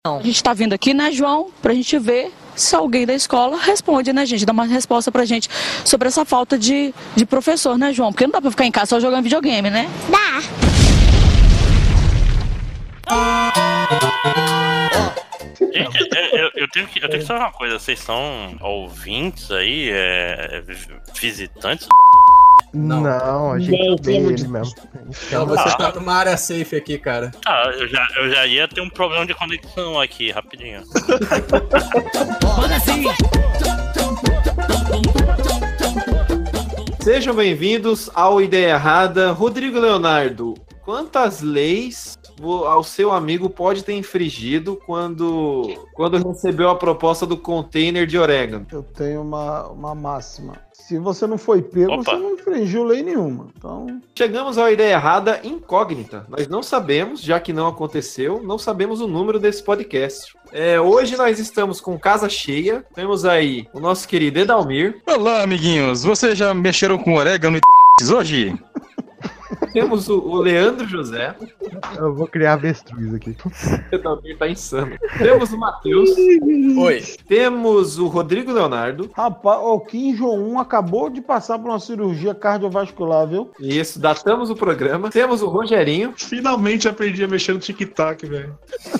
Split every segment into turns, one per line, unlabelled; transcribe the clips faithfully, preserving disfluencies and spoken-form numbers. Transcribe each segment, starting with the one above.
A gente tá vindo aqui, né, João, pra gente ver se alguém da escola responde, né, gente? Dá uma resposta pra gente sobre essa falta de, de professor, né, João? Porque não dá pra ficar em casa só jogando videogame, né?
Dá.
Gente, eu, eu, eu, tenho que, eu tenho que saber uma coisa. Vocês são ouvintes aí, é, visitantes?
Não, não a gente tem ele mesmo.
Então você ah. tá numa área safe aqui, cara.
Ah, eu já, eu já ia ter um problema de conexão aqui, rapidinho.
Sejam bem-vindos ao Ideia Errada. Rodrigo Leonardo, quantas leis o seu amigo pode ter infringido quando, quando recebeu a proposta do container de orégano?
Eu tenho uma, uma máxima. Se você não foi pego, Opa. Você não infringiu lei nenhuma. Então...
Chegamos à Ideia Errada incógnita. Nós não sabemos, já que não aconteceu, não sabemos o número desse podcast. É, hoje nós estamos com casa cheia. Temos aí o nosso querido Edalmir.
Olá, amiguinhos. Vocês já mexeram com orégano e hoje?
Temos o, o Leandro José.
Eu vou criar avestruz aqui.
O Edalmir tá insano. Temos o Matheus.
Oi.
Temos o Rodrigo Leonardo.
Rapaz, o Kim Jong-un acabou de passar por uma cirurgia cardiovascular, viu?
Isso, datamos o programa. Temos o Rogerinho.
Finalmente aprendi a mexer no tic-tac, velho.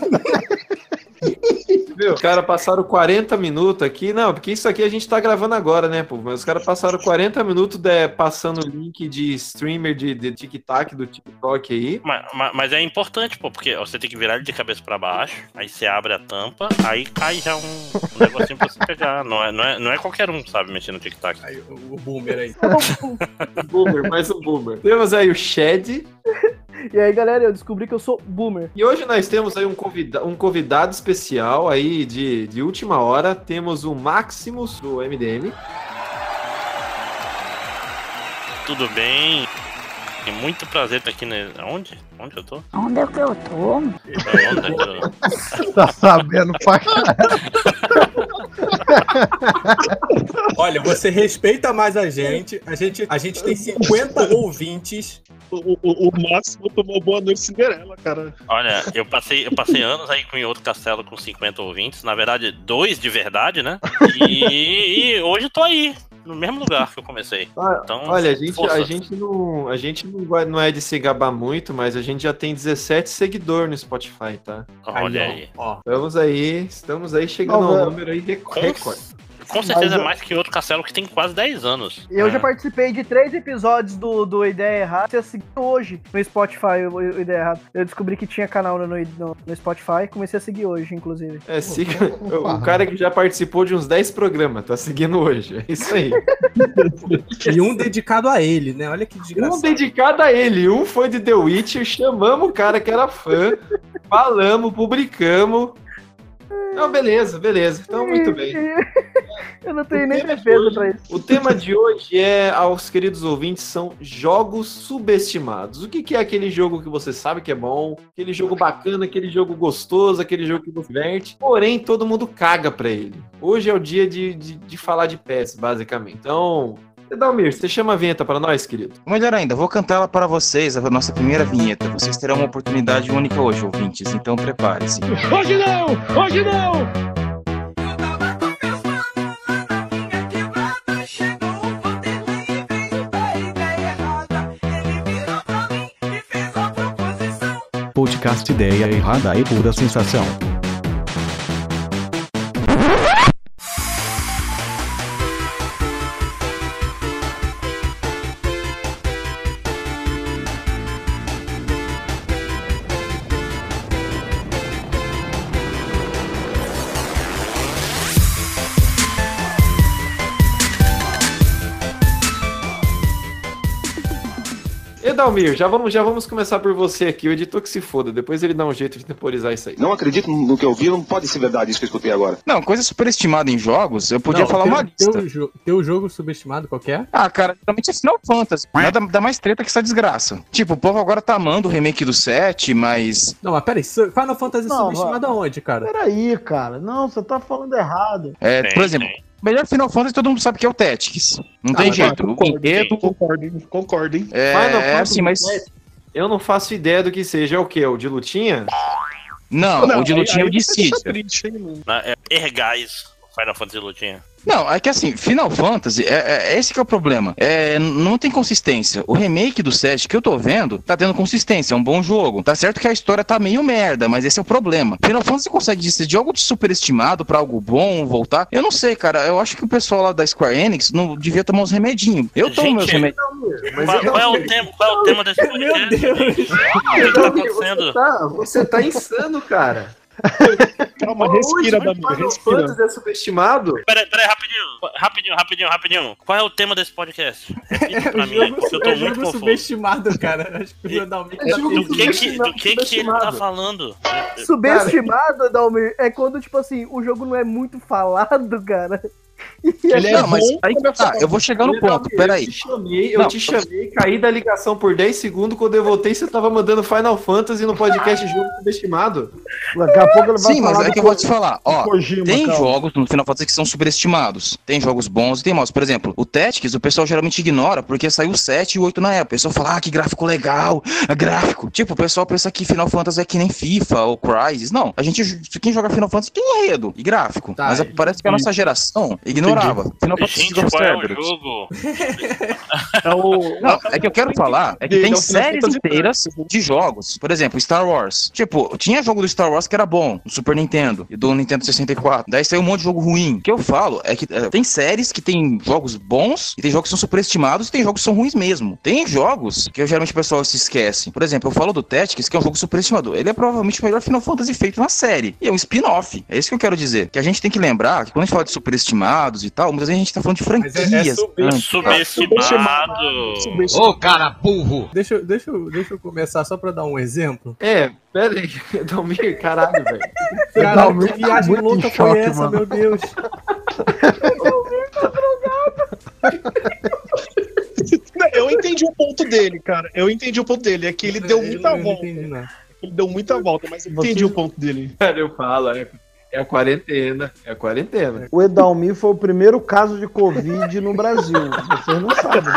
Meu, os caras passaram quarenta minutos aqui. Não, porque isso aqui a gente tá gravando agora, né, pô? Mas os caras passaram quarenta minutos de, passando o link de streamer de, de tic-tac do TikTok aí.
Mas, mas, mas é importante, pô, porque você tem que virar ele de cabeça pra baixo, aí você abre a tampa, aí cai já um, um negocinho pra você pegar. Não é, não, é, não é qualquer um, sabe, mexer no tic-tac.
Aí, o, o boomer aí.
O boomer, mais um boomer. Temos aí o Shed.
E aí, galera, eu descobri que eu sou boomer.
E hoje nós temos aí um, convida- um convidado especial aí de, de última hora. Temos o Maximus do M D M.
Tudo bem? É muito prazer estar aqui, né? Onde? Onde eu tô?
Onde é que eu tô?
Onde é que eu...
Tá sabendo, pai?
Olha, você respeita mais a gente. A gente, a gente tem cinquenta ouvintes.
O, o, o Máximo tomou Boa Noite Cinderela, cara.
Olha, eu passei, eu passei anos aí com outro castelo com cinquenta ouvintes. Na verdade, dois de verdade, né? E, e hoje tô aí. No mesmo lugar que eu comecei. Então,
olha, a gente, a gente, não, a gente não, não é de se gabar muito, mas a gente já tem dezessete seguidores no Spotify, tá?
Olha aí.
Ó. Estamos aí, estamos aí chegando ao número aí recorde.
Com certeza
Mas,
é mais que outro castelo que tem quase dez anos.
Eu
é.
já participei de três episódios do, do Ideia Errada. Você assistiu hoje no Spotify o, o Ideia Errada. Eu descobri que tinha canal no, no, no Spotify e comecei a seguir hoje, inclusive.
É, siga. O cara que já participou de uns dez programas, tá seguindo hoje. É isso aí.
E um dedicado a ele, né? Olha que desgraçado.
Um dedicado a ele. Um foi de The Witcher, chamamos o cara que era fã, falamos, publicamos. Não, beleza, beleza. Então, muito bem.
Eu não tenho nem defesa
hoje,
pra isso.
O tema de hoje é, aos queridos ouvintes, são jogos subestimados. O que, que é aquele jogo que você sabe que é bom, aquele jogo bacana, aquele jogo gostoso, aquele jogo que você diverte, porém todo mundo caga pra ele. Hoje é o dia de, de, de falar de P E S, basicamente. Então... Edalmir, você chama a vinheta para nós, querido?
Melhor ainda, vou cantá-la para vocês, a nossa primeira vinheta. Vocês terão uma oportunidade única hoje, ouvintes, então prepare-se.
Hoje não! Hoje não!
Podcast Ideia Errada e Pura Sensação.
Edalmir, já vamos, já vamos começar por você aqui. O editor que se foda, depois ele dá um jeito de temporizar isso aí.
Não acredito no que eu vi, não pode ser verdade isso que eu escutei agora.
Não, coisa superestimada em jogos, eu podia
não,
falar
teu,
uma lista.
Teu, jo- teu jogo subestimado, qual que é?
Ah, cara, realmente é Final Fantasy. Nada dá mais treta que essa desgraça. Tipo, o povo agora tá amando o remake do sete, mas...
Não, mas peraí, Final Fantasy
Não,
subestimado aonde, cara?
Peraí, cara. Não, você tá falando errado.
É,
Tem,
por exemplo...
tem.
Melhor Final Fantasy todo mundo sabe que é o Tactics. Não
Ah,
tem
mas
jeito. O
concordo,
enredo...
Concordem, concordem.
É,
Final
é
Fantasy
assim, mas...
Eu não faço ideia do que seja. É o quê? O de lutinha?
Não, não, o de lutinha é o de Cid.
É Ergais, Final Fantasy Lutinha.
Não, é que assim, Final Fantasy, é, é esse que é o problema. É, não tem consistência. O remake do sete que eu tô vendo, tá tendo consistência, é um bom jogo. Tá certo que a história tá meio merda, mas esse é o problema. Final Fantasy consegue ser de algo de superestimado pra algo bom, voltar. Eu não sei, cara, eu acho que o pessoal lá da Square Enix não devia tomar uns remedinhos. Eu tomo meus remedinhos.
Qual, qual, é o tema, qual é o tema desse podcast?
Meu Deus! O que tá acontecendo? Você tá, você tá insano, cara.
Calma, respira, Davi, respira.
É subestimado?
Peraí, peraí, rapidinho, rapidinho, rapidinho, rapidinho. Qual é o tema desse podcast? Repita pra mim, porque eu tô
é
muito
jogo
confuso.
subestimado, cara. Acho que o Dalmir tá
do que que, do que que ele tá falando?
Subestimado, Dalmir, é quando, tipo assim, o jogo não é muito falado, cara.
Ele é não, mas aí, tá, eu vou chegar no ponto, peraí.
Eu te chamei, eu não, te chamei, caí da ligação por dez segundos, quando eu voltei você tava mandando Final Fantasy no podcast jogo subestimado.
Daqui a pouco ele vai
Sim, mas é que eu vou te falar, ó,
Kojima,
tem
calma.
jogos no Final Fantasy que são superestimados, tem jogos bons e tem maus. Por exemplo, o Tactics o pessoal geralmente ignora, porque saiu o sete e o oito na época. O pessoal fala, ah, que gráfico legal, é gráfico. Tipo, o pessoal pensa que Final Fantasy é que nem FIFA ou Crysis. Não, a gente, quem joga Final Fantasy tem enredo e gráfico. Tá, mas parece que a nossa geração ignorava. Final Fantasy
Gente, qual é o jogo?
É, o... Não, é que eu quero falar, é que tem séries inteiras de jogos. Por exemplo, Star Wars. Tipo, tinha jogo do Star Wars que era bom, do Super Nintendo e do Nintendo sessenta e quatro. Daí saiu um monte de jogo ruim. O que eu falo é que é, tem séries que tem jogos bons e tem jogos que são superestimados e tem jogos que são ruins mesmo. Tem jogos que geralmente o pessoal se esquece. Por exemplo, eu falo do Tactics, que é um jogo superestimado. Ele é provavelmente o melhor Final Fantasy feito na série. E é um spin-off. É isso que eu quero dizer. Que a gente tem que lembrar que quando a gente fala de superestimados e tal, muitas vezes a gente tá falando de franquias.
É, é sub subestimado.
Ô, oh, cara burro! Deixa, deixa, deixa eu começar só pra dar um exemplo.
É, pera aí. Dalmir, caralho, velho.
Caralho, que viagem tá louca foi essa, mano. Meu Deus.
Dalmir tá drogado.
Eu entendi o ponto dele, cara. Eu entendi o ponto dele. É que ele deu
eu
muita
não,
volta.
Eu não entendi, não.
Ele deu muita volta, mas eu entendi Você... o ponto dele.
Cara, eu falo, é. É a quarentena, é a quarentena.
O Edalmir foi o primeiro caso de Covid no Brasil. Vocês não sabem.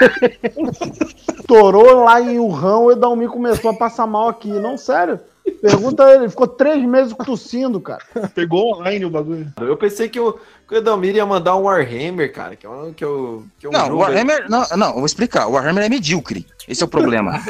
Estourou lá em Wuhan, o Edalmir começou a passar mal aqui. Não, sério. Pergunta a ele, ele ficou três meses tossindo, cara.
Pegou online o bagulho.
Eu pensei que o, que o Edalmir ia mandar um Warhammer, cara. Que é um, que é um, que é um
não,
jogo.
O Warhammer, aí. não, não, eu vou explicar. O Warhammer é medíocre. Esse é o problema.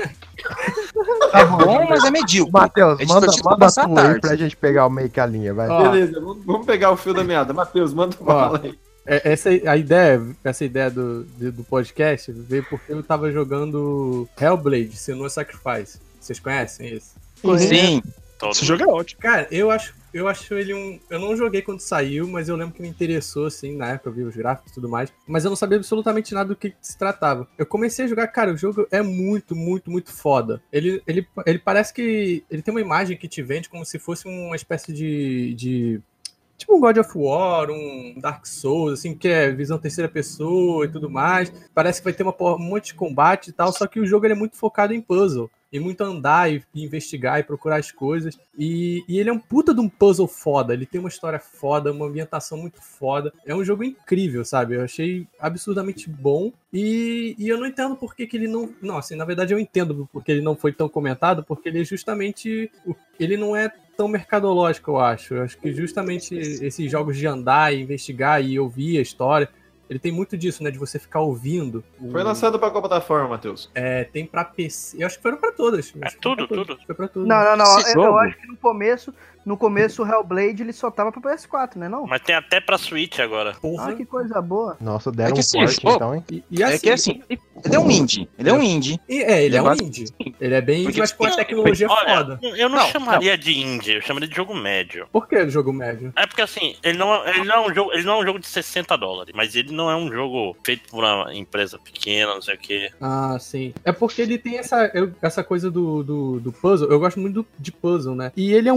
Tá bom,
bom, mas é medíocre.
Matheus,
é
manda, manda tu aí pra gente pegar o meio que a linha, vai.
Ó, beleza, vamos, vamos pegar o fio da meada. Matheus, manda bala aí.
Essa, a ideia, essa ideia do, do podcast veio porque eu tava jogando Hellblade, Senua's Sacrifice. Vocês conhecem esse?
Sim.
Esse jogo é ótimo.
Cara, eu acho, eu acho ele um... Eu não joguei quando saiu, mas eu lembro que me interessou, assim, na época, eu vi os gráficos e tudo mais. Mas eu não sabia absolutamente nada do que se tratava. Eu comecei a jogar, cara, o jogo é muito, muito, muito foda. Ele, ele, ele parece que... Ele tem uma imagem que te vende como se fosse uma espécie de... de tipo um God of War, um Dark Souls, assim, que é visão terceira pessoa e tudo mais. Parece que vai ter uma, um monte de combate e tal, só que o jogo ele é muito focado em puzzle. E muito andar e, e investigar e procurar as coisas. E, e ele é um puta de um puzzle foda. Ele tem uma história foda, uma ambientação muito foda. É um jogo incrível, sabe? Eu achei absurdamente bom. E, e eu não entendo por que, que ele não... Não, assim, na verdade eu entendo porque ele não foi tão comentado, porque ele é justamente... Ele não é tão mercadológico, eu acho. Eu acho que justamente esses jogos de andar e investigar e ouvir a história... Ele tem muito disso, né? De você ficar ouvindo. O...
Foi lançado pra qual plataforma, Matheus?
É, tem pra P C. Eu acho que foram pra todas.
É tudo,
pra
tudo.
Foi pra tudo.
Não, não, não. Eu, eu acho que no começo, no começo o Hellblade ele só tava pra P S quatro, né? Não?
Mas tem até pra Switch agora.
Porra. Ah, que coisa boa.
Nossa, deram
é que,
um
assim,
forte,
pô,
então, hein?
E, e assim,
é que assim, ele é um indie. Ele é um indie.
E, é, ele, ele é, é um
quase...
indie. Ele é bem,
porque,
mas com a tecnologia
olha,
foda.
Eu não,
não
chamaria
não.
de indie, eu chamaria de jogo médio.
Por que jogo médio?
É porque assim, ele não, ele não, é, um jogo, ele não é um jogo de sessenta dólares, mas ele não é um jogo feito por uma empresa pequena, não sei o quê.
Ah, sim. É porque ele tem essa, essa coisa do, do, do puzzle. Eu gosto muito do, de puzzle, né? E ele é um puzzle que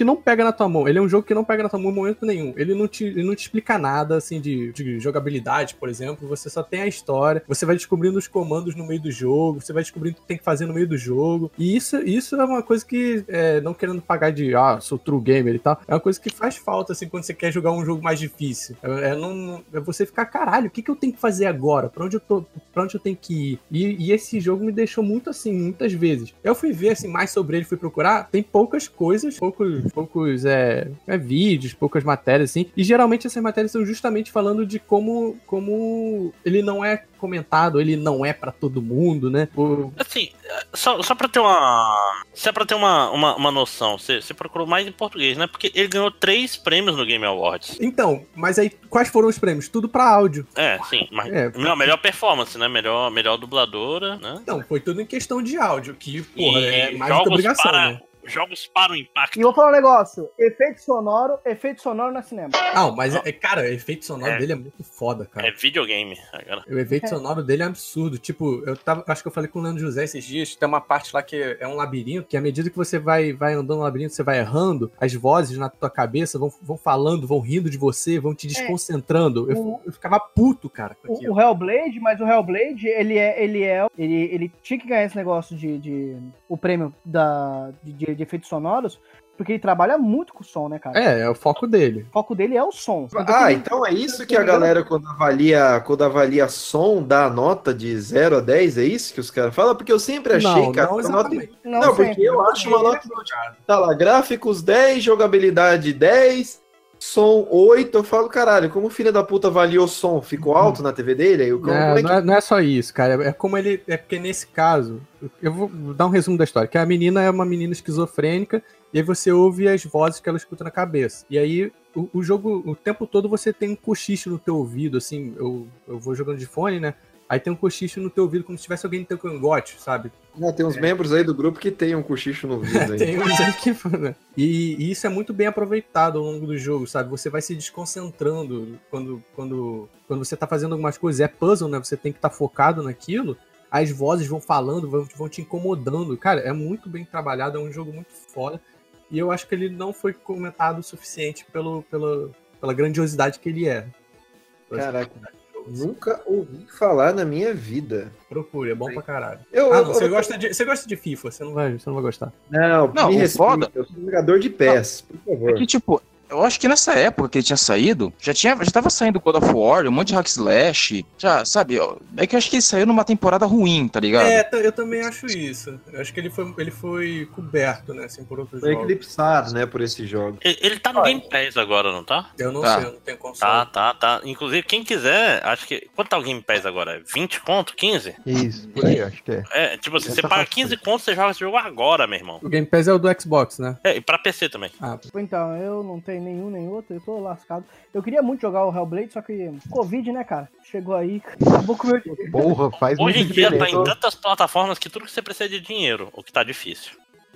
não pega na tua mão. Ele é um jogo que não pega na tua mão em momento nenhum. Ele não te, ele não te explica nada, assim, de, de jogabilidade, por exemplo. Você só tem a história. Você vai descobrindo os comandos no meio do jogo. Você vai descobrindo o que tem que fazer no meio do jogo. E isso, isso é uma coisa que, é, não querendo pagar de, ah, sou true gamer e tal, é uma coisa que faz falta, assim, quando você quer jogar um jogo mais difícil. É, é, não, é você ficar, caralho, o que, que eu tenho que fazer agora? Pra onde eu tô, pra onde eu tenho que ir? E, e esse jogo me deixou muito assim, muitas vezes. Eu fui ver, assim, mais sobre ele, fui procurar, tem poucas coisas, poucos, poucos é, é, vídeos, poucas matérias, assim, e geralmente essas matérias são justamente falando de como, como ele não é comentado, ele não é pra todo mundo, né? O...
Assim, só, só pra ter uma... Só pra ter uma, uma, uma noção, você, você procurou mais em português, né? Porque ele ganhou três prêmios no Game Awards.
Então, mas aí, quais foram os prêmios? Tudo pra áudio.
É, sim. Mas
é,
melhor, melhor performance, né? Melhor, melhor dubladora, né?
Não, foi tudo em questão de áudio, que, porra,
e
é mais do que obrigação,
para...
né?
Jogos para o impacto.
E vou falar um negócio, efeito sonoro, efeito sonoro na cinema.
Não, mas, é, cara, o efeito sonoro é. dele é muito foda, cara.
É videogame. Agora.
O efeito
É.
sonoro dele é absurdo. Tipo, eu tava, acho que eu falei com o Leandro José esses dias, tem uma parte lá que é um labirinto, que à medida que você vai, vai andando no labirinto, você vai errando, as vozes na tua cabeça vão, vão falando, vão rindo de você, vão te desconcentrando. É. Eu,
O-
eu ficava puto, cara, com
O,
aquilo.
o Hellblade, mas o Hellblade, ele é, ele é, ele, ele tinha que ganhar esse negócio de, de o prêmio da, de, de efeitos sonoros, porque ele trabalha muito com o som, né, cara?
É, é o foco dele.
O foco dele é o som. Tanto
Ah,
que-
então é isso que a galera, quando avalia, quando avalia som, dá a nota de zero a dez, é isso que os caras falam? Porque eu sempre achei,
Não,
cara,
não
que a nota...
exatamente.
Não,
Não, porque
sempre.
eu acho uma nota... Tá lá, gráficos dez, jogabilidade dez, som oito. Eu falo, caralho, como o filho da puta avaliou o som? Ficou alto na T V dele? Aí, como,
É,
como é que...
não, é, não é só isso, cara. É como ele. É porque nesse caso. Eu vou dar um resumo da história. Que a menina é uma menina esquizofrênica. E aí você ouve as vozes que ela escuta na cabeça. E aí o, o jogo, o tempo todo você tem um cochicho no teu ouvido. Assim, eu, eu vou jogando de fone, né? Aí tem um cochicho no teu ouvido, como se tivesse alguém no teu cangote, sabe?
Não, tem uns
É.
membros aí do grupo que tem um cochicho no ouvido aí.
Tem uns aí que. Né? E, e isso é muito bem aproveitado ao longo do jogo, sabe? Você vai se desconcentrando quando, quando, quando você tá fazendo algumas coisas. É puzzle, né? Você tem que estar focado naquilo. As vozes vão falando, vão, vão te incomodando. Cara, é muito bem trabalhado, é um jogo muito foda. E eu acho que ele não foi comentado o suficiente pelo, pelo, pela grandiosidade que ele é.
Caraca, nunca ouvi falar na minha vida.
Procure, é bom pra caralho.
Eu,
Ah,
eu-
não, você,
eu-
gosta de, você gosta de FIFA, você não vai, você não vai gostar.
Não,
Não,
me
o
respeita,
foda-
eu sou jogador de pés, por favor.
É que, tipo, eu acho que nessa época que ele tinha saído, já tinha, já tava saindo God of War, um monte de hack slash, já, sabe, ó, é que eu acho que ele saiu numa temporada ruim, tá ligado?
É, t- eu também acho isso. Eu acho que ele foi, ele foi coberto, né, assim, por outros
Foi
jogos.
eclipsado, né, por esse jogo.
Ele, ele tá no Game Pass agora, não tá?
Eu não
Tá.
sei, eu não tenho console.
Tá, tá, tá. Inclusive, quem quiser, acho que. Quanto tá o Game Pass agora? vinte conto? quinze?
Isso, por aí, acho que é.
É, tipo assim,
Essa
você paga
faixa.
quinze contos, você joga esse jogo agora, meu irmão.
O Game Pass é o do Xbox, né?
É, e pra P C também.
Ah,
Então, eu não tenho nenhum nem outro, eu tô lascado. Eu queria muito jogar o Hellblade, só que Covid, né, cara? Chegou aí, acabou com o meu dinheiro.
Porra, faz
Hoje em
muito
dia tá
diferença.
em tantas plataformas que tudo que você precisa é de dinheiro, o que tá difícil.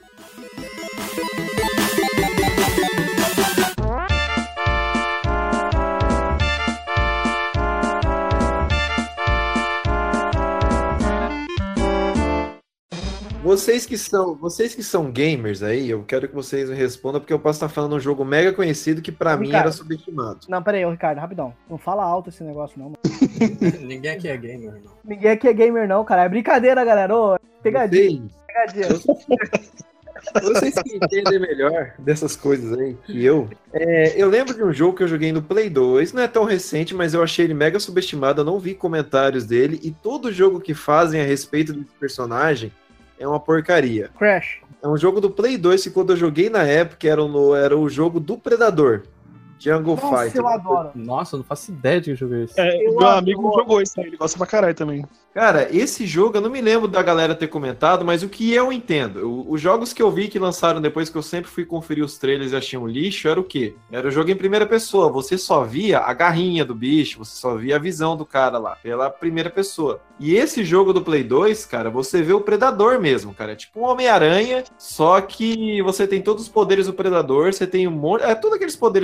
Vocês que são, vocês que são gamers aí, eu quero que vocês me respondam, porque eu posso estar falando um jogo mega conhecido que pra mim
Ricardo.
era subestimado.
Não, pera aí, ô, Ricardo, rapidão. Não fala alto esse negócio, não, mano.
ninguém aqui é gamer, não.
Ninguém aqui é gamer, não, cara. É brincadeira, galera. Ô, pegadinha,
Vocês,
pegadinha.
vocês que entendem melhor dessas coisas aí que eu. É, eu lembro de um jogo que eu joguei no Play dois, não é tão recente, mas eu achei ele mega subestimado, eu não vi comentários dele, e todo jogo que fazem a respeito desse personagem é uma porcaria.
Crash.
É um jogo do Play dois que quando eu joguei na época era, no, era o jogo do Predador. Jungle
Nossa,
Fighter.
eu adoro.
Nossa, eu não faço ideia de que jogo é esse.
É,
Eu
meu amigo
adoro.
jogou isso aí, ele gosta pra caralho também.
Cara, esse jogo, eu não me lembro da galera ter comentado, mas o que eu entendo, o- os jogos que eu vi que lançaram depois que eu sempre fui conferir os trailers e achei um lixo, era o quê? Era o jogo em primeira pessoa, você só via a garrinha do bicho, você só via a visão do cara lá, pela primeira pessoa. E esse jogo do Play dois, cara, você vê o Predador mesmo, cara, é tipo um Homem-Aranha, só que você tem todos os poderes do Predador, você tem um monte, é, todos aqueles poderes do Predador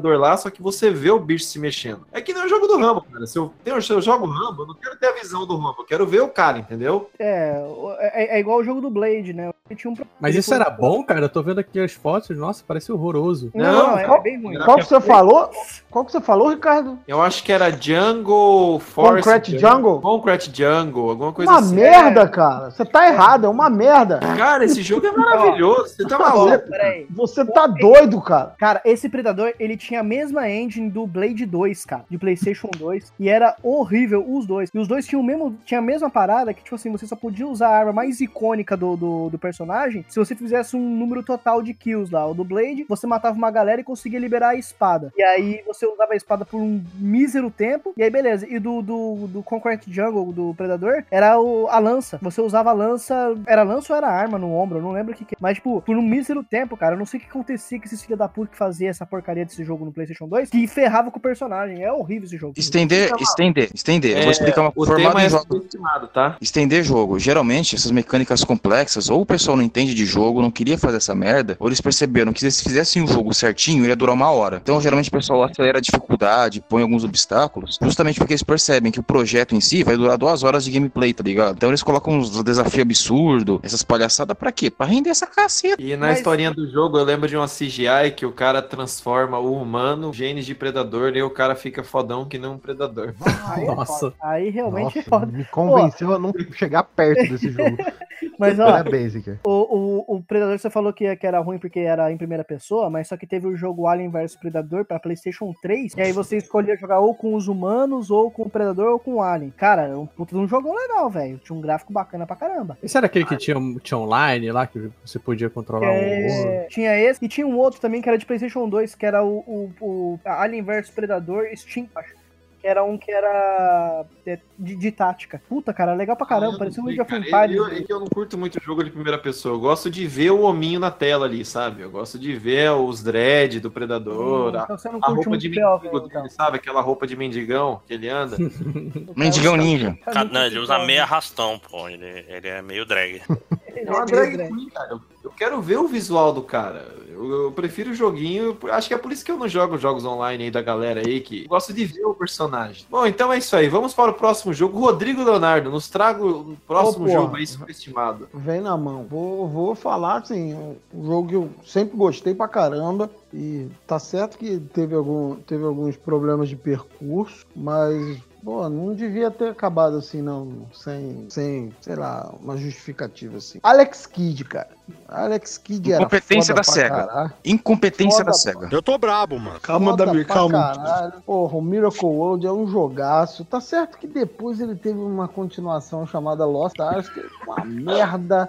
computador lá, só que você vê o bicho se mexendo. É que nem o jogo do Rambo, cara. Se eu, tenho, se eu jogo Rambo, eu não quero ter a visão do Rambo, eu quero ver o cara, entendeu?
É, é, é igual o jogo do Blade, né? Tinha um...
Mas isso era bom, cara? Eu tô vendo aqui as fotos, nossa, parece horroroso.
Não, não, é,
qual,
é bem ruim.
Qual que você falou? Qual que você falou, Ricardo?
Eu acho que era Jungle Force.
Concrete Jungle?
Concrete Jungle, alguma coisa
uma
assim.
Uma merda, cara. Você tá errado, é uma merda.
Cara, esse jogo é maravilhoso. Você tá maluco.
Peraí.
Você tá doido, cara.
Cara, esse Predador, ele tinha a mesma engine do Blade dois, cara, de PlayStation dois, e era horrível os dois. E os dois tinham, o mesmo, tinha a mesma parada que, tipo assim, você só podia usar a arma mais icônica do, do, do personagem se você fizesse um número total de kills lá. O do Blade, você matava uma galera e conseguia liberar a espada. E aí você usava a espada por um mísero tempo, e aí beleza. E do, do, do Concrete Jungle, do Predador, era o, a lança. Você usava a lança, era lança ou era arma no ombro? Eu não lembro o que que... Mas, tipo, por um mísero tempo, cara, eu não sei o que acontecia com esses filhos da puta que fazia essa porcaria desse jogo no PlayStation dois, que ferrava com o personagem. É horrível esse jogo.
Estender, estender, estender.
É,
eu vou explicar uma
o
formada
tema
em
é
jogo.
subestimado, tá?
Estender jogo. Geralmente, essas mecânicas complexas, ou o pessoal não entende de jogo, não queria fazer essa merda, ou eles perceberam que se eles fizessem o jogo certinho, ia durar uma hora. Então, geralmente, o pessoal acelera a dificuldade, põe alguns obstáculos, justamente porque eles percebem que o projeto em si vai durar duas horas de gameplay, tá ligado? Então, eles colocam uns desafios absurdos, essas palhaçadas, pra quê? Pra render essa caceta.
E na
Mas...
historinha do jogo, eu lembro de uma C G I que o cara transforma o humano, genes de predador, e o cara fica fodão que nem um predador.
Aí
Nossa.
É aí realmente
Nossa,
é foda.
me convenceu Pô. a não chegar perto desse jogo.
Mas, ó,
é basic.
O, o, o Predador você falou que, que era ruim porque era em primeira pessoa, mas só que teve o jogo Alien versus Predador pra PlayStation três, e aí você escolhia jogar ou com os humanos, ou com o Predador, ou com o Alien. Cara, é um puta de um jogão legal, velho. Tinha um gráfico bacana pra caramba.
Esse era aquele que tinha, tinha online lá, que você podia controlar
é, o... Tinha esse, e tinha um outro também que era de PlayStation dois, que era o, o, o Alien versus Predador Steam, acho. Era um que era de, de tática. Puta, cara, legal pra caramba, ah, parecia um Age of Empires.
É que eu não curto muito jogo de primeira pessoa, eu gosto de ver o hominho na tela ali, sabe? Eu gosto de ver os dread do Predador, hum, então a, a roupa de mendigo dele, então. Sabe? Aquela roupa de mendigão que ele anda.
Mendigão ninja.
Cara, não, ele usa meio arrastão, pô, ele, ele é meio drag.
É uma drag queen, cara. Eu, eu quero ver o visual do cara. Eu, eu prefiro o joguinho. Acho que é por isso que eu não jogo jogos online aí da galera aí, que eu gosto de ver o personagem. Bom, então é isso aí. Vamos para o próximo jogo. Rodrigo Leonardo, nos traga o próximo oh, jogo aí subestimado.
Vem na mão. Vou, vou falar, assim, um jogo que eu sempre gostei pra caramba. E tá certo que teve, algum, teve alguns problemas de percurso, mas... Pô, não devia ter acabado assim, não, sem, sem, sei lá, uma justificativa assim. Alex Kidd, cara. Alex Kidd era
Incompetência
foda
da
pra
SEGA.
caralho.
Incompetência
Foda
da SEGA.
Eu tô brabo, mano. Calma,
Foda
Davi,
pra
calma.
Caralho. Porra, o Miracle World é um jogaço. Tá certo que depois ele teve uma continuação chamada Lost Stars, que é uma merda.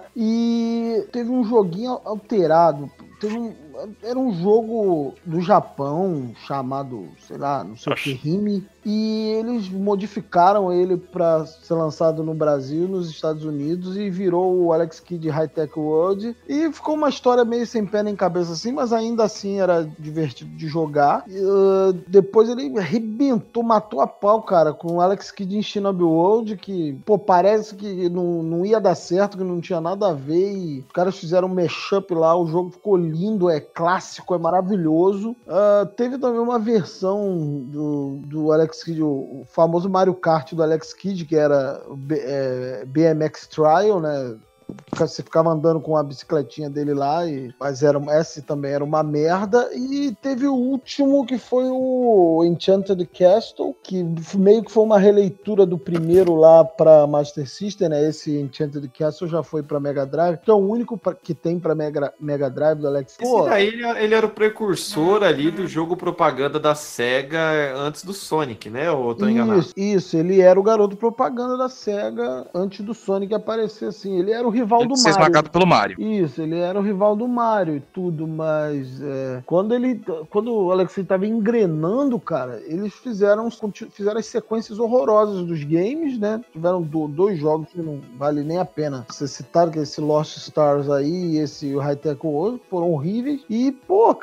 E teve um joguinho alterado. Teve um, era um jogo do Japão chamado, sei lá, não sei o que, Rime. E eles modificaram ele para ser lançado no Brasil, nos Estados Unidos, e virou o Alex Kidd High Tech World. E ficou uma história meio sem pé nem cabeça assim, mas ainda assim era divertido de jogar. E, uh, depois ele arrebentou, matou a pau, cara, com o Alex Kidd em Shinobi World, que, pô, parece que não, não ia dar certo, que não tinha nada a ver. E os caras fizeram um mashup lá, o jogo ficou lindo, é clássico, é maravilhoso. Uh, teve também uma versão do, do Alex Kidd, o famoso Mario Kart do Alex Kidd, que era o B, é, B M X Trial, né? Você ficava andando com a bicicletinha dele lá, e, mas era, essa também era uma merda. E teve o último, que foi o Enchanted Castle, que meio que foi uma releitura do primeiro lá pra Master System, né? Esse Enchanted Castle já foi pra Mega Drive, que é o único pra, que tem pra Mega, Mega Drive do Alex.
Esse daí ele, ele era o precursor ali do jogo propaganda da SEGA antes do Sonic, né? Ou eu tô enganado?
Isso, isso, ele era o garoto propaganda da SEGA antes do Sonic aparecer, assim. Ele era o rival
ele
do
ser
Mario.
esmagado pelo Mario.
Isso, ele era o rival do Mario e tudo, mas é, quando ele, quando o Alex estava engrenando, cara, eles fizeram, fizeram as sequências horrorosas dos games, né? Tiveram do, dois jogos que não vale nem a pena ser citado, que é esse Lost Stars aí e esse High Tech World, foram horríveis. E, pô, cara,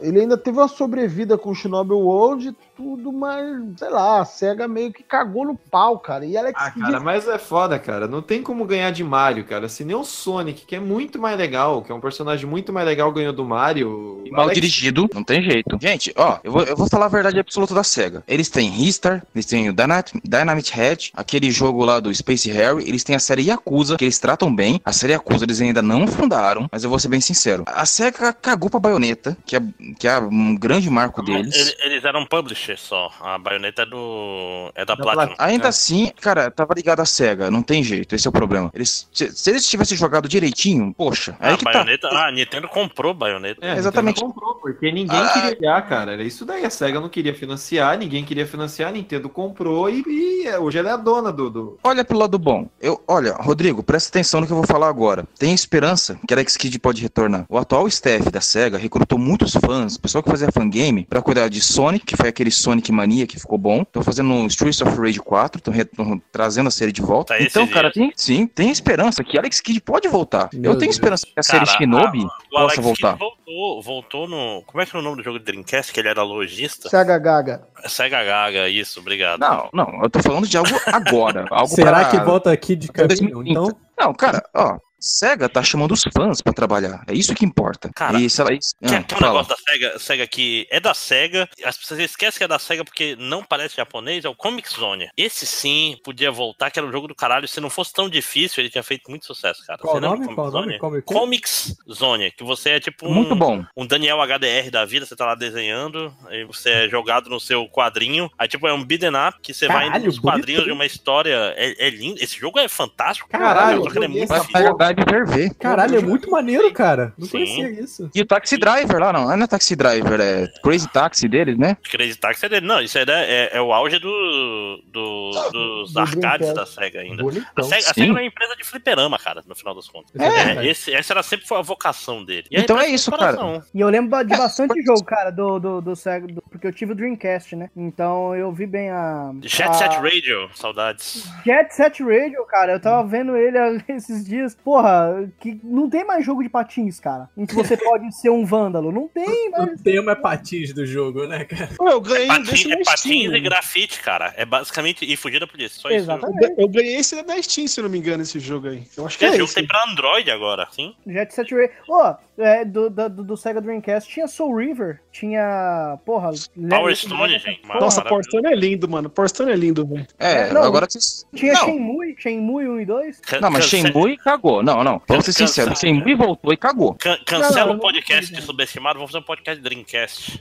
ele ainda teve uma sobrevida com o Shinobi World e tudo, mas, sei lá, a SEGA meio que cagou no pau, cara. E Alex
Ah,
Kidd...
cara, mas é foda, cara. Não tem como ganhar de Mario, cara. Se nem o Sonic, que é muito mais legal, que é um personagem muito mais legal, ganhou do Mario...
E mal
Alex...
dirigido, não tem jeito. Gente, ó, eu vou, eu vou falar a verdade absoluta da SEGA. Eles têm Ristar, eles têm o Dynamite, Dynamite Head, aquele jogo lá do Space Harry, eles têm a série Yakuza, que eles tratam bem. A série Yakuza eles ainda não fundaram, mas eu vou ser bem sincero. A SEGA cagou pra Bayonetta, que é, que é um grande marco deles.
Eles, eles eram publisher só. A Bayonetta é do. é da,
Da
Platinum.
Ainda
É.
assim, cara, tava ligado à SEGA, não tem jeito, esse é o problema. Eles, se, se eles tivessem jogado direitinho, poxa, aí
Ah,
que
Bayonetta.
tá.
Ah, a Nintendo comprou Bayonetta.
É,
Exatamente.
Nintendo comprou, porque ninguém
Ah,
queria criar, cara. Era isso daí. A SEGA não queria financiar, ninguém queria financiar, a Nintendo comprou e, e é, hoje ela é a dona do... do...
Olha pro lado bom. Eu, olha, Rodrigo, presta atenção no que eu vou falar agora. Tem esperança que Alex Kidd pode retornar. O atual staff da SEGA recrutou muitos fãs, pessoal que fazia fangame, pra cuidar de Sonic, que foi aquele Sonic Mania que ficou bom. Estão fazendo Streets of Rage quatro, estão trazendo a série de volta.
Tá
Então,
esses
cara,
dias.
tem, sim, tem esperança que Alex Kidd pode voltar.
Meu
eu tenho
Deus.
esperança que a série
Cara,
Shinobi
O
possa
Alex
voltar.
Kidd voltou, voltou no. Como é que era o nome do jogo de Dreamcast? Que ele era lojista?
SEGA Gaga.
Sega Gaga, isso, obrigado.
Não, não, eu tô falando de algo agora. Algo
Será
pra-
que volta aqui de caminho,
dois mil e trinta.
então?
Não, cara, ó, SEGA tá chamando os fãs pra trabalhar. É isso que importa.
Cara,
e se ela...
Que,
ah,
que é um
fala.
negócio da SEGA, SEGA que é da SEGA, as pessoas esquecem que é da SEGA porque não parece japonês, é o Comic Zone. Esse sim podia voltar, que era um jogo do caralho. Se não fosse tão difícil, ele tinha feito muito sucesso, cara.
Qual
Você lembra
nome?
do
Qual
Comic
nome?
Zone?
Comic-
Comics Zone, que você é tipo um,
Muito bom.
um Daniel H D R da vida, você tá lá desenhando, aí você é jogado no seu quadrinho, aí tipo é um beat'em up, que você vai
Caralho,
indo nos quadrinhos
bonito.
de uma história, é, é lindo, esse jogo é fantástico,
Caralho,
só que ele é muito
Vai
difícil.
pagar de ferver.
Caralho, é muito maneiro, cara. Não
Sim.
conhecia isso.
E o Taxi Driver lá, não, não é Taxi Driver, é Crazy Taxi deles, né?
Crazy Taxi é dele. Não, isso é, da- é, é o auge do, do- dos
Do
arcades
Dreamcast.
da SEGA ainda. A
Bonitão.
SEGA, a
Sim.
SEGA era uma empresa de fliperama, cara, no final das contas.
É.
É, esse, essa era sempre a vocação dele. E a
Então é
empresa
isso,
tem
cara.
coração.
E eu lembro ba- de bastante jogo, cara, do, do, do Sega, do- porque eu tive o Dreamcast, né? Então eu vi bem a...
Jet
a-
Set Radio, saudades.
Jet Set Radio, cara, eu tava vendo ele esses dias. Porra, que não tem mais jogo de patins, cara. Em que você pode ser um vândalo. Não tem mais.
O tema é patins do jogo, né, cara?
Pô, eu ganhei um
Patins,
desse
é
na
patins
Steam.
e grafite, cara. É basicamente ir fugir da polícia. Só isso.
Exatamente.
Eu ganhei esse na Steam, se não me engano, esse jogo aí. Eu acho que
Esse
é
jogo
esse.
tem pra Android agora, sim?
Jet Set Radio. Ó, é, do, da- do, do Sega Dreamcast tinha Soul River, tinha. Porra.
Power
Le-
Stone, gente.
Porra,
Nossa,
Maravilhoso.
Power Stone é lindo, mano. Power Stone é lindo, velho.
É,
É, não,
agora vocês...
Tinha
Não,
Shenmue, Shenmue um e dois.
Can-
não, mas
cance-
Shenmue cagou. Não, não, vamos ser
Cansa-
sinceros. Shenmue voltou e cagou.
can- Cancela
Não, não,
o podcast
não,
de
não.
subestimado, vamos fazer um podcast de Dreamcast.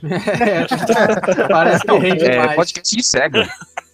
É, parece que rende
É,
mais.
podcast de SEGA.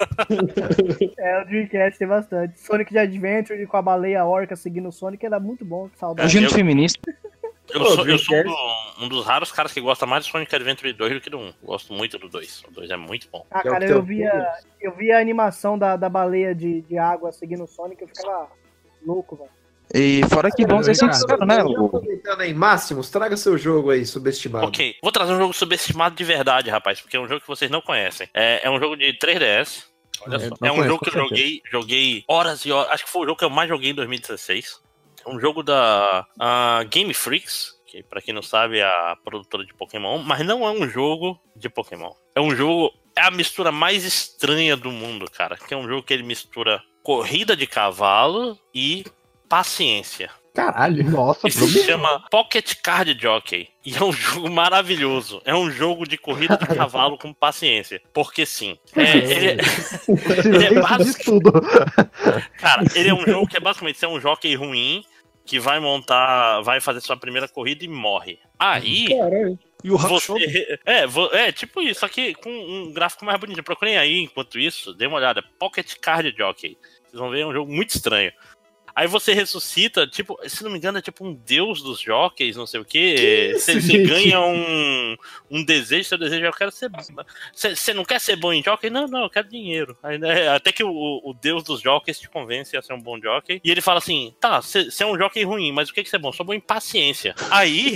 É, o Dreamcast tem bastante. Sonic de Adventure com a baleia orca seguindo o Sonic era muito bom, que
É
saudade.
o gênio
eu-
feminista.
Eu
Pô,
sou, eu sou um,
Dreamcast.
do- um dos raros caras que gosta mais do Sonic Adventure dois do que do um. Gosto muito do dois. O dois é muito bom.
Ah,
Que é o
cara,
que
eu
eu-
via, eu via a animação da, da baleia de, de água seguindo o Sonic, eu ficava louco, velho.
E fora que vamos ser sinceros, né?
E
O...
aproveitando aí, Máximos, traga seu jogo aí, subestimado.
Ok, vou trazer um jogo subestimado de verdade, rapaz, porque é um jogo que vocês não conhecem. É, é um jogo de três D S. Olha
É,
só.
não
É um
conheço,
jogo que eu
com
joguei, joguei horas e horas. Acho que foi o jogo que eu mais joguei em dois mil e dezesseis. É um jogo da ah, Game Freaks, que pra quem não sabe é a produtora de Pokémon, mas não é um jogo de Pokémon. É um jogo, é a mistura mais estranha do mundo, cara. Que é um jogo que ele mistura corrida de cavalo e paciência.
Caralho.
Nossa,
Isso se chama Pocket Card Jockey. E é um jogo maravilhoso. É um jogo de corrida de cavalo com paciência. Porque sim. É, ele, é- ele é
silêncio de
basic-
tudo.
Cara, ele é um jogo que é basicamente você é um jockey ruim que vai montar, vai fazer sua primeira corrida e morre. Aí,
Caralho. E o Hakusho?
você. É, vo- é, tipo isso, só que com um gráfico mais bonito. Procurem aí, enquanto isso, dê uma olhada. Pocket Card Jockey. Vocês vão ver, é um jogo muito estranho. Aí você ressuscita, tipo, se não me engano, é tipo um deus dos jockeys, não sei o quê.
isso,
Você você
gente?
ganha um, um desejo, seu desejo é eu quero ser. Você você não quer ser bom em jockey? Não, não, eu quero dinheiro. Aí, né, até que o, o deus dos jockeys te convence a ser um bom jockey. E ele fala assim: tá, você é um jockey ruim, mas o que que você é bom? Sou bom em paciência. Aí,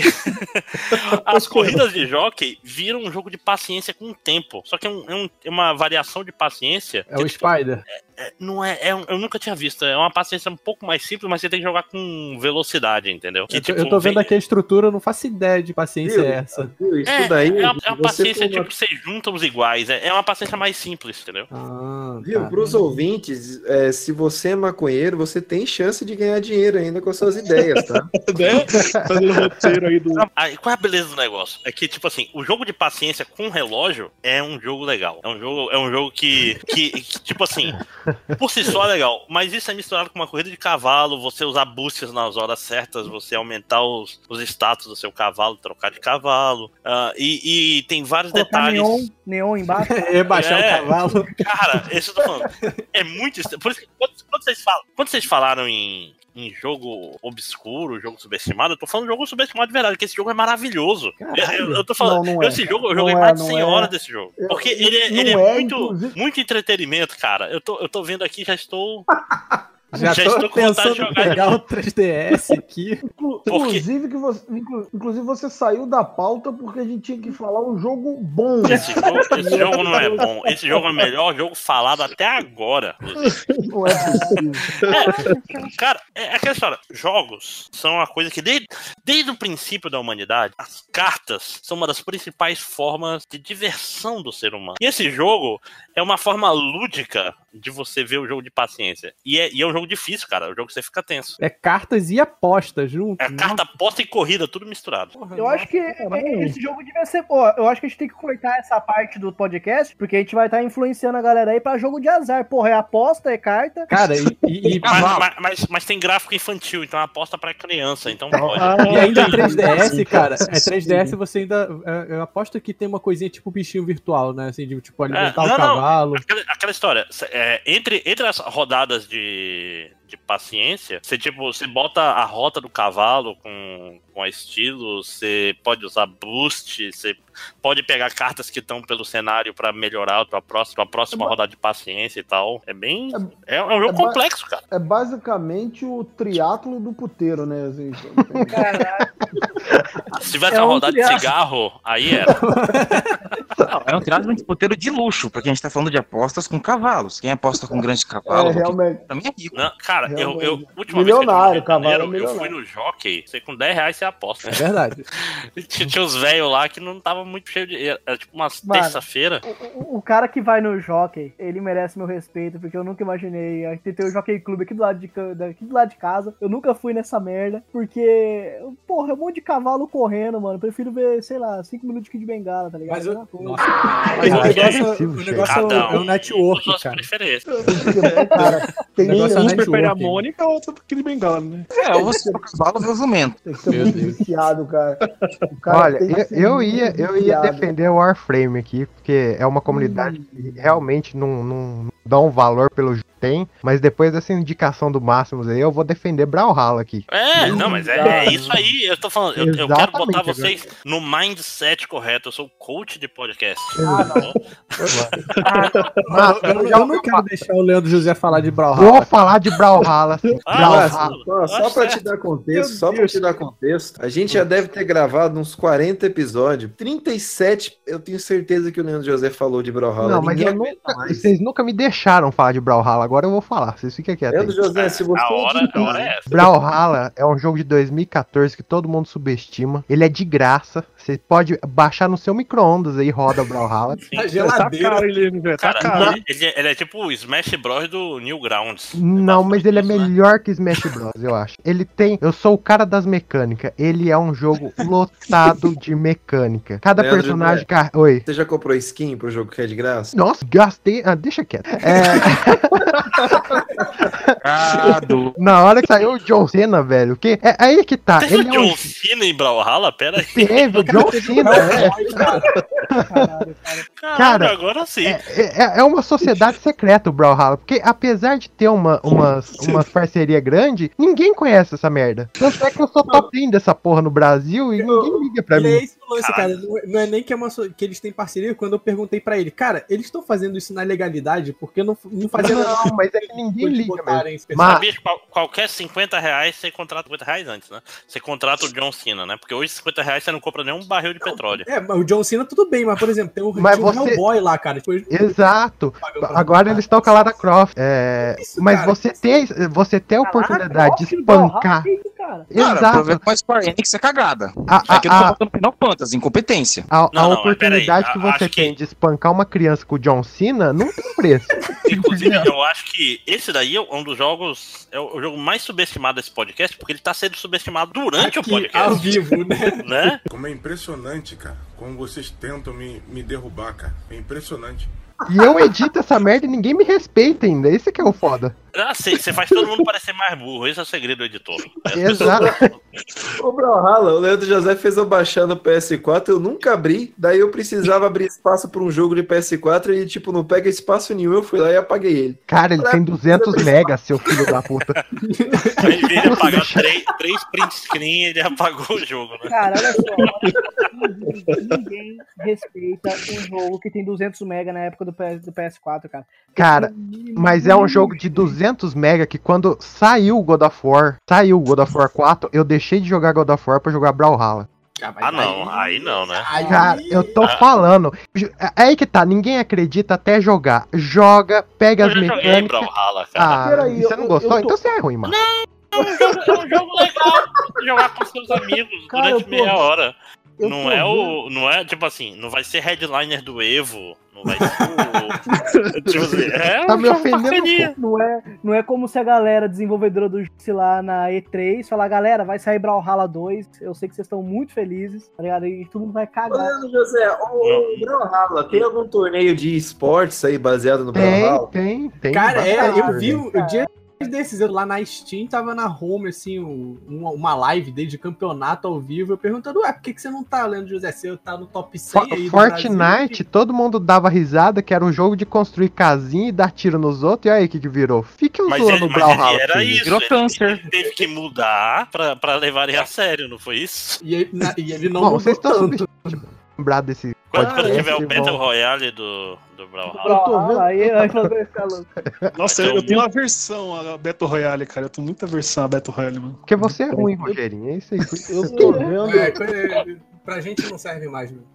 as corridas de jockey viram um jogo de paciência com o tempo. Só que é, um- é um- é uma variação de paciência.
É o Spider.
é, não é, é um- eu nunca tinha visto. É uma paciência um pouco mais simples, mas você tem que jogar com velocidade, entendeu? Que,
Eu tô, eu tô vendo
vem-
aqui a estrutura, eu não faço ideia de paciência
Viu?
é essa.
Viu? Isso
É,
daí.
é uma, é uma
você
paciência,
for uma-
tipo, você junta os iguais. É, é uma paciência mais simples, entendeu?
Ah,
Viu,
tá.
para os ouvintes, é, se você é maconheiro, você tem chance de ganhar dinheiro ainda com as suas ideias, tá?
Né? Fazendo roteiro aí do.
Aí, qual é a beleza do negócio? É que, tipo assim, o jogo de paciência com relógio é um jogo legal. É um jogo, é um jogo que, que, que, tipo assim, por si só é legal. Mas isso é misturado com uma corrida de cavalo, você usar boosters nas horas certas, você aumentar os, os status do seu cavalo, trocar de cavalo. ah, e, e tem vários
Colocar
detalhes.
neon, neon embaixo.
É baixar
É.
o cavalo.
Cara, esse eu tô falando. É muito estranho. Por isso que quando, quando vocês falam, quando vocês falaram em, em jogo obscuro, jogo subestimado, eu tô falando de jogo subestimado de verdade, porque esse jogo é maravilhoso. Eu, eu- eu tô falando,
Não, não é.
esse jogo eu
Não
joguei
é,
mais de
não
cem
é.
horas desse jogo.
Eu-
Porque ele, é-
não
ele é,
é,
muito,
inclusive-
muito entretenimento, cara. Eu tô, eu tô vendo aqui, já estou.
Já,
Já
tô
estou com vontade
pensando
de
em
jogar
pegar o três D S aqui.
Inclu-
Porque-
Inclusive, que você, inclu- inclusive você saiu da pauta porque a gente tinha que falar um jogo bom.
Esse jogo, esse jogo não é bom. Esse jogo é o melhor jogo falado até agora. inclusive.
Não é possível.
Cara, é aquela história. Jogos são uma coisa que desde, desde o princípio da humanidade, as cartas são uma das principais formas de diversão do ser humano. E esse jogo é uma forma lúdica de você ver o jogo de paciência. E é, e é um jogo difícil, cara. É um jogo que você fica tenso.
É cartas e apostas junto.
É carta, aposta e corrida, tudo misturado.
Eu acho que é- esse jogo devia ser. Pô, eu acho que a gente tem que cortar essa parte do podcast, porque a gente vai estar influenciando a galera aí pra jogo de azar. Porra, é aposta, é carta.
Cara, e, e- e-
Mas, mas, mas, mas tem gráfico infantil, então é aposta pra criança, então pode.
e ainda é três D S, cara. É três D S, você ainda. é, Eu aposto que tem uma coisinha tipo bichinho virtual, né? Assim, de tipo alimentar
É,
o
não, não.
cavalo.
Aquela, aquela história, é, entre, entre as rodadas de, de paciência, você tipo, você bota a rota do cavalo com, com a estilo, você pode usar boost, você pode pegar cartas que estão pelo cenário pra melhorar a tua próxima, tua próxima rodada de paciência e tal. É bem. É, é um jogo
é ba-
complexo, cara.
É basicamente o triatlo do puteiro, né? Assim,
Se tivesse
É
uma
um
rodada de
triatlo.
cigarro, aí era.
Não, é um triatlo de puteiro de luxo, porque a gente tá falando de apostas com cavalos. Quem aposta com grande cavalo,
É, realmente.
também é rico.
Não, cara, eu,
Realmente.
eu última vez que eu
Milionário,
fui no Rio de
cavalo é
Janeiro, eu fui
milionário.
no Jockey, você com dez reais você aposta.
É verdade.
Tinha, tinha uns velhos lá que não tava muito cheio de. Era tipo uma
Mano.
terça-feira.
O, o cara que vai no Jockey, ele merece meu respeito, porque eu nunca imaginei. Tem tem o Jockey Club aqui do lado de, ca- daqui do lado de casa. Eu nunca fui nessa merda, porque, porra, é um monte de cavalo correndo, mano. Prefiro ver, sei lá, cinco minutos de Kid Bengala, tá ligado?
Mas eu-
Mesma coisa.
Nossa. Mas o
Ah,
negócio,
agressivo,
o negócio é o,
Cada
é o
um
network,
com suas
cara.
preferências.
Cara, tem,
O negócio é
Um
o
prefere a
networking.
Mônica, outro aquele bengala, né?
É, ou você é o cavalo ou o jumento.
tem que ser muito viciado, cara. O cara
Olha,
tem que
eu,
ser
eu
muito
ia, eu ia
viciado.
defender o Warframe aqui, porque é uma comunidade que realmente não, não dá um valor pelo jogo que tem, mas depois dessa indicação do Máximos aí, eu vou defender Brawlhalla aqui.
É, não, mas é, é isso aí. Eu tô falando, eu, eu quero
Exatamente,
botar vocês no mindset correto. Eu sou coach de podcast.
Mas,
Eu, eu, eu não quero deixar o Leandro José falar de
vou
Brawlhalla.
falar de Brawlhalla. sim.
Ah,
Brawlhalla.
Só, só pra te dar contexto, só pra te dar contexto, a gente já deve ter gravado uns quarenta episódios. trinta e sete, eu tenho certeza que o Leandro José falou de Brawlhalla.
Não, mas
Ninguém
eu
aguenta
nunca,
mais.
vocês nunca me deixaram falar de Brawlhalla, agora eu vou falar, vocês ficam quietos aí.
Leandro José, se você
A hora, a hora é essa.
Brawlhalla é um jogo de dois mil e quatorze que todo mundo subestima. Ele é de graça. Você pode baixar no seu micro-ondas aí, roda o Brawlhalla.
A
Tá
geladeira.
caro, ele, velho. Tá
Cara,
caro.
ele, ele é, ele é tipo o Smash Bros do Newgrounds.
Não, mas ele é
Isso, né?
melhor que Smash Bros, eu acho. Ele tem. Eu sou o cara das mecânicas. Ele é um jogo lotado de mecânica. Cada
Leandro
personagem.
José.
Car... Oi.
Você já comprou skin pro jogo que é de graça?
Nossa, gastei. Ah, deixa quieto. É,
Cado.
na hora que saiu o John Cena, velho. Que... É aí que tá.
Teve
Ele
o
é um.
John Cena em Brawlhalla? Pera aí.
Teve o John Cena, é.
Caralho, cara.
Caralho,
Cara,
agora sim.
É, é, é uma sociedade secreta o Brawlhalla, porque apesar de ter uma, umas, umas parceria grande, ninguém conhece essa merda. Tanto é que eu sou top um dessa porra no Brasil e ninguém liga pra
E é
mim.
esse o lance, cara. Não é, não é nem que, é uma, so- que eles têm parceria. Quando eu perguntei pra ele, cara, eles estão fazendo isso na legalidade porque não, não fazia
Não, mas é que ninguém
eles
liga mesmo.
botarem esse
Mas-
Sabia que qual- qualquer cinquenta reais você contrata cinquenta reais antes, né? Você contrata o John Cena, né? Porque hoje cinquenta reais você não compra nenhum barril de petróleo.
É, mas o John Cena tudo bem, bem, mas por exemplo, tem o,
Mas
tinha o
você-
Hellboy lá, cara. Depois...
Exato. Agora eles estão com a Lara Croft. É, mas
cara?
você tem, você tem a oportunidade de espancar.
Cara,
Cara,
Exato.
aproveita com a Square Enix é cagada.
A,
É que eu não
a,
tô
a,
botando Final Fantasy, incompetência.
a, a
Não, não,
oportunidade
mas
que
peraí,
você
acho
tem
que-
de espancar uma criança com o John Cena não tem preço.
Inclusive, eu acho que esse daí é um dos jogos. É o jogo mais subestimado desse podcast, porque ele tá sendo subestimado durante
Aqui,
o podcast.
ao vivo, né?
Né?
Como é impressionante, cara. Como vocês tentam me, me derrubar, cara. É impressionante.
E eu edito essa merda e ninguém me respeita ainda. Esse que é o foda.
Ah, Você faz todo mundo parecer mais burro. Esse é o segredo do editor.
Exato.
Ô, Brawlhalla, o Leandro José fez eu baixar no P S quatro, eu nunca abri, daí eu precisava abrir espaço pra um jogo de P S quatro e, tipo, não pega espaço nenhum, eu fui lá e apaguei ele.
Cara, ele tem duzentos megas, seu filho da puta.
Aí, em vez de apagar três, três print screen, ele apagou o jogo, né?
cara, olha só. Ninguém respeita um jogo que tem duzentos mega na época do, P S, do P S quatro, cara.
Cara, mas é um jogo de duzentos mega que quando saiu o God of War, saiu o God of War quatro, eu deixei de jogar God of War pra jogar Brawlhalla.
Ah, não. Aí não, né?
Cara, eu tô falando. É aí que tá, ninguém acredita até jogar. Joga, pega
Eu
as
já joguei
mecânicas.
Brawlhalla, cara.
Ah,
Peraí,
e você
eu-
não gostou?
eu tô-
Então você é ruim, mano.
É um jogo, é um jogo legal pra jogar com seus amigos
Cara,
durante
eu tô-
meia hora.
eu
Não
tô
é o. Não é tipo assim, não vai ser headliner do Evo. Não vai ser o. Tipo assim, é
Tá
um
me
jogo
ofendendo,
bacaninha.
Não é, não é como se a galera desenvolvedora do Justice lá na E três falar, galera, vai sair Brawlhalla dois, eu sei que vocês estão muito felizes, tá ligado? E todo mundo vai
Ô,
cagar.
Leandro José, ô, Brawlhalla, tem algum torneio de esportes aí baseado no
Tem,
Brawlhalla?
tem, tem.
Cara, é,
bastante,
eu vi
né?
o, o dia desses, eu lá na Steam, tava na home, assim, um- uma, uma live dele de campeonato ao vivo, eu perguntando, ué, por que, que você não tá, Leandro José? Você tá no top cem aí do
Fortnite,
Brasil?
todo mundo dava risada que era um jogo de construir casinha e dar tiro nos outros. E aí o que que virou? Fica
Mas
zoando
ele,
o
mas
Brawlhalla.
ele era
filho.
isso.
Virou
ele,
câncer.
ele teve que mudar pra, pra levarem a sério, não foi isso?
E ele, na- e ele não
Bom,
mudou
vocês estão
tanto.
lembrados desse
Quando, quando
podcast,
tiver o
vão-
Battle Royale do, do Brawlhalla.
Eu tô vendo-
Aí, aí falou, vai ficar louco.
Nossa,
Vai ter
eu,
um
tenho uma versão a Battle Royale, cara. Eu tenho muita versão a Battle Royale, mano.
Porque você é ruim, Rogerinho. É isso aí. por isso que
Eu
você-
tô vendo.
É, coisa- pra gente não serve mais. Né?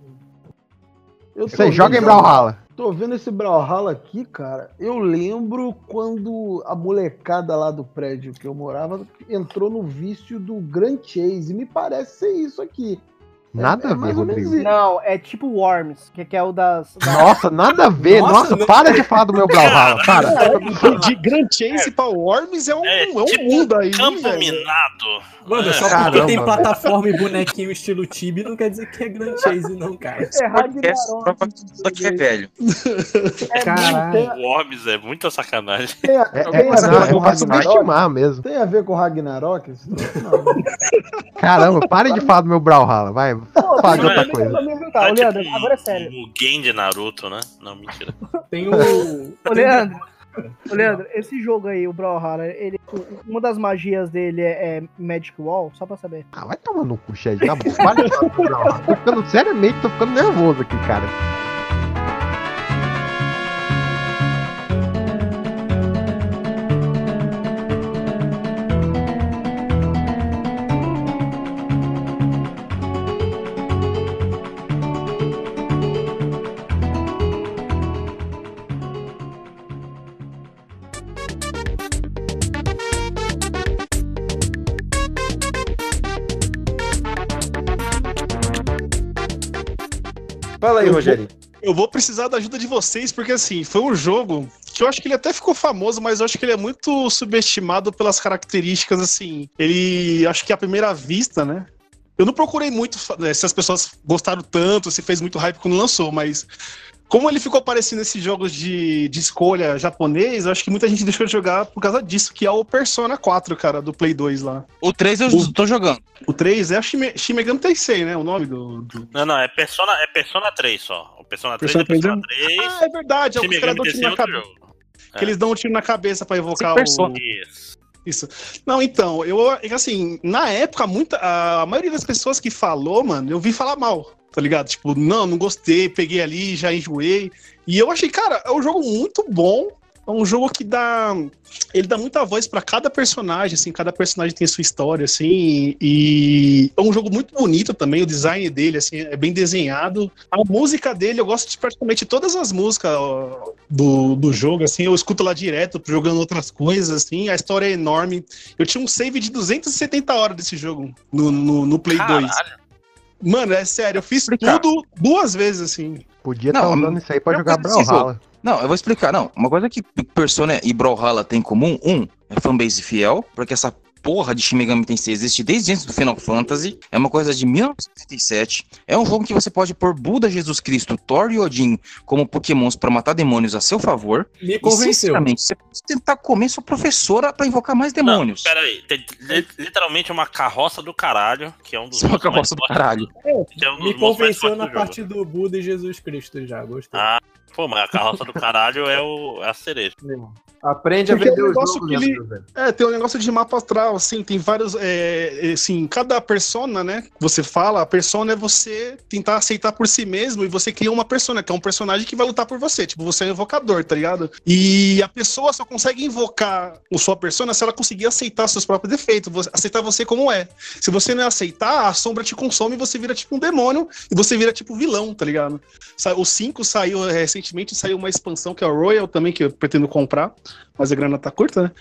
Eu tô
Você joga em
vendo-
Brawlhalla.
Tô vendo esse Brawlhalla aqui, cara. Eu lembro quando a molecada lá do prédio que eu morava entrou no vício do Grand Chase. E me parece ser isso aqui.
Nada
É- é
a ver,
mais ou menos
Rodrigo.
isso.
Não, é tipo Worms, que, que é o das... da-
Nossa, nada a ver.
Nossa,
Nossa,
não-
para de falar do meu Brawlhalla. Para.
De Grand Chase pra Worms é um,
É,
é um
tipo
mundo aí,
Campo
velho.
minado.
Mano,
É.
só porque
Caramba,
tem
velho.
plataforma e bonequinho estilo Tibi não quer dizer que é Grand Chase, não, cara.
É
Essa
Ragnarok.
prova que isso aqui é velho.
É
Caralho.
O Worms é muita sacanagem.
Tem a,
É,
tem
é,
a ver
não,
com
é pra
Ragnarok?
subestimar mesmo.
Tem a ver com Ragnarok? Isso não, não.
Caramba, parem de falar do meu Brawlhalla. Vai,
Pô,
fala de
não
outra
é-
coisa.
Tá,
Não
ô,
é
Leandro,
tipo
agora é sério.
O Gen de Naruto, né? Não, mentira.
Tem o.
Ô, Leandro, ô, Leandro, esse jogo aí, o Brawlhalla, ele, uma das magias dele é, é Magic Wall, só pra saber.
Ah, vai tomar no cu, Shed. Na boa. Para de falar do Brawlhalla. Tô ficando, seriamente, tô ficando nervoso aqui, cara.
Fala aí, Rogério.
Eu vou precisar da ajuda de vocês, porque assim, foi um jogo que eu acho que ele até ficou famoso, mas eu acho que ele é muito subestimado pelas características, assim. Ele, acho que à primeira vista, né? Eu não procurei muito né, se as pessoas gostaram tanto, se fez muito hype quando lançou, mas como ele ficou aparecendo nesses jogos de, de escolha japonês, eu acho que muita gente deixou de jogar por causa disso, que é o Persona quatro, cara, do Play dois lá.
O três eu
O-
tô jogando.
O três é a Shime, Shin Megami Tensei, né? O nome do... do...
Não, não, é Persona, é Persona três só. O Persona três
Persona
é Persona
três
três.
Ah, é verdade, é o
Shin
que os caras
Megami
dão um tiro
Tensei é
na
outro
cabeça.
jogo.
Que eles dão um tiro na cabeça pra evocar
Sim,
o...
Persona.
Isso.
Isso. Não, então, eu, assim, na época, muita, a maioria das pessoas que falou, mano, eu vi falar mal, tá ligado? Tipo, não, não gostei, peguei ali, já enjoei. E eu achei, cara, é um jogo muito bom, é um jogo que dá... Ele dá muita voz pra cada personagem, assim, cada personagem tem sua história, assim, e é um jogo muito bonito também, o design dele, assim, é bem desenhado. A música dele, eu gosto de praticamente todas as músicas ó, do, do jogo, assim, eu escuto lá direto, jogando outras coisas, assim, a história é enorme. Eu tinha um save de duzentas e setenta horas desse jogo no, no, no Play
Caralho.
dois. Mano, é sério, eu fiz tudo duas vezes, assim.
Podia estar usando isso aí pra jogar Brawlhalla.
Não, eu vou explicar. Não, uma coisa que Persona e Brawlhalla tem em comum, um, é fanbase fiel, porque essa porra de Shin Megami Tensei existe desde antes do Final Fantasy, é uma coisa de mil novecentos e setenta e sete, é um jogo que você pode pôr Buda, Jesus Cristo, Thor e Odin como pokémons pra matar demônios a seu favor.
Me
e,
convenceu.
sinceramente, você pode tentar comer sua professora pra invocar mais demônios.
Não, peraí, tem li- literalmente uma carroça do caralho, que é um dos...
Isso é uma carroça do caralho.
que é um dos
Me
monstros mais
convenceu
fortes
na
do jogo.
parte do Buda e Jesus Cristo já, gostei.
Ah, pô, mas a carroça do caralho é, o, é a cereja.
Aprende a
Porque
vender
é um
o
negócio
jogo,
que
né,
ele-
velho?
É, tem um negócio de mapa astral, assim, tem vários, é, assim, cada persona, né, que você fala, a persona é você tentar aceitar por si mesmo e você cria uma persona, que é um personagem que vai lutar por você, tipo, você é um invocador, tá ligado? E a pessoa só consegue invocar a sua persona se ela conseguir aceitar seus próprios defeitos, você- aceitar você como é. Se você não aceitar, a sombra te consome e você vira tipo um demônio e você vira tipo vilão, tá ligado? Sa- O cinco saiu, é, recentemente saiu uma expansão que é o Royal também, que eu pretendo comprar, mas a grana tá curta, né?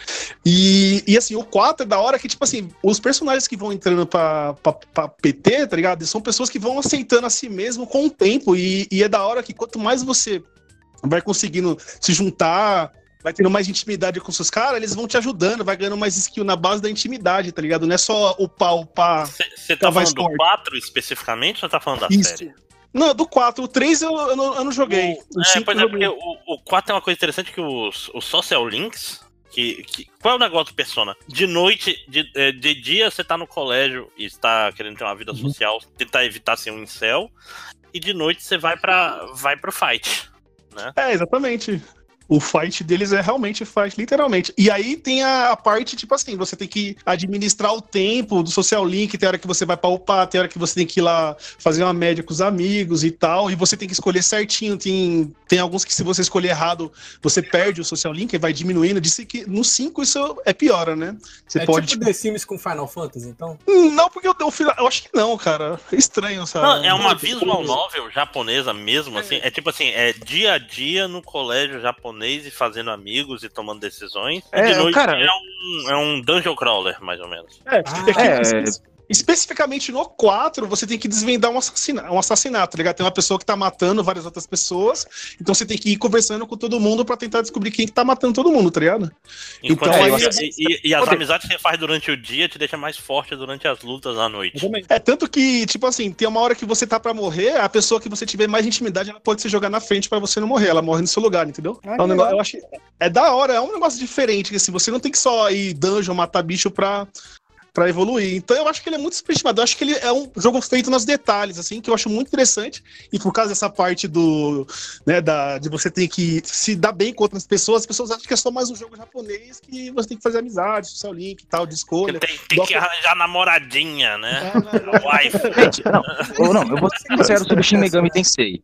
E, e assim, o quatro é da hora que, tipo assim, os personagens que vão entrando pra, pra, pra P T, tá ligado? São pessoas que vão aceitando a si mesmo com o tempo. E, e é da hora que quanto mais você vai conseguindo se juntar, vai tendo mais intimidade com seus caras, eles vão te ajudando, vai ganhando mais skill na base da intimidade, tá ligado? Não é só upar, upar.
Você tá
cavar
falando do
esporte.
quatro especificamente ou tá falando da
Isso.
série?
Não, do quatro. O três eu, eu, não, eu não joguei. O
É,
cinco
pois
eu
é,
joguei.
porque o, o quatro é uma coisa interessante que os, os social links, que, que, qual é o negócio do Persona? De noite, de, é, de dia você tá no colégio e está querendo ter uma vida social, tentar evitar ser um incel, e de noite você vai, pra, vai pro fight, né?
É, exatamente. O fight deles é realmente fight, literalmente. E aí tem a, a parte, tipo assim, você tem que administrar o tempo do social link, tem hora que você vai pra upar, tem hora que você tem que ir lá fazer uma média com os amigos e tal, e você tem que escolher certinho. Tem, tem alguns que se você escolher errado, você perde o social link e vai diminuindo. Disse que no cinco isso é piora, né? Você
é
pode...
tipo The Sims com Final Fantasy, então?
Não, porque eu, eu, eu acho que não, cara. É estranho, sabe?
Não, é uma visual novel japonesa mesmo, assim. É tipo assim, é dia a dia no colégio japonês e fazendo amigos e tomando decisões. E
É,
de noite
cara,
é, um, é um dungeon crawler, mais ou menos.
É, é que
é.
espe- especificamente no quatro, você tem que desvendar um assassinato, um assassinato, tá ligado? Tem uma pessoa que tá matando várias outras pessoas, então você tem que ir conversando com todo mundo pra tentar descobrir quem que tá matando todo mundo, tá ligado?
Enquanto
Então,
aí,
aí-
você- e, e as
Ok.
amizades que você faz durante o dia te deixam mais forte durante as lutas à noite.
É tanto que, tipo assim, tem uma hora que você tá pra morrer, a pessoa que você tiver mais intimidade, ela pode se jogar na frente pra você não morrer, ela morre no seu lugar, entendeu?
Ah,
É um
que
negócio,
legal.
eu acho que é da hora, é um negócio diferente, que assim, você não tem que só ir dungeon, matar bicho pra, pra evoluir. Então eu acho que ele é muito superestimado, eu acho que ele é um jogo feito nos detalhes, assim, que eu acho muito interessante, e por causa dessa parte do, né, da, de você ter que se dar bem com outras pessoas, as pessoas acham que é só mais um jogo japonês, que você tem que fazer amizade, social link e tal, de escolha.
Tem, tem
Doc-
que arranjar namoradinha, né?
É,
Wife.
Gente, não, eu, não, eu vou ser sincero sobre Shin Megami Tensei.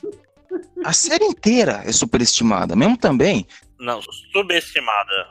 A série inteira é superestimada, mesmo também.
Não, subestimada.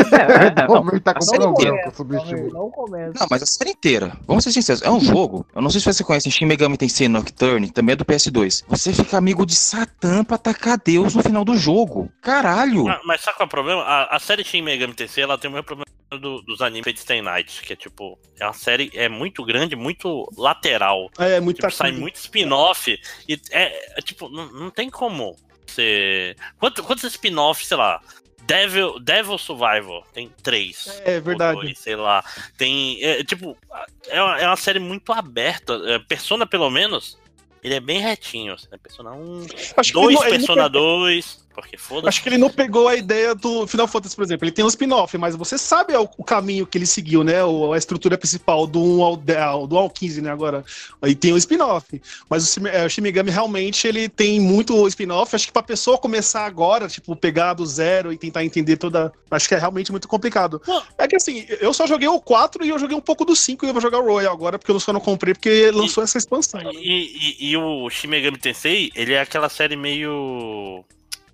É,
O
não,
Almir tá com
a série
problema
inteira.
com subestimado.
Não começa.
Não, mas a série inteira, vamos ser sinceros, é um jogo. Eu não sei se você conhece Shin Megami Tensei Nocturne, também é do P S dois. Você fica amigo de Satã pra atacar Deus no final do jogo. Caralho!
Mas, mas sabe qual é o problema? A, a série Shin Megami Tensei, ela tem o mesmo problema do- dos animes Fate Stay Night, que é tipo, é uma série é muito grande, muito lateral.
É, muito
Tipo, sai muito spin-off e é, é, tipo, não, não tem como você... Quanto, quantos spin-offs, sei lá, Devil, Devil Survival, tem três.
É verdade.
ou dois, sei lá. Tem, é, tipo, é uma, é uma série muito aberta. É, Persona, pelo menos, ele é bem retinho. Assim, né? Persona um,
Acho que
dois,
ele não- ele não
Persona
pegou-
dois, porque foda-se.
Acho que ele não pegou a ideia do Final Fantasy, por exemplo. Ele tem um spin-off, mas você sabe o, o caminho que ele seguiu, né? O- a estrutura principal do um ao, dez, do um ao quinze, né? Agora. Aí tem o spin-off. Mas o, Shin- é, o Shin Megami realmente ele tem muito spin-off. Acho que pra pessoa começar agora, tipo, pegar do zero e tentar entender toda. Acho que é realmente muito complicado. É que assim, eu só joguei o quatro e eu joguei um pouco do cinco e eu vou jogar o Royal agora, porque eu só não comprei porque lançou essa expansão. Né?
E, e- e o Shin Megami Tensei, ele é aquela série meio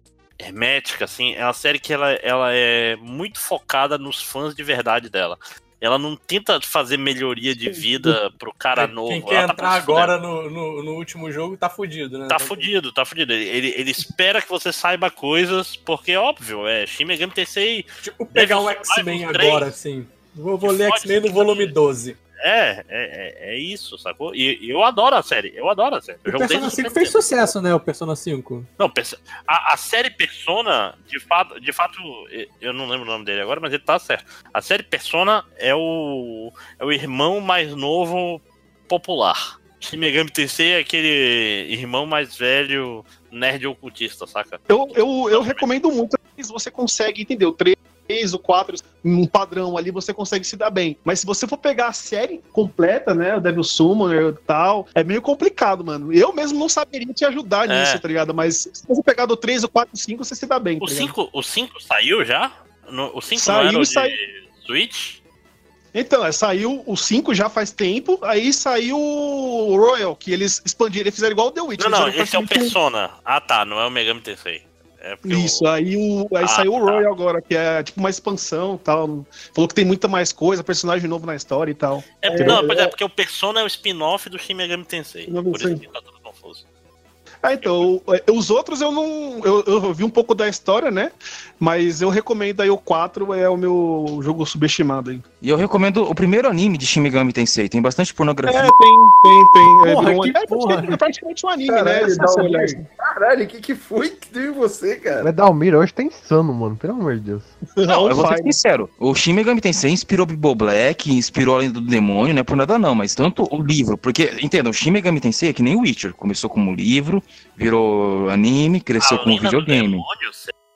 hermética, assim. É uma série que ela, ela é muito focada nos fãs de verdade dela. Ela não tenta fazer melhoria de vida pro cara novo.
Quem quer
ela tá
entrar agora no, no, no último jogo tá fudido, né?
Tá fudido, tá fudido. Ele, ele, ele espera que você saiba coisas, porque, óbvio, é Shin Megami Tensei...
Tipo, pegar um X-Men agora, assim. Vou, vou ler X-Men no volume doze.
É, é, é, é isso, sacou? E, e eu adoro a série, eu adoro a série. Eu
o Persona cinco fez sucesso, né, o Persona cinco?
Não, a, a série Persona, de fato, de fato, eu não lembro o nome dele agora, mas ele tá certo. A série Persona é o, é o irmão mais novo popular. Shin Megami Tensei é aquele irmão mais velho, nerd ocultista, saca?
Eu, eu, eu recomendo muito, se você consegue, entendeu? Três ou quatro, um padrão ali, você consegue se dar bem. Mas se você for pegar a série completa, né, o Devil Summoner e tal, é meio complicado, mano. Eu mesmo não saberia te ajudar
É.
nisso, tá ligado? Mas se você pegar do três, o quatro, o cinco, você se dá bem.
O
tá ligado?
cinco, o cinco saiu já? No, o cinco
Saiu,
não era o de
saiu.
Switch?
Então, é, saiu o cinco já faz tempo, aí saiu o Royal, que eles expandiram, eles fizeram igual o The Witcher.
Não, não,
eles
esse é o
fizeram
Persona. Ah, tá, não é o Megami Tensei. É porque
Isso,
o...
aí, o, aí
Ah,
saiu o
tá.
Royal agora, que é tipo uma expansão e tal. Falou que tem muita mais coisa, personagem novo na história e tal.
É, porque- não, pois é, porque o Persona é o spin-off do Shin Megami Tensei.
Não,
Por isso
sim.
que tá tudo confuso.
Ah, então, eu- os outros eu não. Eu, eu vi um pouco da história, né? Mas eu recomendo aí o quatro, é o meu jogo subestimado aí.
E eu recomendo o primeiro anime de Shin Megami Tensei. Tem bastante pornografia.
É, tem, tem, tem. É,
Porra,
virou um-
que
é,
porra.
praticamente- é praticamente um anime, né?
Caralho,
Se você olhar
Dalmir.
assim.
Caralho, o que, que foi que deu em você, cara?
Mas Dalmir hoje tá insano, mano. Pelo amor de Deus.
Não, eu vou ser
Fire.
sincero. O Shin Megami Tensei inspirou Bibo Black, inspirou a Lenda do Demônio, não é por nada não, mas tanto o livro, porque, entenda, o Shin Megami Tensei é que nem o Witcher. Começou como livro, virou anime, cresceu
A
como
Lenda do
videogame.
Demônio,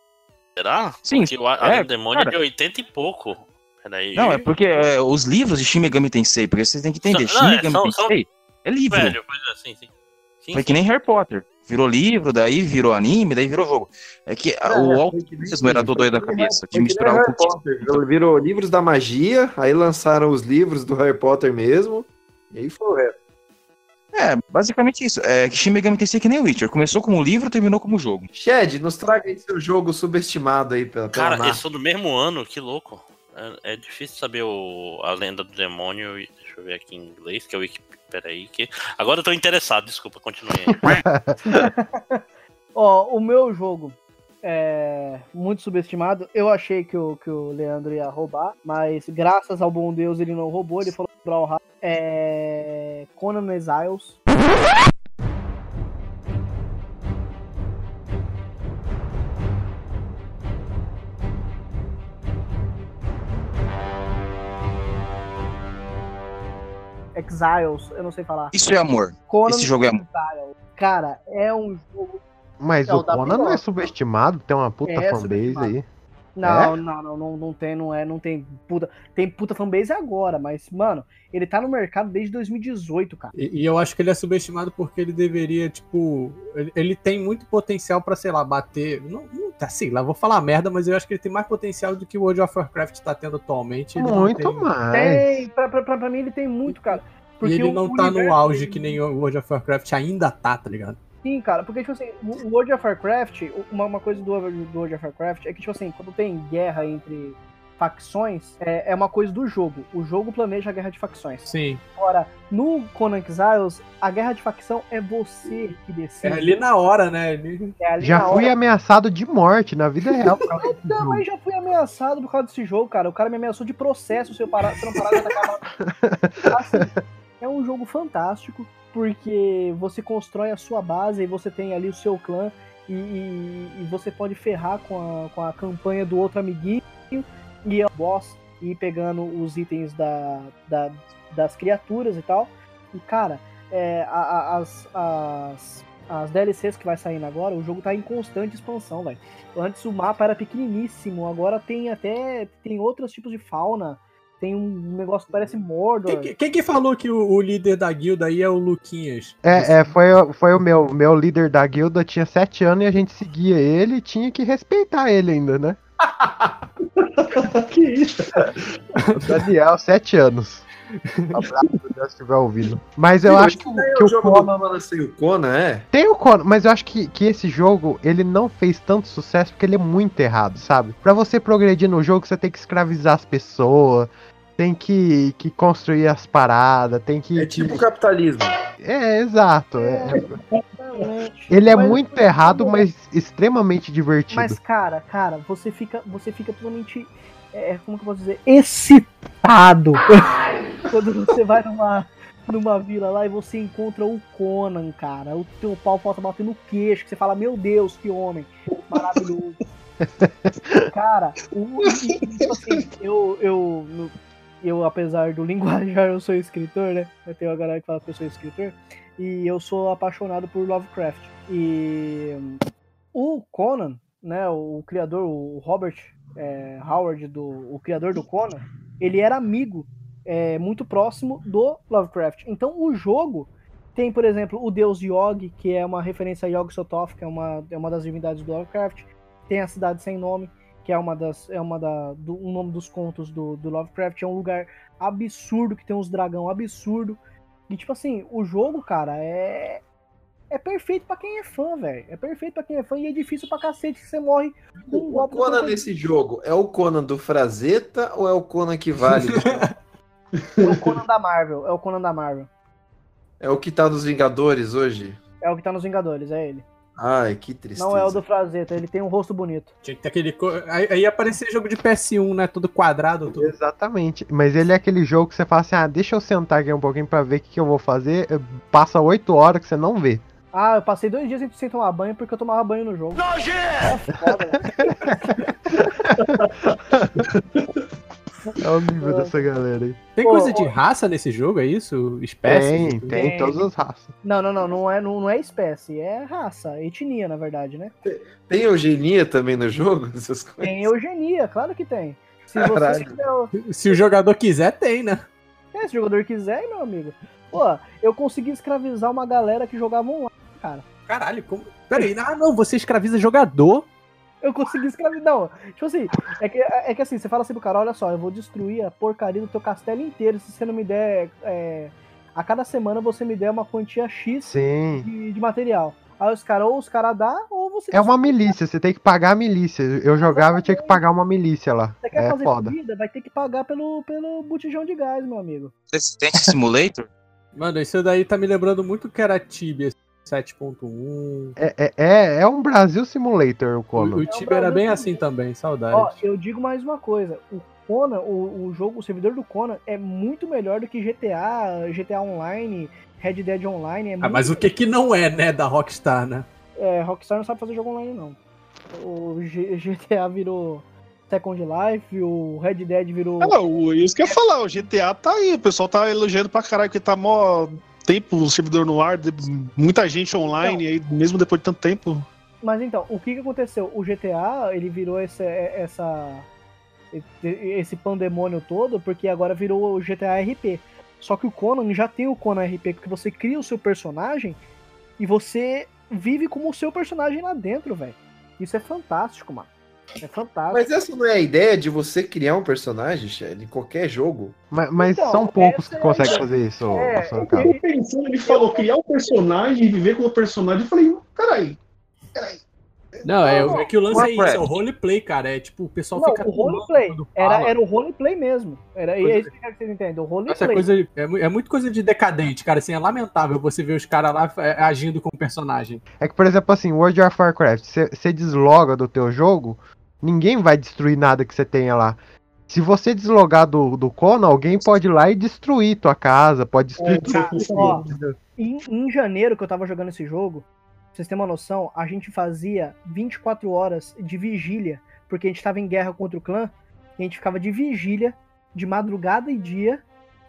será?
Sim,
Porque o- a
é,
Lenda do Demônio
cara.
é de oitenta e pouco. Peraí.
Não, é porque é, os livros de Shin Megami Tensei, porque vocês têm que entender,
São-
Shin
não, é,
Megami
são- são-
Tensei é livro.
Velho, coisa assim, sim. Sim,
Foi
sim.
que nem Harry Potter. Virou livro, daí virou anime, daí virou jogo. É que a- o autor mesmo era todo doido da cabeça, de misturar o
Harry Potter. Virou livros da magia, aí lançaram os livros do Harry Potter mesmo, e aí foi o resto.
É, basicamente isso. É que Shin Megami Tensei é que nem Witcher. Começou como livro, terminou como jogo.
Shed, nos traga aí seu jogo subestimado aí pela, pela
Cara,
marca.
eles são do mesmo ano, que louco. É, é difícil saber o, a Lenda do Demônio. e- Deixa eu ver aqui em inglês, que é o Wiki. Peraí, que. Agora eu tô interessado, desculpa, continue aí.
Ó, o meu jogo é muito subestimado. Eu achei que o, que o Leandro ia roubar, mas graças ao bom Deus ele não roubou. Ele falou pra honrar. É. Conan Exiles. Exiles, eu não sei falar.
Isso é amor.
Conan
Esse jogo é amor.
Exiles. Cara, é um jogo.
Mas
É,
o
o da
Conan não é
pior.
subestimado, tem uma puta
É
fanbase
subestimado.
aí.
Não,
É?
não, não, não, não tem, não é, não tem puta. Tem puta fanbase agora, mas, mano, ele tá no mercado desde dois mil e dezoito, cara.
E, e eu acho que ele é subestimado porque ele deveria, tipo. Ele, ele tem muito potencial pra, sei lá, bater. Não, não tá, sei lá, vou falar merda, mas eu acho que ele tem mais potencial do que o World of Warcraft tá tendo atualmente. Ele não
Muito
tem-
mais.
Tem, pra, pra, pra, pra mim ele tem muito, cara.
E ele
o
não tá no
universo
auge
dele-
que nem o World of Warcraft ainda tá, tá ligado?
Sim, cara, porque, tipo assim, o World of Warcraft, uma, uma coisa do, do World of Warcraft é que, tipo assim, quando tem guerra entre facções, é, é uma coisa do jogo. O jogo planeja a guerra de facções.
Sim.
Agora, no Conan Exiles, a guerra de facção é você que
É
decide.
ali na hora, né? Ele-
É ali
Já
na
fui
hora.
ameaçado de morte na vida real. por causa desse
Não,
jogo.
mas já fui ameaçado por causa desse jogo, cara. O cara me ameaçou de processo se eu, parar, se eu não parar de atacar. Assim, é um jogo fantástico, porque você constrói a sua base e você tem ali o seu clã e, e- e você pode ferrar com a, com a campanha do outro amiguinho e é o boss e ir pegando os itens da, da- das criaturas e tal. E, cara, é, a- a- as, as, as D L Cs que vai saindo agora, o jogo tá em constante expansão, velho. Antes o mapa era pequeniníssimo, agora tem até tem outros tipos de fauna. Tem um negócio que parece Mordor.
Quem, que- quem que falou que o, o líder da guilda aí é o Luquinhas?
É, é, foi, o- foi o meu, meu líder da guilda, tinha sete anos e a gente seguia ele e tinha que respeitar ele ainda, né?
Que isso?
O Daniel, sete anos. Abraço se Deus estiver ouvindo. Mas eu
Sim,
acho que, o-
é
que
o
o
jogo
Conan...
do Balança e o Conan, é?
Tem o Conan, mas eu acho que, que esse jogo, ele não fez tanto sucesso porque ele é muito errado, sabe? Pra você progredir no jogo, você tem que escravizar as pessoas, tem que, que construir as paradas, tem que...
É tipo o capitalismo.
É, exato. É, ele é
Mas-
muito errado, mas extremamente divertido.
Mas, cara, cara, você fica, você fica totalmente, é, como que eu posso dizer, excitado quando você vai numa, numa vila lá e você encontra o Conan, cara. O teu pau falta bater no queixo, que você fala, meu Deus, que homem maravilhoso. Cara, o, e, e, tipo assim, eu, eu, no- eu, apesar do linguajar, eu sou escritor, né? Eu tenho uma galera que fala que eu sou escritor. E eu sou apaixonado por Lovecraft. E o Conan, né, o criador, o Robert é, Howard, do, o criador do Conan, ele era amigo é, muito próximo do Lovecraft. Então o jogo tem, por exemplo, o deus Yog, que é uma referência a Yog Sothoth, que é uma, é uma das divindades do Lovecraft. Tem a Cidade Sem Nome, que é uma das é uma da do, um nome dos contos do, do Lovecraft. É um lugar absurdo, que tem uns dragão absurdo. E tipo assim, o jogo, cara, é é perfeito pra quem é fã, velho. É perfeito pra quem é fã e é difícil pra cacete que você morre com um
O
golpe do
Conan
Conan.
nesse jogo é o Conan do Frazetta ou é o Conan que vale?
É o Conan da Marvel, é o Conan da Marvel.
É o que tá nos Vingadores hoje?
É o que tá nos Vingadores, é ele.
Ai, que tristeza.
Não é o do Frazetta, ele tem um rosto bonito.
Tinha que ter aquele. co- Aí, aí ia aparecer jogo de P S um, né? Todo quadrado, tudo.
Exatamente. Mas ele é aquele jogo que você fala assim, ah, deixa eu sentar aqui um pouquinho pra ver o que, que eu vou fazer. Passa oito horas que você não vê.
Ah, eu passei dois dias sem tomar banho porque eu tomava banho no jogo. É foda,
É o nível dessa galera aí.
Tem
Pô,
coisa de
ó.
raça nesse jogo, é isso? Espécie?
Tem, tem,
Tem.
todas as raças.
Não, não, não, não é, não, não é espécie, é raça, etnia, na verdade, né?
Tem eugenia também no jogo? Essas coisas?
Tem eugenia, claro que tem. Se você
Caralho.
quiser,
Se o jogador quiser, tem, né?
é, se o jogador quiser, meu amigo. Pô, eu consegui escravizar uma galera que jogava online, cara.
Caralho, como. Peraí, ah não, você escraviza jogador.
Eu consegui escravizar. Não, tipo assim, é que, é que assim, você fala assim pro cara, olha só, eu vou destruir a porcaria do teu castelo inteiro se você não me der. É, a cada semana você me der uma quantia X
Sim.
de, de material. Aí os caras, ou os caras dá, ou você.
É uma milícia, você tem que pagar a milícia. Eu jogava e tinha que pagar uma milícia lá.
Você quer
É
fazer
foda.
comida, vai ter que pagar pelo, pelo botijão de gás, meu amigo.
Resistente Simulator?
Mano, isso daí tá me lembrando muito que era Tibia sete ponto um.
É, é, é, é um Brasil Simulator o
O,
Conan.
o Tibia era bem assim também, saudade.
Ó, eu digo mais uma coisa. O Conan, o, o jogo, o servidor do Conan é muito melhor do que G T A, G T A Online, Red Dead Online. É
Ah,
muito
mas o que que não é, né, da Rockstar, né?
É, Rockstar não sabe fazer jogo online, não. O G- GTA virou Second Life, o Red Dead virou...
Ah, o, isso que eu ia falar, o G T A tá aí, o pessoal tá elogiando pra caralho, porque tá mó tempo o servidor no ar, de- muita gente online, aí, mesmo depois de tanto tempo.
Mas então, o que que aconteceu? O G T A, ele virou essa, essa, esse pandemônio todo, porque agora virou o G T A R P. Só que o Conan já tem o Conan R P, porque você cria o seu personagem e você vive como o seu personagem lá dentro, velho. Isso é fantástico, mano. É fantástico.
Mas essa não é a ideia de você criar um personagem, Shed, em qualquer jogo?
Mas, mas
Então,
são poucos
essa
que
é a
conseguem
ideia.
fazer isso,
É,
ô Sorocaba.
Eu tô pensando, ele falou criar um personagem e viver como personagem, eu falei, caralho, caralho.
Não, é, é que o lance é isso,
Warcraft.
é o roleplay, cara. É tipo, o pessoal
Não,
fica.
o roleplay.
quando
Era,
fala.
era o roleplay mesmo. Era,
Coisa-
é isso que eu quero que vocês entendam. O roleplay.
Essa coisa é, mu- é muito coisa de decadente, cara. Assim, é lamentável você ver os caras lá é, agindo como personagem.
É que, por exemplo, assim, World of Warcraft, você desloga do teu jogo, ninguém vai destruir nada que você tenha lá. Se você deslogar do, do Conan, alguém pode ir lá e destruir tua casa, pode destruir tudo.
Cara, ó, em, em janeiro que eu tava jogando esse jogo, pra vocês terem uma noção, a gente fazia vinte e quatro horas de vigília, porque a gente tava em guerra contra o clã, e a gente ficava de vigília, de madrugada e dia,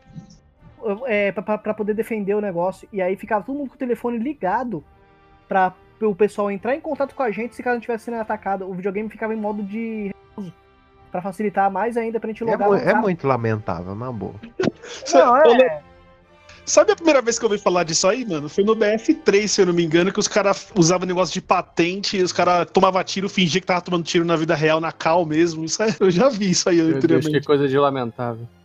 é, pra, pra- pra poder defender o negócio. E aí ficava todo mundo com o telefone ligado pra o pessoal entrar em contato com a gente se caso a gente estivesse sendo atacado. O videogame ficava em modo de repouso, pra facilitar mais ainda pra gente
É,
logar
mu-
mais
é
rápido.
muito lamentável, na boa.
Não, é...
Sabe a primeira vez que eu ouvi falar disso aí, mano? Foi no B F três, se eu não me engano, que os caras usavam negócio de patente, e os caras tomavam tiro, fingia que tava tomando tiro na vida real, na cal mesmo. Isso aí, eu já vi isso aí
Meu Deus, que
anteriormente.
coisa de lamentável.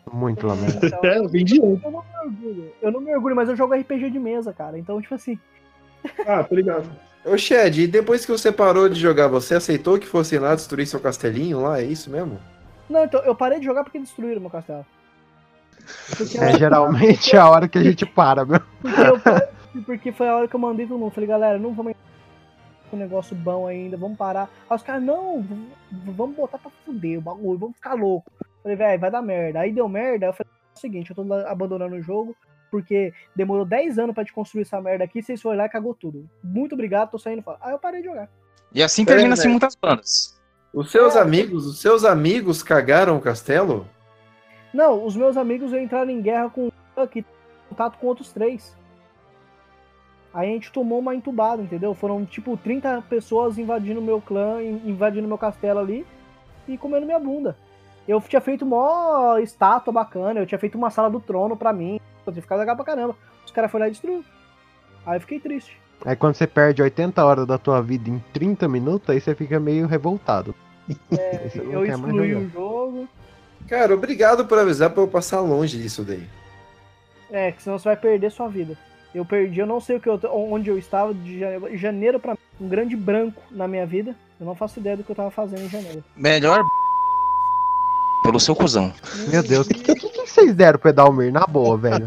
Muito lamentável.
Então,
É, eu vendi um.
eu não me orgulho. Eu não me orgulho, mas eu jogo R P G de mesa, cara. Então, tipo assim.
Ah, tô ligado.
Ô, Shed, e depois que você parou de jogar, você aceitou que fosse lá destruir seu castelinho lá? É isso mesmo?
Não, então, eu parei de jogar porque destruíram meu castelo. Porque
É geralmente a hora que a gente para, meu.
Porque, eu, porque foi a hora que eu mandei todo mundo. Falei, galera, não vamos com um negócio bom ainda, vamos parar. Aí os caras, não, v- vamos botar pra fuder o bagulho, vamos ficar louco. Falei, velho, vai dar merda. Aí deu merda, eu falei, é o seguinte, eu tô abandonando o jogo, porque demorou dez anos pra te construir essa merda aqui, vocês foram lá e cagou tudo. Muito obrigado, tô saindo fora. Aí eu parei de jogar.
E assim
Pera aí,
termina-se
né?
muitas bandas.
Os seus
É.
amigos, os seus amigos cagaram o castelo?
Não, os meus amigos entraram em guerra com aqui, contato com outros três. Aí a gente tomou uma entubada, entendeu? Foram tipo trinta pessoas invadindo meu clã, in- invadindo meu castelo ali e comendo minha bunda. Eu tinha feito mó estátua bacana, eu tinha feito uma sala do trono pra mim, eu tinha ficado legal pra caramba. Os caras foram lá e destruíram. Aí eu fiquei triste.
Aí quando você perde oitenta horas da tua vida em trinta minutos, aí você fica meio revoltado.
É,
Aí você não
eu
quer mais
excluí
jogar.
o jogo.
Cara, obrigado por avisar pra eu passar longe disso daí.
É, que senão você vai perder sua vida. Eu perdi, eu não sei o que eu, onde eu estava de janeiro, janeiro pra mim, um grande branco na minha vida. Eu não faço ideia do que eu tava fazendo em janeiro.
Melhor pelo seu cuzão.
Meu Deus, o que, que, que vocês deram pro Edalmir? Na boa, velho.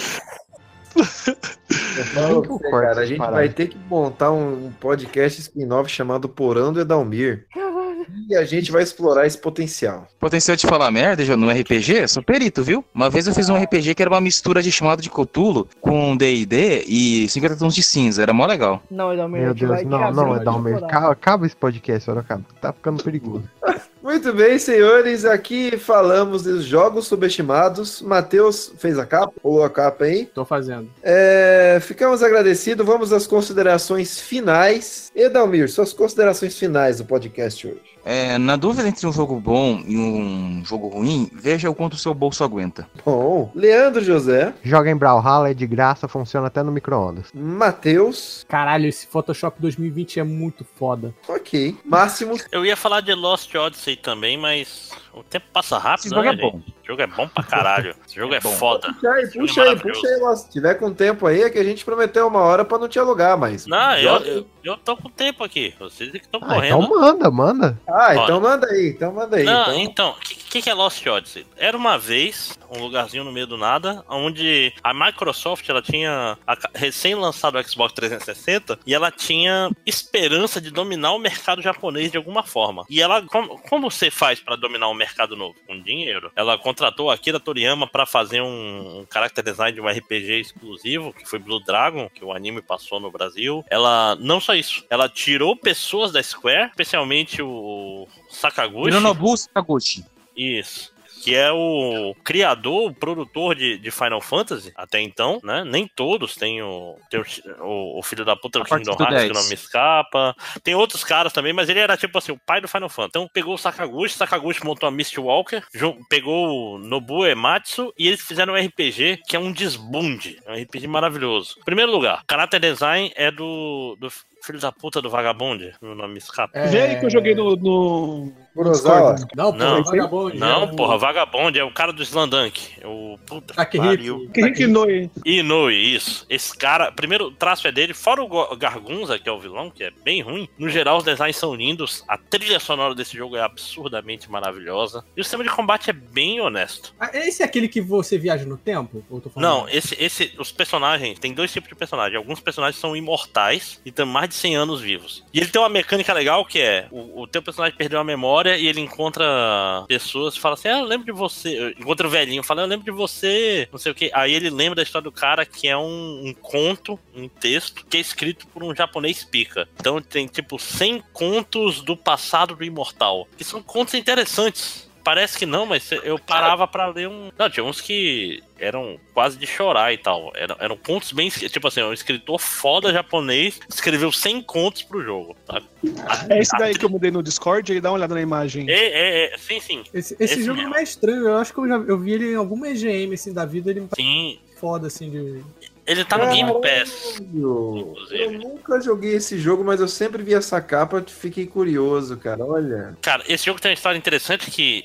Eu falo
que eu
pra você,
corto
cara, a
essas
gente
paradas?
vai ter que montar um, um podcast spin-off chamado Porão do Edalmir. E a gente vai explorar esse potencial.
Potencial de falar merda já no R P G, sou perito, viu? Uma vez eu fiz um R P G que era uma mistura de Chamado de Cthulhu com D e D e cinquenta tons de cinza, era mó legal.
Não, Edalmir,
Meu
a gente
Deus,
vai te
não,
abrir
não,
uma
Edalmir.
temporada.
Acaba, acaba esse podcast, Sorocaba. Tá ficando perigoso.
Muito bem, senhores, aqui falamos dos jogos subestimados. Matheus fez a capa, ou a capa aí.
Tô fazendo.
É, ficamos agradecidos, vamos às considerações finais. Edalmir, suas considerações finais do podcast hoje.
É, na dúvida entre um jogo bom e um jogo ruim, veja o quanto o seu bolso aguenta.
Bom, Leandro José,
Joga em Brawlhalla, é de graça, funciona até no micro-ondas.
Matheus,
Caralho, esse Photoshop dois mil e vinte é muito foda.
ok, Máximo,
Eu ia falar de Lost Odyssey também, mas o tempo passa rápido,
Esse jogo
né,
é bom.
gente? O jogo é bom pra caralho. Esse jogo é,
bom.
foda.
puxa aí,
Esse jogo é
puxa aí,
maravilhoso.
puxa aí, lá. Se tiver com tempo aí, é que a gente prometeu uma hora pra não te alugar, mas...
Não, eu,
Joga-
eu, eu tô com tempo aqui. Vocês é que estão
Ah,
correndo.
então manda, manda.
Ah,
Olha.
então manda aí, então manda aí.
Não,
então...
então, o que, que, que é Lost Odyssey? Era uma vez um lugarzinho no meio do nada, onde a Microsoft ela tinha a- recém-lançado o Xbox trezentos e sessenta e ela tinha esperança de dominar o mercado japonês de alguma forma. E ela, como, como você faz pra dominar um mercado novo? Com dinheiro. Ela contratou a Akira Toriyama pra fazer um, um character design de um R P G exclusivo, que foi Blue Dragon, que o anime passou no Brasil. Ela, não só isso, ela tirou pessoas da Square, especialmente o Sakaguchi.
Hironobu Sakaguchi.
Isso. Que é o criador, o produtor de, de Final Fantasy, até então, né? Nem todos têm o, tem o, o, o filho da puta do
A partir
Kingdom
do
Hearts,
dez.
que não me escapa. Tem outros caras também, mas ele era tipo assim, o pai do Final Fantasy. Então pegou o Sakaguchi, Sakaguchi montou a Mistwalker, jun- pegou o Nobuo Ematsu e eles fizeram um R P G que é um desbunde. É um R P G maravilhoso. Primeiro lugar, character design é do, do filho da puta do Vagabond, meu nome me escapa.
Vê aí que eu joguei no. no...
Kurosawa.
Não,
Não,
porra, vagabundo.
Não,
é um-
porra, Vagabond é o cara do Slandunk. É o puta que
Takehiko.
pariu.
Que Rick Noi.
Inoue, isso. Esse cara, primeiro o traço é dele, fora o Go- Gargunza, que é o vilão, que é bem ruim. No geral, os designs são lindos. A trilha sonora desse jogo é absurdamente maravilhosa. E o sistema de combate é bem honesto.
Ah, esse é aquele que você viaja no tempo? Ou eu tô falando?
Não, esse, esse, os personagens, tem dois tipos de personagens. Alguns personagens são imortais e tem mais de cem anos vivos. E ele tem uma mecânica legal que é, o, o teu personagem perdeu a memória e ele encontra pessoas e fala assim, ah, eu lembro de você. Encontra o velhinho, fala, eu lembro de você, não sei o que. Aí ele lembra da história do cara que é um, um conto, um texto, que é escrito por um japonês pica. Então tem tipo cem contos do passado do imortal, que são contos interessantes. Parece que não, mas eu parava pra ler um... Não, tinha uns que eram quase de chorar e tal. Eram, eram contos bem... Tipo assim, um escritor foda japonês escreveu cem contos pro jogo, tá?
É esse daí que eu mudei no Discord, aí dá uma olhada na imagem.
É, é, é, sim, sim.
Esse, esse,
Esse
jogo
mesmo.
não é estranho. Eu acho que eu já eu vi ele em alguma E G M assim, da vida. Ele
Sim.
foda assim de.
Ele tá no Game Pass.
Eu
Inclusive.
nunca joguei esse jogo, mas eu sempre vi essa capa e fiquei curioso, cara. Olha.
Cara, esse jogo tem uma história interessante que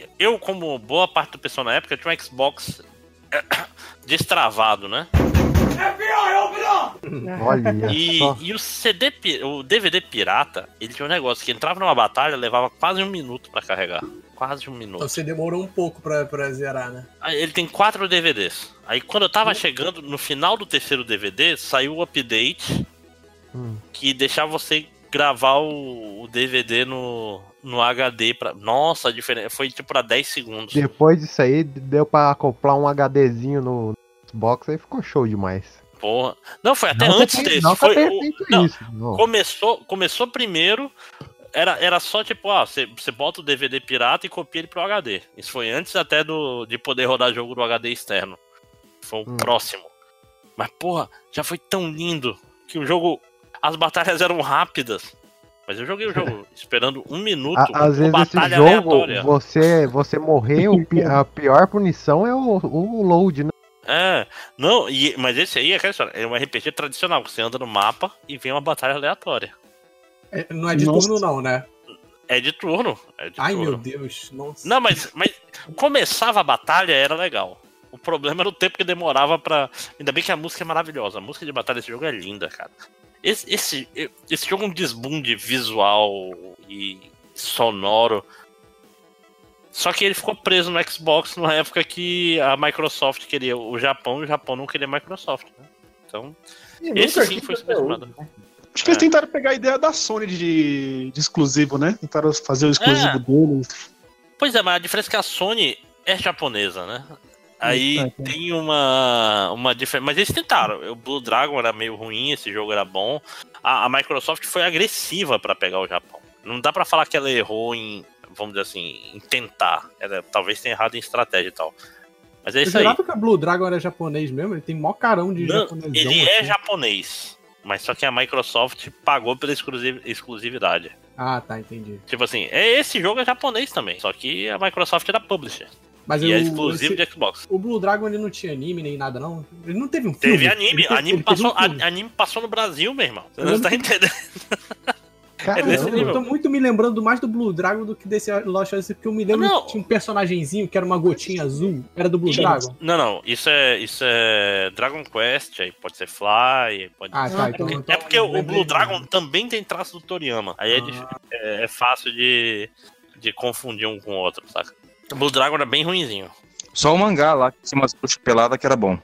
eu, como boa parte do pessoal na época, tinha um Xbox destravado, né?
Olha
E,
só.
e o C D, pi- o D V D pirata, ele tinha um negócio que entrava numa batalha, levava quase um minuto pra carregar. Quase um minuto.
Então você demorou um pouco pra, pra zerar, né?
Aí ele tem quatro D V Ds. Aí quando eu tava chegando no final do terceiro D V D, saiu o update
Hum.
que deixava você gravar o, o D V D no, no H D. Pra... Nossa, a diferença foi tipo pra dez segundos.
Depois disso aí, deu pra acoplar um HDzinho no Xbox, aí ficou show demais.
Porra. Não, foi até
Não
antes
ter-
desse.
não
Foi,
ter
o-
feito
não,
isso, não.
Começou, começou primeiro. Era, era só tipo, ah, você, você bota o D V D pirata e copia ele pro H D. Isso foi antes até do, de poder rodar jogo no H D externo. Foi o
Hum.
próximo. Mas, porra, já foi tão lindo que o jogo. As batalhas eram rápidas. Mas eu joguei o jogo esperando um minuto.
A- às
uma
vezes esse
batalha
jogo,
aleatória.
você, você morrer, o pi- a pior punição é o, o load, né?
É, não, e, mas esse aí é aquela história. É um R P G tradicional. Você anda no mapa e vem uma batalha aleatória.
É, não é de
Nossa.
turno, não, né?
É de turno. É de
Ai,
turno.
meu Deus. Nossa.
Não, mas, mas começava a batalha, era legal. O problema era o tempo que demorava pra. Ainda bem que a música é maravilhosa. A música de batalha desse jogo é linda, cara. Esse, esse, esse jogo é um desbunde visual e sonoro. Só que ele ficou preso no Xbox na época que a Microsoft queria o Japão e o Japão não queria a Microsoft, né? Então,
E
esse
nunca
sim
quis
foi
até
subestimado.
Acho que eles
É.
tentaram pegar a ideia da Sony de, de exclusivo, né? Tentaram fazer o exclusivo
É.
deles.
Pois é, mas a diferença é que a Sony é japonesa, né? Aí
É, é.
tem uma, uma diferença. Mas eles tentaram. O Blue Dragon era meio ruim, esse jogo era bom. A, a Microsoft foi agressiva pra pegar o Japão. Não dá pra falar que ela errou em, vamos dizer assim, em tentar. Ela talvez tenha errado em estratégia e tal. Mas é
Eu
isso aí.
jurava que a Blue Dragon era japonês mesmo, ele tem mó carão de
Não,
japonesão.
ele é
assim.
japonês. Mas só que a Microsoft pagou pela exclusiv- exclusividade.
Ah, tá, entendi.
Tipo assim, é, esse jogo é japonês também. Só que a Microsoft era publisher.
Mas
e
eu-
é exclusivo
esse-
de Xbox.
O Blue Dragon ele não tinha anime nem nada, não? Ele não teve um filme?
Teve anime,
Ele teve-
anime,
ele teve
passou,
um filme.
a- anime passou no Brasil, meu irmão. Você
Eu
não
lembro
tá
que-
entendendo.
Caramba.
desse
Eu
nível.
tô muito me lembrando mais do Blue Dragon do que desse Lost Odyssey, porque eu me lembro
Não.
que tinha um personagenzinho que era uma gotinha azul. Era do Blue Dragon?
Não, não, isso é, isso é Dragon Quest, aí pode ser Fly, pode...
Ah, tá,
é
então-
porque,
então
é porque o
lembrei
Blue
de
Dragon
novo.
também tem traço do Toriyama. Aí é,
Ah.
dif- é, é fácil de, de confundir um com o outro, saca? O Blue Dragon era bem ruinzinho.
Só o mangá lá, que tinha umas bruxas peladas que era bom.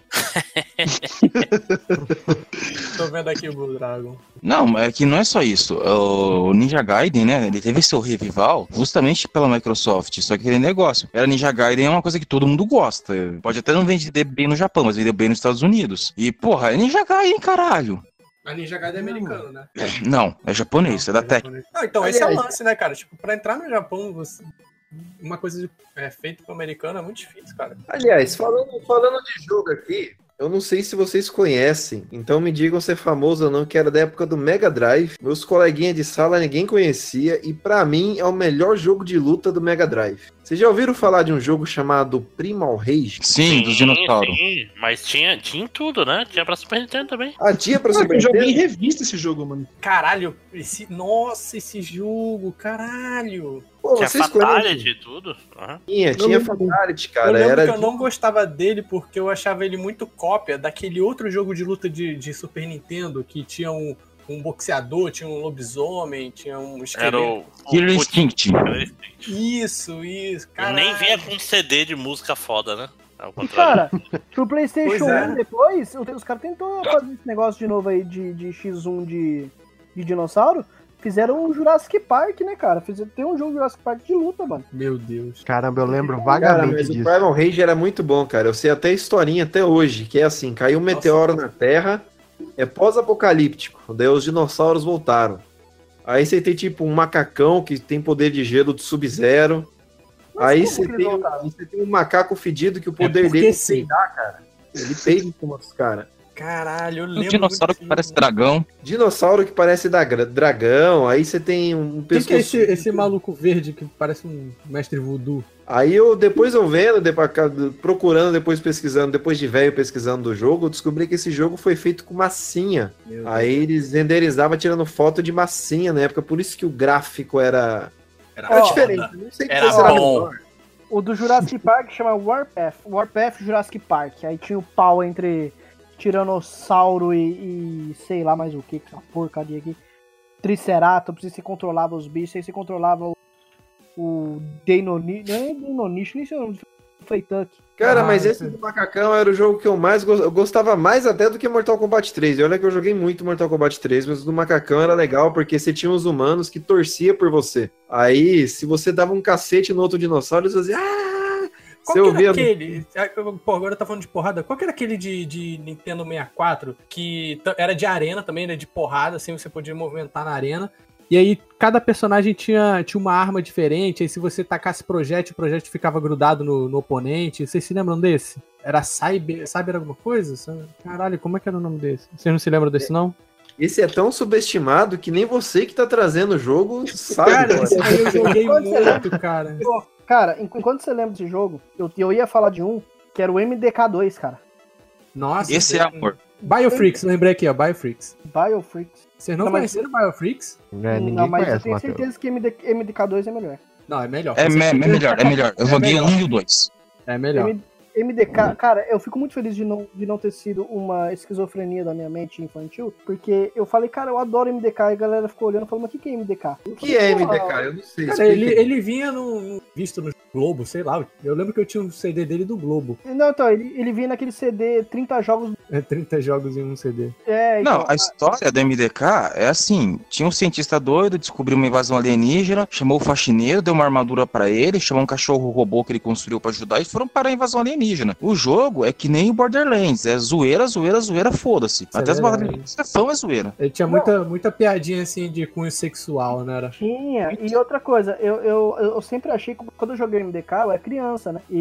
Tô vendo aqui o Blue Dragon.
Não, é que não é só isso. O Ninja Gaiden, né? Ele teve seu revival justamente pela Microsoft. Só que aquele negócio. Era Ninja Gaiden é uma coisa que todo mundo gosta. Pode até não vender bem no Japão, mas vender bem nos Estados Unidos. E, porra, é Ninja Gaiden, caralho.
A Ninja Gaiden é americano, né?
Não, é japonês, é da Tech.
Não, então, esse é o
Aliás-
lance, né, cara? Tipo, pra entrar no Japão, você... uma coisa de... é, feita pro americano é muito difícil, cara.
Aliás, falando, falando de jogo aqui, eu não sei se vocês conhecem, então me digam se é famoso ou não, que era da época do Mega Drive. Meus coleguinhas de sala ninguém conhecia, e pra mim é o melhor jogo de luta do Mega Drive. Vocês já ouviram falar de um jogo chamado Primal Rage?
Sim, dos dinossauros.
Sim, mas tinha, tinha em tudo, né? Tinha pra Super Nintendo também.
Ah, tinha pra
Ah,
Super
eu joguei em
Nintendo?
revista esse jogo, mano.
Caralho, esse... Nossa, esse jogo, caralho.
Pô,
Tinha
vocês
Fatality
conhecem?
e tudo. Aham.
Tinha, tinha
Eu-
Fatality,
eu
cara.
lembro
Era
que eu
de-
não gostava dele porque eu achava ele muito cópia daquele outro jogo de luta de, de Super Nintendo que tinha um, um boxeador, tinha um lobisomem, tinha um esqueleto.
Era o... o
Killer
o-
Instinct.
Killer Instinct.
Isso, isso.
E
Caralho.
nem vinha com um C D de música foda, né? Ao contrário.
Cara, pro PlayStation
Pois é.
um depois, o- os caras tentou fazer esse negócio de novo aí de, de X um de, de dinossauro. Fizeram o Jurassic Park, né, cara? Fizeram, tem um jogo Jurassic Park de luta, mano.
Meu Deus.
Caramba, eu lembro
Cara,
vagamente
mas o
disso.
Primal Rage era muito bom, cara. Eu sei até a historinha até hoje, que é assim, caiu um meteoro na Terra, é pós-apocalíptico, daí os dinossauros voltaram. Aí você tem tipo um macacão que tem poder de gelo de Sub-Zero.
Mas
Aí
como
você
que eles
tem, um,
voltaram?
você tem um macaco fedido que o poder
porque
dele é
sim.
peidar, cara. Ele peida em cima dos caras.
Caralho, eu
Um
lembro.
dinossauro
muito
que parece
desse
dragão.
Dinossauro que parece da gra- dragão, aí você tem um
jogo. Quem que é
pescoço.
esse, esse maluco verde que parece um mestre voodoo?
Aí eu, depois eu vendo, depois, procurando, depois pesquisando, depois de velho pesquisando do jogo, eu descobri que esse jogo foi feito com massinha.
Meu
Aí eles renderizavam tirando foto de massinha na época, por isso que o gráfico era,
Era
era
Ó,
diferente. Não sei que
era
fosse era
bom.
melhor.
O do Jurassic Park chama Warpath. Warpath Jurassic Park. Aí tinha o pau entre Tiranossauro e, e sei lá mais o que, essa porcaria aqui. Triceratops, e você controlava os bichos, aí você controlava o, o Deinonychus, não é Deinonychus, nem sei o nome do Freytuck.
Cara,
Ah,
mas esse do macacão era o jogo que eu mais gostava. Eu gostava mais até do que Mortal Kombat três. E olha que eu joguei muito Mortal Kombat três, mas o do macacão era legal porque você tinha os humanos que torcia por você. Aí, se você dava um cacete no outro dinossauro, você fazia... Ah!
Qual
Você
que
ouvia...
era aquele? Pô, agora tá falando de porrada. Qual que era aquele de, de Nintendo sessenta e quatro? Que t- era de arena também, né? De porrada, assim, você podia movimentar na arena. E aí, cada personagem tinha, tinha uma arma diferente. Aí, se você tacasse projétil, o projétil ficava grudado no, no oponente. Vocês se lembram desse? Era Cyber, Cyber alguma coisa? Caralho, como é que era o nome desse? Vocês não se lembram desse, não?
Esse é tão subestimado que nem você que tá trazendo o jogo sabe.
Cara, esse aí eu joguei muito, cara.
Pô, cara, enquanto você lembra desse jogo, eu, eu ia falar de um, que era o M D K dois, cara.
Nossa.
Esse é amor.
Biofreaks, lembrei aqui, ó, Biofreaks.
Biofreaks.
Vocês não,
Não, mas-
conheceram Biofreaks?
É, ninguém
Não, mas eu
conhece,
tenho
Matheus.
certeza que M D, M D K dois é melhor.
Não, é melhor.
É, me- é melhor, é melhor. Eu
É
joguei
melhor.
um e o dois.
É melhor.
M- MDK, cara, eu fico muito feliz de não, de não ter sido uma esquizofrenia da minha mente infantil, porque eu falei, cara, eu adoro M D K, e a galera ficou olhando e falou, mas o que, que é M D K?
O que é M D K? Eu não sei.
Cara, ele, ele vinha no, no- visto no Globo, sei lá. Eu lembro que eu tinha um C D dele do Globo.
Não, então, ele, ele vinha naquele C D trinta jogos.
É trinta jogos em um C D.
É,
Não,
então,
a história do M D K é assim: tinha um cientista doido, descobriu uma invasão alienígena, chamou o faxineiro, deu uma armadura pra ele, chamou um cachorro robô que ele construiu pra ajudar e foram parar a invasão alienígena. O jogo é que nem o Borderlands, é zoeira, zoeira, zoeira, foda-se.
Isso é
Até as
verdade.
barras de fã é zoeira.
Ele tinha muita, muita piadinha assim de cunho sexual, né? Era?
Tinha, e outra coisa, eu, eu, eu sempre achei que quando eu joguei M D K, eu era criança, né?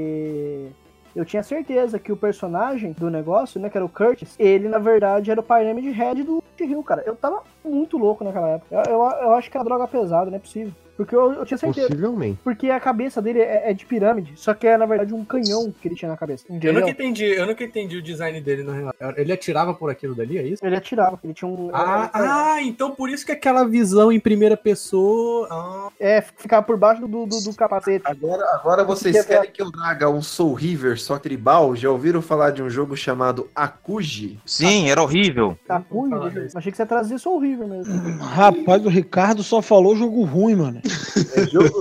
E eu tinha certeza que o personagem do negócio, né, que era o Curtis, ele na verdade era o Pyramid Head do Hill, cara. Eu tava muito louco naquela época. Eu, eu, eu acho que era droga pesada, não é possível. Porque eu, eu tinha certeza.
Possivelmente.
Porque a cabeça dele é, é de pirâmide, só que é na verdade um canhão que ele tinha na cabeça.
Eu
Entendeu?
nunca entendi, eu nunca entendi o design dele na real. Ele atirava por aquilo dali, é isso?
Ele atirava, ele tinha um.
Ah, ah, então por isso que aquela visão em primeira pessoa. Ah.
É, ficava por baixo do, do, do capacete.
Agora, agora vocês querem que eu traga um Soul River só tribal? Já ouviram falar de um jogo chamado Akuji?
Sim, era horrível.
Tá ruim, achei que você ia trazer Soul River mesmo.
Rapaz, o Ricardo só falou jogo ruim, mano.
É jogo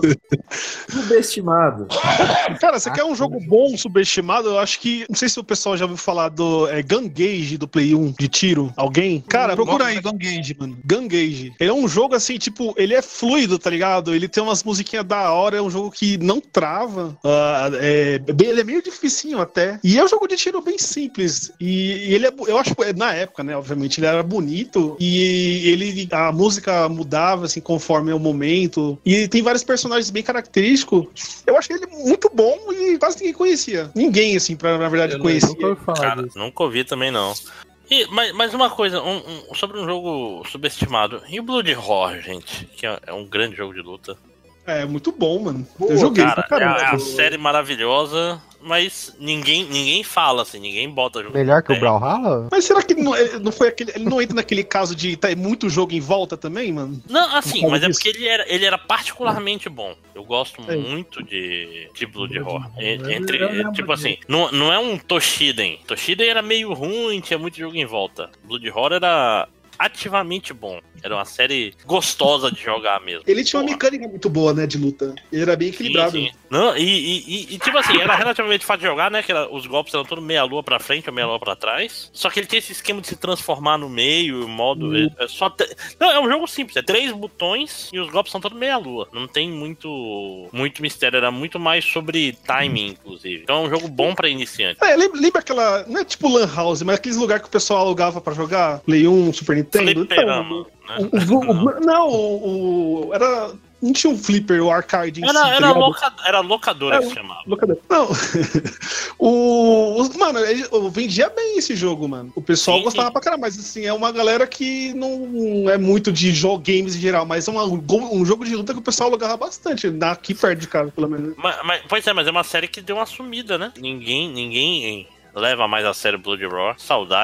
subestimado.
Cara, você quer um jogo bom, subestimado? Eu acho que. Não sei se o pessoal já ouviu falar do é, Gun Gage do Play um, de tiro. Alguém? Cara, procura aí, Gun Gage, mano. Gun Gage. Ele é um jogo assim, tipo, ele é fluido, tá ligado? Ele tem umas musiquinhas da hora, é um jogo que não trava. Uh, é, bem- ele é meio dificinho até. E é um jogo de tiro bem simples. E, e ele é. bu- Eu acho que na época, né? Obviamente, ele era bonito. E ele. A música mudava, assim, conforme o momento. E tem vários personagens bem característicos. Eu achei ele muito bom e quase ninguém conhecia. Ninguém, assim, pra, na verdade,
Eu
conhecia.
nunca ouvi falar
Cara,
disso.
nunca ouvi também não. E, mas, mas uma coisa, um- um- sobre um jogo subestimado. E o Blood Horror, gente? Que é, é um grande jogo de luta.
É muito bom, mano.
Pô,
eu joguei
Cara,
pra
é,
caramba.
a- é a série maravilhosa, mas ninguém, ninguém fala, assim, ninguém bota jogo.
Melhor que o
É.
Brawlhalla?
Mas será que ele não, ele não foi aquele. Ele não entra naquele caso de ter muito jogo em volta também, mano?
Não, assim,
Por causa
mas é
disso.
porque ele era, ele era particularmente bom. Eu gosto
É.
muito de, de Blood Horror.
Eu
Entre,
lembro
tipo assim, não, não é um Toshiden. Toshiden era meio ruim, tinha muito jogo em volta. Blood Horror era ativamente bom. Era uma série gostosa de jogar mesmo.
Ele tinha uma
Porra.
mecânica muito boa, né, de luta. Ele era bem equilibrado.
Sim, sim. Não, e, e, e- e, tipo assim, era relativamente fácil de jogar, né? Que era- os golpes eram todos meia lua pra frente ou meia lua pra trás. Só que ele tinha esse esquema de se transformar no meio, o modo. É, é só te- Não, é um jogo simples, é três botões e os golpes são todos meia lua. Não tem muito, muito mistério, era muito mais sobre timing, inclusive. Então é um jogo bom pra iniciante.
É, lembra, lembra aquela. Não é tipo Lan House, mas aqueles lugares que o pessoal alugava pra jogar? Play um, Super Nintendo?
Fliperama, né?
O- o- o- não, o, o- era. Não tinha um flipper, o arcade em si,
Era,
tá
era,
ligado?
loca, era locadora
É,
que se chamava.
Locador. Não. o, os- mano, ele- eu vendia bem esse jogo, mano. O pessoal
Sim,
gostava
sim.
pra caramba, mas assim, é uma galera que não é muito de jogo games em geral, mas é uma- um jogo de luta que o pessoal alugava bastante, na- aqui perto de casa, pelo menos.
Mas, mas- pois é, mas é uma série que deu uma sumida, né? Ninguém, ninguém leva mais a sério Blood Roar. Saudades.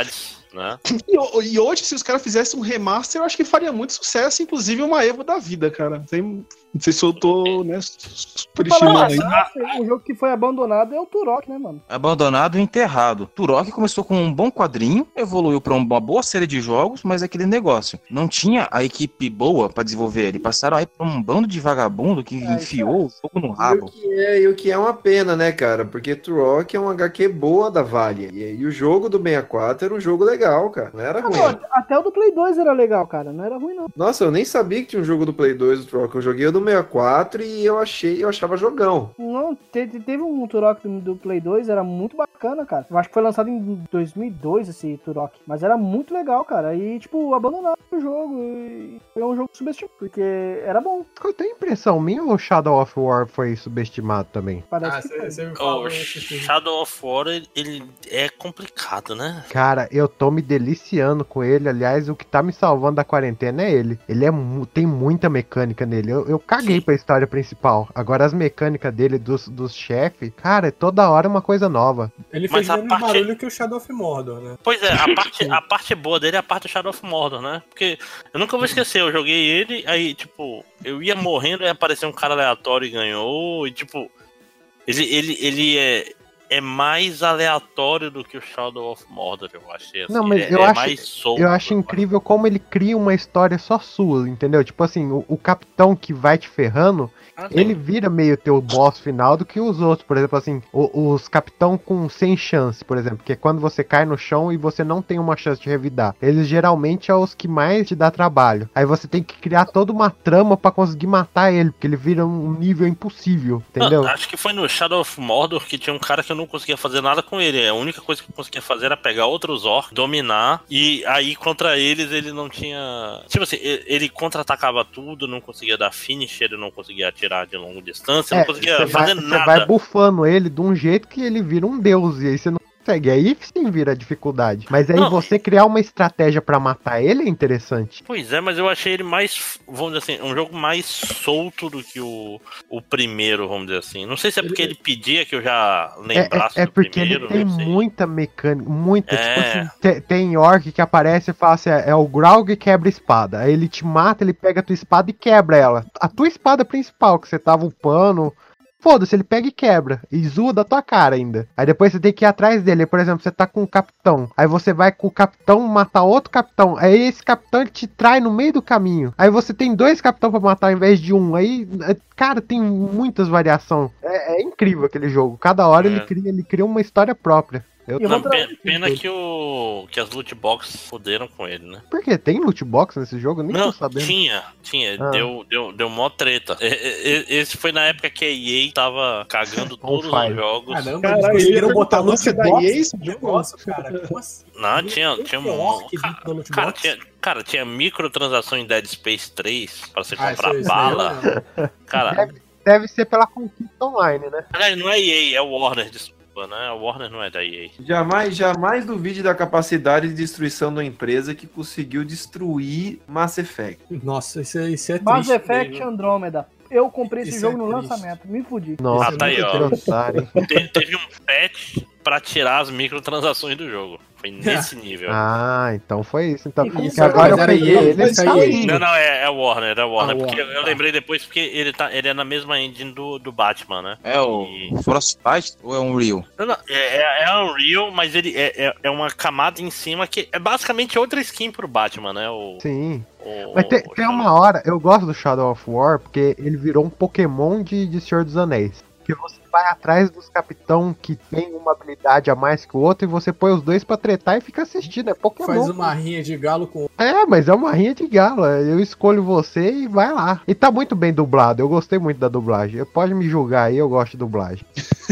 né?
E, e hoje, se os caras fizessem um remaster, eu acho que faria muito sucesso, inclusive uma Evo da vida, cara. Tem, não sei se eu tô, né, superestimando aí.
O jogo que foi abandonado é o Turok, né, mano?
Abandonado e enterrado. Turok começou com um bom quadrinho, evoluiu pra uma boa série de jogos, mas é aquele negócio. Não tinha a equipe boa pra desenvolver ele. Passaram aí pra um bando de vagabundo que é, enfiou o jogo no rabo.
E o, que é, e o que é uma pena, né, cara? Porque Turok é um H Q boa da Vale. E, e o jogo do sessenta e quatro era um jogo legal, cara. Não era
ah,
ruim.
Não, até o do Play dois era legal, cara. Não era ruim, não.
Nossa, eu nem sabia que tinha um jogo do Play dois do Turok. Eu joguei o do sessenta e quatro e eu achei, eu achava jogão.
Não, teve, teve um Turok do, do Play dois, era muito bacana, cara. Eu acho que foi lançado em dois mil e dois esse Turok. Mas era muito legal, cara. E, tipo, abandonaram o jogo. E foi um jogo subestimado, porque era bom.
Eu tenho impressão minha ou Shadow of War foi subestimado também?
Parece
Ah,
que
cê,
foi.
cê me
O
falou esse filme.
Shadow of War, ele é complicado, né?
Cara, eu tô me deliciando com ele. Aliás, o que tá me salvando da quarentena é ele. Ele é mu- tem muita mecânica nele. Eu, eu caguei
Sim.
pra história principal. Agora as mecânicas dele, dos, dos chefes, cara, é toda hora uma coisa nova.
Ele
Mas
fez
a
menos
parte-
barulho que o Shadow of Mordor, né?
Pois é, a parte, a parte boa dele é a parte do Shadow of Mordor, né? Porque eu nunca vou esquecer, eu joguei ele, aí, tipo, eu ia morrendo e apareceu um cara aleatório e ganhou, e, tipo, ele, ele, ele é, é mais aleatório do que o Shadow of Mordor, eu achei. Assim.
Não, mas
é,
eu
é
acho-
mais solto.
Eu acho incrível como ele cria uma história só sua, entendeu? Tipo assim, o, o capitão que vai te ferrando,
Ah, sim.
ele vira meio teu boss final do que os outros. Por exemplo, assim, o- os capitão com sem chance, por exemplo, que é quando você cai no chão e você não tem uma chance de revidar. Eles geralmente são os que mais te dá trabalho. Aí você tem que criar toda uma trama pra conseguir matar ele, porque ele vira um nível impossível, entendeu?
Ah, acho que foi no Shadow of Mordor que tinha um cara que eu não conseguia fazer nada com ele. A única coisa que eu conseguia fazer era pegar outros orcs, dominar, e aí contra eles ele não tinha... Tipo assim, ele ele contra-atacava tudo, não conseguia dar finisher, ele não conseguia atirar de longa distância, não conseguia
você vai,
fazer
você
nada.
vai bufando ele de um jeito que ele vira um deus, e aí você não consegue. Aí sim vira dificuldade. Mas aí
Não.
você criar uma estratégia pra matar ele é interessante.
Pois é, mas eu achei ele mais, vamos dizer assim, um jogo mais solto do que o, o primeiro, vamos dizer assim. Não sei se é porque ele pedia que eu já
É,
lembrasse
é, é
do
porque
primeiro.
ele tem
não sei.
muita mecânica, muita,
É.
tipo assim, te- tem orc que aparece e fala assim, é, é o Graug e quebra a espada. Aí ele te mata, ele pega a tua espada e quebra ela. A tua espada principal, que você tava upando, foda-se, ele pega e quebra. E zoa da tua cara ainda. Aí depois você tem que ir atrás dele. Aí, por exemplo, você tá com um capitão. Aí você vai com o capitão matar outro capitão. Aí esse capitão ele te trai no meio do caminho. Aí você tem dois capitão pra matar ao invés de um. Aí, é, cara, tem muitas variações. É, é incrível aquele jogo. Cada hora
É.
ele cria, ele cria uma história própria. Eu
E eu
tô...
vou tra-
Pena, pena que, o, que as loot boxes fuderam com ele, né?
Por quê? Tem loot box nesse jogo? Eu nem
Não,
tô sabendo.
tinha, tinha,
Ah.
deu, deu, deu mó treta. E- e- Esse foi na época que a E A tava cagando
On
todos
fire.
os jogos.
Caramba,
Caralho,
eles
eu ia
conseguiram
perguntar,
botar
você
loot
é da
box
E A esse
no
jogo?
negócio, cara. Como assim?
Não, tinha, tinha
Tem
um.
orc
Cara,
dentro da loot
cara,
box?
tinha, cara, tinha microtransação em Dead Space três pra você
Ah,
comprar
isso- isso aí eu
bala.
lembro.
Cara,
Deve, deve ser pela conquista online, né?
aliás, não é E A, é o Warner, desculpa, né? A Warner não é da E A.
Jamais, jamais duvide da capacidade de destruição da empresa que conseguiu destruir Mass Effect.
Nossa, isso, é- isso é
Mass
triste.
Effect
mesmo.
Andromeda. Eu comprei esse
Isso
jogo
é
no
triste.
lançamento. Me fudi.
Nossa,
Ah, tá aí, ó.
que otário, hein?
Te- teve um patch pra tirar as microtransações do jogo. Foi nesse nível.
Ah, então foi isso. Então,
E como
porque
foi?
agora eu
Mas era
peguei
E A,
ele, ele
mas
tá
E A.
lindo.
Não, não, é, é Warner, é Warner.
Ah,
porque
Warner,
eu
tá.
lembrei depois porque ele, tá, ele é na mesma engine do, do Batman, né?
É o
E-
Frostbite ou é um Unreal?
Não, não, é, é, é Unreal, mas ele é, é, é uma camada em cima que é basicamente outra skin pro Batman, né? O,
Sim.
o-
Mas tem,
o-
tem uma hora, eu gosto do Shadow of War, porque ele virou um Pokémon de, de Senhor dos Anéis. Que você vai atrás dos capitão que tem uma habilidade a mais que o outro e você põe os dois pra tretar e fica assistindo. É Pokémon.
Faz uma rinha de galo com.
É, mas é uma rinha de galo. Eu escolho você e vai lá. E tá muito bem dublado. Eu gostei muito da dublagem. Pode me julgar aí, eu gosto de dublagem.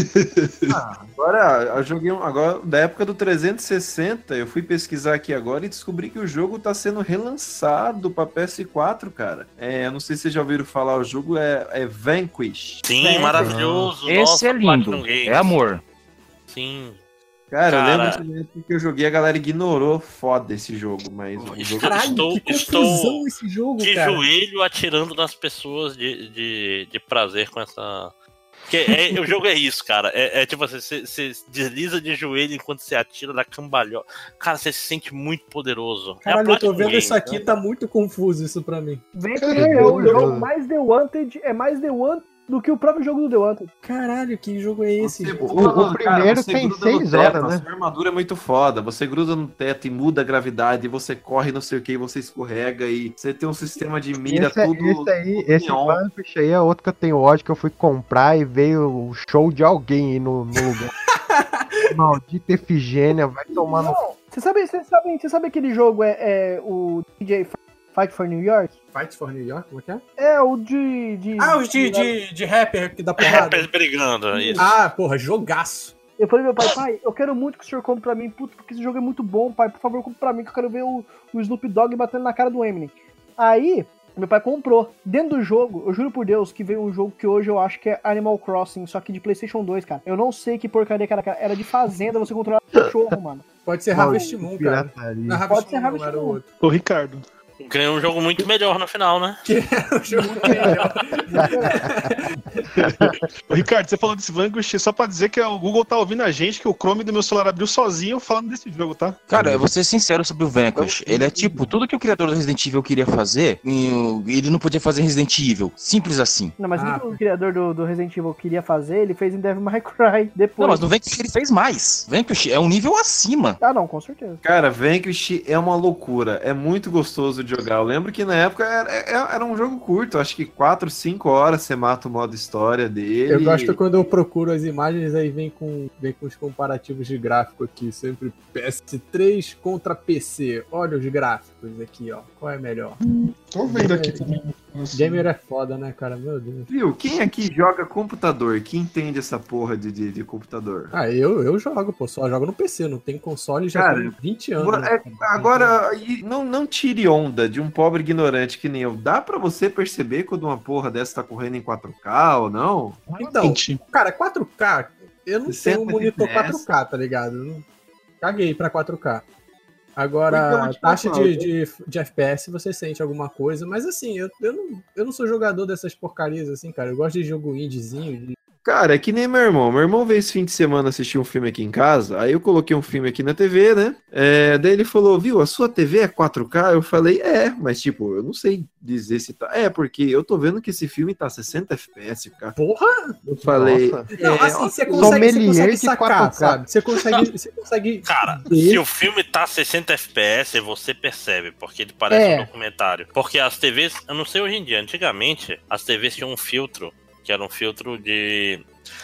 Ah, agora, eu joguei um, agora, da época do trezentos e sessenta, eu fui pesquisar aqui agora e descobri que o jogo tá sendo relançado pra P S quatro, cara. É, eu não sei se vocês já ouviram falar, o jogo é, é Vanquish.
Sim,
É,
maravilhoso.
Esse
Nossa,
é lindo.
Platinum Games.
É amor.
Sim.
Cara, eu
Cara.
lembro que que eu joguei, a galera ignorou foda esse jogo, mas o jogo...
Caralho,
Estou-
que
estou
confusão esse jogo,
De
cara.
joelho atirando nas pessoas de, de, de prazer com essa. Porque é, o jogo é isso, cara. É, é tipo assim, você, você desliza de joelho enquanto você atira da cambalhota. Cara, você se sente muito poderoso.
Caralho,
é
eu tô vendo
game,
isso aqui, tá muito confuso isso pra mim.
Vem que é o jogo mais The Wanted, é mais The Wanted do que o próprio jogo do The Wanted.
Caralho, que jogo é esse?
Você,
O, o primeiro
você
tem
gruda
seis
no teto,
horas,
a
né?
sua armadura é muito foda. Você gruda no teto e muda a gravidade, e você corre não sei o que, e você escorrega, e você tem um sistema de mira
Esse, é-
tudo.
esse aí,
tudo
esse
neon.
Vanquish aí é outro que eu tenho ódio, que eu fui comprar e veio o show de alguém aí no, no lugar. Maldita Efigênia, vai tomar no...
Não, você sabe, você sabe, você sabe aquele jogo é, é o D J Fight for New York?
Fight for New York? Como é que é?
É o de... de
Ah, os de, de, de rapper que dá porrada.
Rappers brigando, isso.
Ah, porra, jogaço.
Eu falei pro meu pai, pai, eu quero muito que o senhor compre pra mim, puto, porque esse jogo é muito bom, pai, por favor, compre pra mim, que eu quero ver o, o Snoop Dogg batendo na cara do Eminem. Aí, meu pai comprou. Dentro do jogo, eu juro por Deus que veio um jogo que hoje eu acho que é Animal Crossing, só que de PlayStation dois, cara. Eu não sei que porcaria que era, cara. Era de fazenda, você controlar o cachorro, mano.
Pode ser Harvest Moon, cara.
Pirataria.
Não, Harvest
Pode ser
Moon não,
Harvest
era o
Moon.
outro.
Ô, Ricardo.
Ganhou um jogo muito melhor no final, né?
Que é o jogo melhor.
Ô, Ricardo, você falou desse Vanquish, só pra dizer que o Google tá ouvindo a gente, que o Chrome do meu celular abriu sozinho falando desse jogo, tá?
Cara, eu vou ser sincero sobre o Vanquish. Ele é tipo, tudo que o criador do Resident Evil queria fazer, ele não podia fazer em Resident Evil. Simples assim.
Não, mas
Ah,
o que o criador do, do Resident Evil queria fazer, ele fez em Devil May Cry depois.
Não, mas no Vanquish ele fez mais. Vanquish é um nível acima.
Ah, não, com certeza.
Cara, Vanquish é uma loucura. É muito gostoso de jogar. Eu lembro que na época era, era era um jogo curto. Acho que quatro, cinco horas você mata o modo história dele.
Eu gosto quando eu procuro as imagens, aí vem com, vem com os comparativos de gráfico aqui. Sempre P S três contra P C. Olha os gráficos aqui, ó. Qual é melhor?
Tô vendo aqui também. Nossa.
Gamer é foda, né, cara? Meu Deus.
Viu? Quem aqui joga computador? Quem entende essa porra de, de, de computador?
Ah, eu, eu jogo, pô. Só jogo no P C. Não tem console já
Cara,
tem vinte anos.
Agora,
né,
é-
cara?
agora, e não, não tire onda de um pobre ignorante que nem eu. Dá pra você perceber quando uma porra dessa tá correndo em quatro K ou não?
Então, cara, quatro K, eu não tenho
sessenta
um monitor
F P S.
quatro K, tá ligado? Eu não- Caguei pra quatro K.
Então,
Agora,
tipo,
taxa
fala,
de, de, de F P S você sente alguma coisa, mas assim, eu, eu, não, eu não sou jogador dessas porcarias assim, cara. Eu gosto de jogo indiezinho. De...
Cara, é que nem meu irmão. Meu irmão veio esse fim de semana assistir um filme aqui em casa. Aí eu coloquei um filme aqui na T V, né? É, daí ele falou, viu, a sua T V é quatro K? Eu falei, é, mas tipo, eu não sei dizer se tá. É, porque eu tô vendo que esse filme tá sessenta F P S, cara.
Porra!
Eu falei.
Nossa.
Não,
é,
assim, você
ok.
consegue, você
Sommelier
consegue
de
sacar,
quatro K.
sabe? Você consegue, você consegue
Cara,
ver.
se o filme tá sessenta F P S, você percebe, porque ele parece
É.
um documentário. Porque as T Vs, eu não sei hoje em dia, antigamente, as T Vs tinham um filtro, que era um filtro de...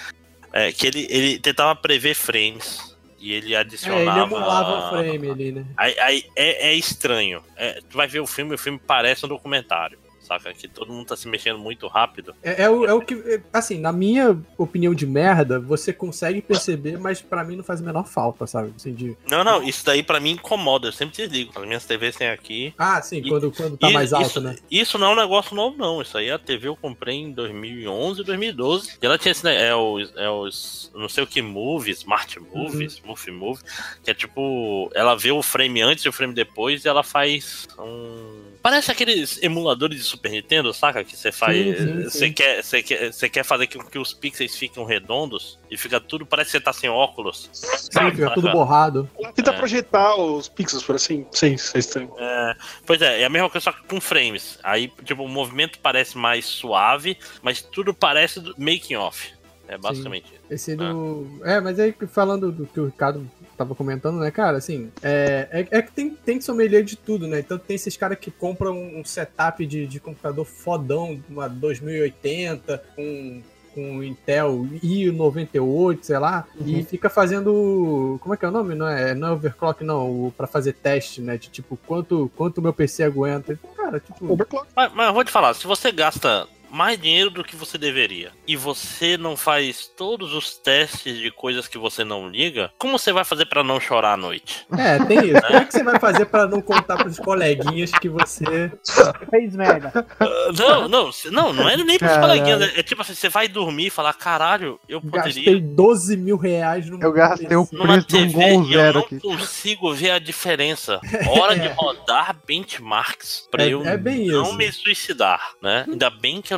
É, que ele, ele tentava prever frames, e ele
É,
adicionava...
ele emulava o frame ali, né?
Aí, aí é, é estranho. É, tu vai ver o filme, o filme parece um documentário. Saca? Que todo mundo tá se mexendo muito rápido.
É, é o, é o que, é, assim, na minha opinião de merda, você consegue perceber, mas pra mim não faz a menor falta, sabe? Assim, de...
Não, não, isso daí pra mim incomoda. Eu sempre desligo. As minhas T Vs têm aqui.
Ah, sim,
E-
quando, quando tá
E
mais alto,
isso,
né?
Isso não é um negócio novo, não. Isso aí a T V eu comprei em dois mil e onze, dois mil e doze. E ela tinha esse, né, é os, é os não sei o que Move, Smart Movies,
Uhum.
Movie Move, que é tipo, ela vê o frame antes e o frame depois e ela faz um... Parece aqueles emuladores de Super Nintendo, saca? Que você faz.
Sim, sim,
Você
sim.
quer, você quer, você quer fazer com que os pixels fiquem redondos e fica tudo. Parece que você tá sem óculos.
Sim, fica tudo borrado.
Tenta
É.
projetar os pixels por assim, sem ser estranho.
É, pois é, é a mesma coisa só que com frames. Aí, tipo, o movimento parece mais suave, mas tudo parece do making off. É basicamente isso.
Esse do. É, mas aí falando do que o Ricardo tava comentando, né, cara, assim, é, é, é que tem, tem sommelier de tudo, né? Então tem esses caras que compram um setup de, de computador fodão, uma dois mil e oitenta, com. com Intel i noventa e oito, sei lá,
Uhum.
e fica fazendo, como é que é o nome? Não é, não é overclock, não, o- pra fazer teste, né, de tipo, quanto quanto o meu P C aguenta. Cara, tipo...
Overclock.
Mas, mas eu vou te falar, se você gasta mais dinheiro do que você deveria e você não faz todos os testes de coisas que você não liga, como você vai fazer pra não chorar à noite?
É, tem isso. Como é que você vai fazer pra não contar pros coleguinhas que você...
Fez merda.
Uh, não, não, se- não, não é nem pros
Caralho.
coleguinhas. É, é tipo assim, você vai dormir e falar, caralho, eu
Gastei
poderia...
doze mil reais no
Eu gastei o
Numa
preço de um
T V
Gol
e eu
Zero
não
aqui.
consigo ver a diferença. Hora de rodar benchmarks pra
É-
eu
é bem
não
isso.
me suicidar, né? Ainda bem que eu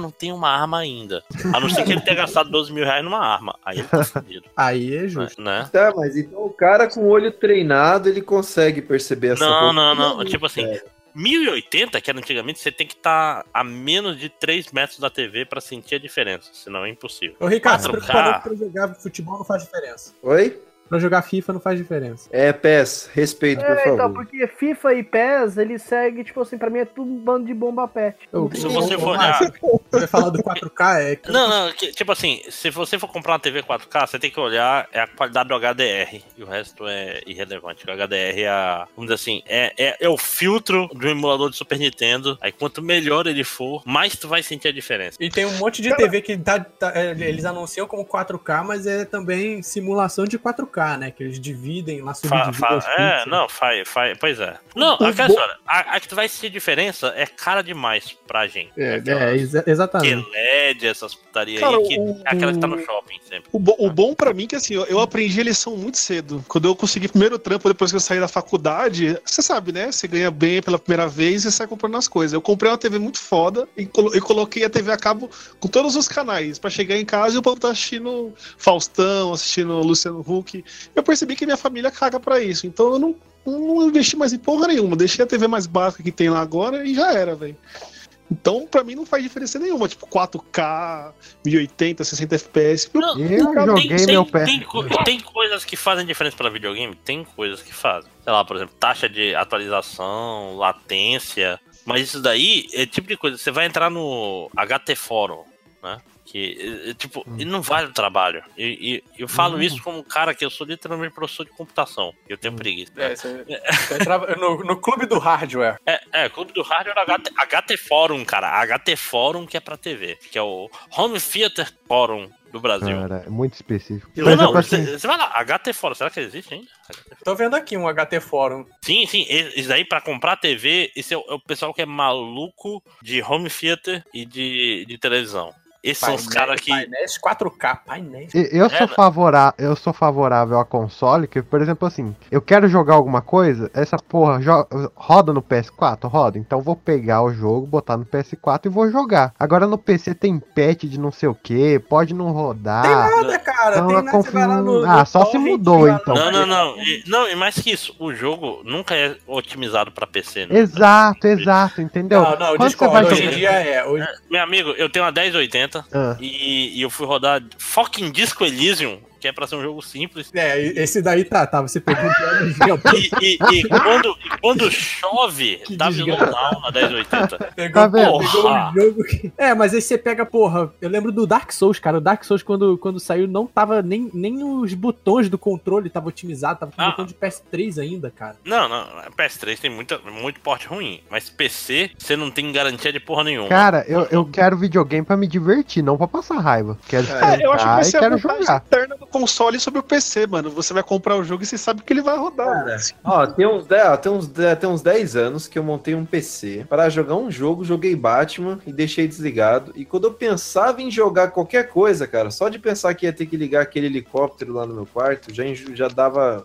não tem uma arma ainda. A não ser que ele tenha gastado doze mil reais numa arma. Aí ele tá fudido.
Aí é justo.
Né?
Tá, mas então o cara com o olho treinado, ele consegue perceber essa
Não,
coisa.
não, não. Tipo assim, mil e oitenta, que era antigamente, você tem que estar a menos de três metros da T V pra sentir a diferença. Senão é impossível.
Ô, Ricardo, você
quatro K...
preparou pra jogar futebol não faz diferença.
Oi?
Pra jogar FIFA não faz diferença.
É, P E S, respeito, por
É,
favor.
então, porque FIFA e P E S, ele segue, tipo assim, pra mim é tudo um bando de bomba pet.
Eu,
Se você for olhar...
Você falar do quatro K é...
Não, não, que, tipo assim, se você for comprar uma T V quatro K, você tem que olhar é a qualidade do H D R. E o resto é irrelevante. O H D R é a... Vamos dizer assim, é, é, é o filtro do emulador de Super Nintendo. Aí quanto melhor ele for, mais tu vai sentir a diferença.
E tem um monte de T V que tá, tá, eles anunciam como quatro K, mas é também simulação de quatro K, né? Que eles dividem lá, subdividem.
Fa, fa, é, não, faz, faz, pois é. Não, a, história, a, a que tu vai sentir diferença é cara demais pra gente.
É, é exa exatamente.
Que L E D, essas putarias
Cara,
aí, que
o,
é aquela que tá no shopping sempre.
O, bo, o bom pra mim é que assim, eu, eu aprendi a lição muito cedo. Quando eu consegui primeiro trampo, depois que eu saí da faculdade, você sabe, né? Você ganha bem pela primeira vez e sai comprando as coisas. Eu comprei uma T V muito foda e, colo e coloquei a T V a cabo com todos os canais, pra chegar em casa e o povo tá assistindo Faustão, assistindo Luciano Huck. Eu percebi que minha família caga pra isso, então eu não, não investi mais em porra nenhuma, deixei a T V mais básica que tem lá agora e já era, velho. Então, pra mim, não faz diferença nenhuma, tipo quatro K, mil e oitenta, sessenta F P S.
Não,
eu
tem,
joguei
tem,
meu
tem,
pé.
Tem, tem coisas que fazem diferença pra videogame? Tem coisas que fazem. Sei lá, por exemplo, taxa de atualização, latência. Mas isso daí é tipo de coisa. Você vai entrar no H T Fórum, né? Que, tipo, hum. ele não vale o trabalho. E, e eu falo hum. isso como um cara que eu sou literalmente professor de computação. E eu tenho hum. preguiça.
É, você, você entrava no, no clube do hardware.
É, é, clube do hardware H T, H T Fórum, cara. H T Fórum que é pra T V. Que é o Home Theater Forum do Brasil.
Cara, é muito específico.
Não, não, você, você vai lá, H T Fórum, será que existe ainda?
Tô vendo aqui um H T Fórum.
Sim, sim, isso daí pra comprar T V, esse é o, é o pessoal que é maluco de home theater e de, de televisão. Esses
painéis,
são os caras que...
Painéis quatro K, painéis.
Eu sou, favorável, eu sou favorável a console, que, por exemplo, assim, eu quero jogar alguma coisa, essa porra roda no P S quatro? Roda. Então vou pegar o jogo, botar no P S quatro e vou jogar. Agora no P C tem patch de não sei o que, pode não rodar.
Tem nada, cara.
Então,
tem nada,
conf...
você vai lá no,
ah,
no
só se mudou, então.
Não, não, não. E, não, e mais que isso, o jogo nunca é otimizado pra P C.
Né? Exato, exato, entendeu?
Não, não,
Quando
discordo,
você vai
hoje em dia é... Hoje...
Meu amigo, eu tenho uma dez oitenta ah. e E eu fui rodar fucking Disco Elysium, que é pra ser um jogo simples.
É, esse daí tá, tá, você pegou o exemplo.
E, e, e, quando, e quando chove, que dá slowdown na dez oitenta.
Pegou, tá pegou um jogo que... É, mas aí você pega, porra, eu lembro do Dark Souls, cara, o Dark Souls quando, quando saiu não tava, nem, nem os botões do controle tava otimizado, tava com ah. botão de P S três ainda, cara.
Não, não, P S três tem muita, muito porte ruim, mas P C, você não tem garantia de porra nenhuma.
Cara, eu, eu quero videogame pra me divertir, não pra passar raiva. Quero
é, eu acho que vai ser
quero
a
jogar.
interna do console sobre o P C, mano. Você vai comprar o jogo e você sabe que ele vai rodar.
Cara, ó, tem uns, dez, tem, uns, tem uns dez anos que eu montei um P C para jogar um jogo, joguei Batman e deixei desligado. E quando eu pensava em jogar qualquer coisa, cara, só de pensar que ia ter que ligar aquele helicóptero lá no meu quarto, já, já dava...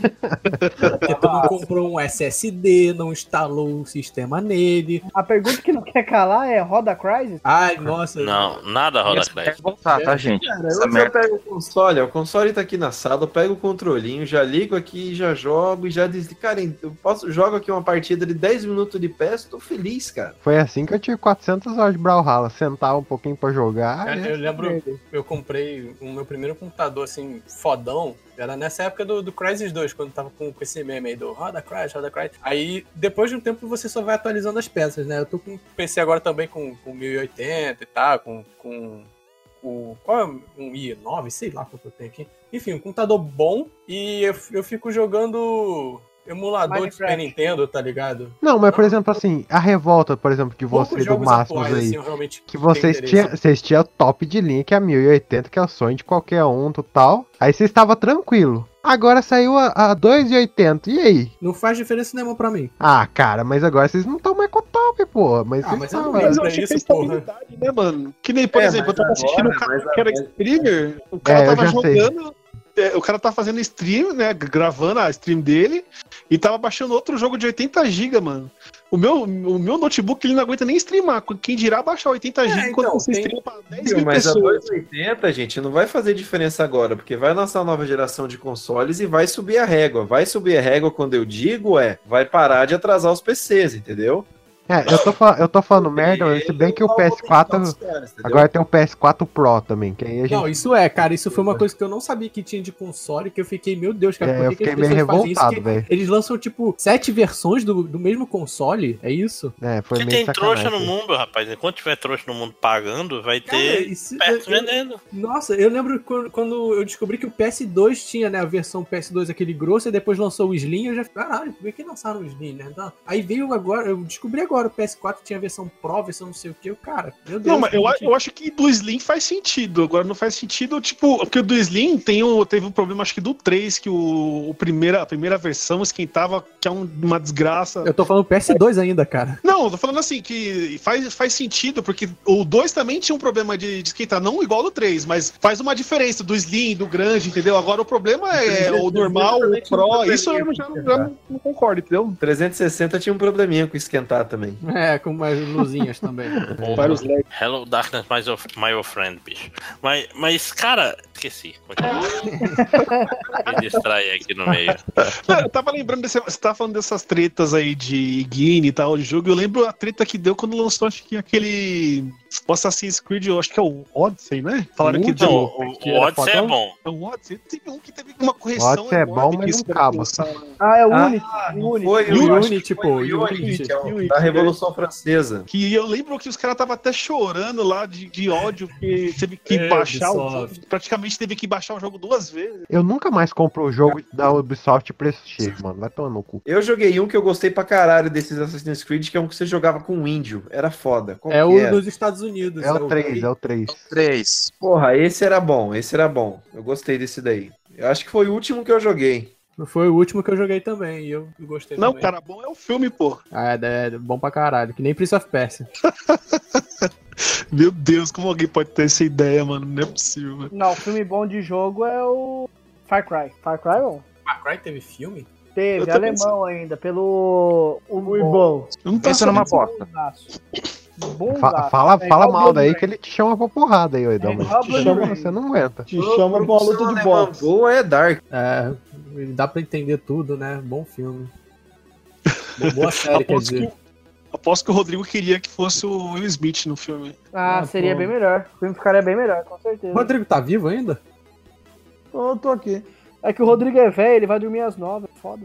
Porque tu não comprou um S S D, não instalou um sistema nele.
A pergunta que não quer calar é, roda Crysis?
Ai, nossa.
Não, nada roda Crysis.
Voltar, tá, gente?
Cara, eu já pego o console, ó, o console tá aqui na sala, eu pego o controlinho, já ligo aqui, já jogo e já desligo. Cara, eu posso, jogo aqui uma partida de dez minutos de P E S, tô feliz, cara.
Foi assim que eu tive quatrocentas horas de Brawlhalla, sentava um pouquinho pra jogar.
Cara, eu lembro, eu comprei o meu primeiro computador, assim, fodão, era nessa época do, do Crysis dois, quando tava com, com esse meme aí do roda Crysis, roda Crysis. Aí, depois de um tempo, você só vai atualizando as peças, né? Eu tô com um P C agora também com, com mil e oitenta e tal, com... com o, qual é um i nove? Sei lá qual que eu tenho aqui. Enfim, um computador bom e eu, eu fico jogando emulador Minecraft. De Super Nintendo, tá ligado?
Não, mas por exemplo assim, a revolta, por exemplo, de você do Máximos aí, assim, que vocês tinham, vocês tinham top de linha, que é a mil e oitenta, que é o sonho de qualquer um, total. Aí você estava tranquilo. Agora saiu a, a dois e oitenta, e aí?
Não faz diferença nenhuma pra mim.
Ah, cara, mas agora vocês não estão mais com o top, porra. Mas
ah,
vocês
mas
estão,
eu, eu achei que é estabilidade, né, mano? Que nem, por é, exemplo, eu tava assistindo um cara que era streamer, o cara é, tava jogando... É, o cara tá fazendo stream, né, gravando a stream dele, e tava baixando outro jogo de oitenta gigas, mano. O meu, o meu notebook ele não aguenta nem streamar. Quem dirá baixar oitenta gigas
É,
quando
então,
você
tem-
streama pra dez
Viu,
mil
mas a
pessoas.
duzentos e oitenta, gente, não vai fazer diferença agora, porque vai lançar a nova geração de consoles e vai subir a régua. Vai subir a régua quando eu digo é, vai parar de atrasar os P Cs, entendeu?
É, eu tô, fa- eu tô falando merda, se bem que o P S quatro. Agora tem o P S quatro Pro também, que aí a gente.
Não, isso é, cara, isso foi uma coisa que eu não sabia que tinha de console, que eu fiquei, meu Deus, cara,
É,
por
eu
que, que as
fiquei meio
pessoas fazem isso?
revoltado,
Que
velho.
eles lançam, tipo, sete versões do, do mesmo console, é isso?
É, foi
Porque
meio
tem trouxa
sacanagem.
no mundo, rapaz. Enquanto tiver trouxa no mundo pagando, vai
Cara,
ter
isso-
perto
eu- eu-
vendendo.
Nossa, eu lembro quando, quando eu descobri que o P S dois tinha, né, a versão P S dois aquele grosso, e depois lançou o Slim, eu já fiquei, caralho, por que lançaram o Slim, né? Então, aí veio agora, eu descobri agora, o P S quatro tinha a versão Pro, versão não sei o que, eu, cara, meu Deus.
Não, mas eu,
como
a- eu acho que do Slim faz sentido. Agora não faz sentido, tipo, porque o do Slim tem o, teve um problema, acho que do três, que o, o primeira, a primeira versão esquentava, que é um- uma desgraça.
Eu tô falando P S dois ainda, cara.
Não, eu tô falando assim, que faz, faz sentido, porque o dois também tinha um problema de, de esquentar, não igual do três, mas faz uma diferença do Slim, do grande, entendeu? Agora o problema é o normal, o Pro, isso eu já, não- já não, não concordo, entendeu?
trezentos e sessenta tinha um probleminha com esquentar também.
É, com umas luzinhas também.
Vários L E D.
Hello Darkness, my, of, my old friend, bicho. Mas, mas cara, esqueci. Continua. Me distrai aqui no meio.
Não, eu tava lembrando desse, você tava falando dessas tretas aí de Guine e tal, de jogo. Eu lembro a treta que deu quando lançou, acho que aquele o Assassin's Creed, eu acho que é o Odyssey, né? Falaram que
Não,
deu.
o, o Odyssey é bom.
É o Odyssey. Teve um que teve uma
O
correção.
Odyssey é
enorme
bom,
que
mas não
espera
acaba.
lançar.
Ah, é o
Ah,
Unity.
não
Unity.
foi
E o
acho que
Unity,
foi
pô,
o
e o
Unity,
Unity.
que é o da Revolução Francesa.
Que eu lembro que os caras estavam até chorando lá de, de ódio, porque teve que
É,
baixar o
Ubisoft.
jogo. Praticamente teve que baixar o jogo duas vezes.
Eu nunca mais compro o jogo da Ubisoft preço cheio, mano. Vai tomar no cu.
Eu joguei um que eu gostei pra caralho desses Assassin's Creed, que é um que você jogava com um índio. Era foda. Qual
É
que
o
era?
dos Estados Unidos.
É o três, é o três.
três.
Porra, esse era bom, esse era bom. Eu gostei desse daí. Eu acho que foi o último que eu joguei.
Foi o último que eu joguei também, e eu gostei
Não,
também.
cara, bom é o filme, pô.
Ah, é, é bom pra caralho, que nem Prince of Persia.
Meu Deus, como alguém pode ter essa ideia, mano? Não é possível, velho.
Não, o filme bom de jogo é o Far Cry. Far Cry, bom.
Far Cry teve filme?
Teve,
Eu também
alemão ainda, pelo... O
bom.
Eu não tô
Pensa numa
sabendo.
bosta.
Bom
Fa- fala
É
fala
igual
mal daí
Bloodborne.
que ele te chama pra porrada aí, Oidão.
É
Mas
igual
te chama,
Bloodborne.
você não aguenta.
Te chama pra uma luta de boxe.
Boa é Dark.
É, dá pra entender tudo, né? Bom filme. Boa série, quer
Aposto
dizer.
que, aposto que o Rodrigo queria que fosse o Will Smith no filme.
Ah,
Ah,
seria
pô.
bem melhor. O filme ficaria bem melhor, com certeza.
O Rodrigo tá vivo ainda?
Eu tô aqui.
É que o Rodrigo é velho, ele vai dormir às nove, foda.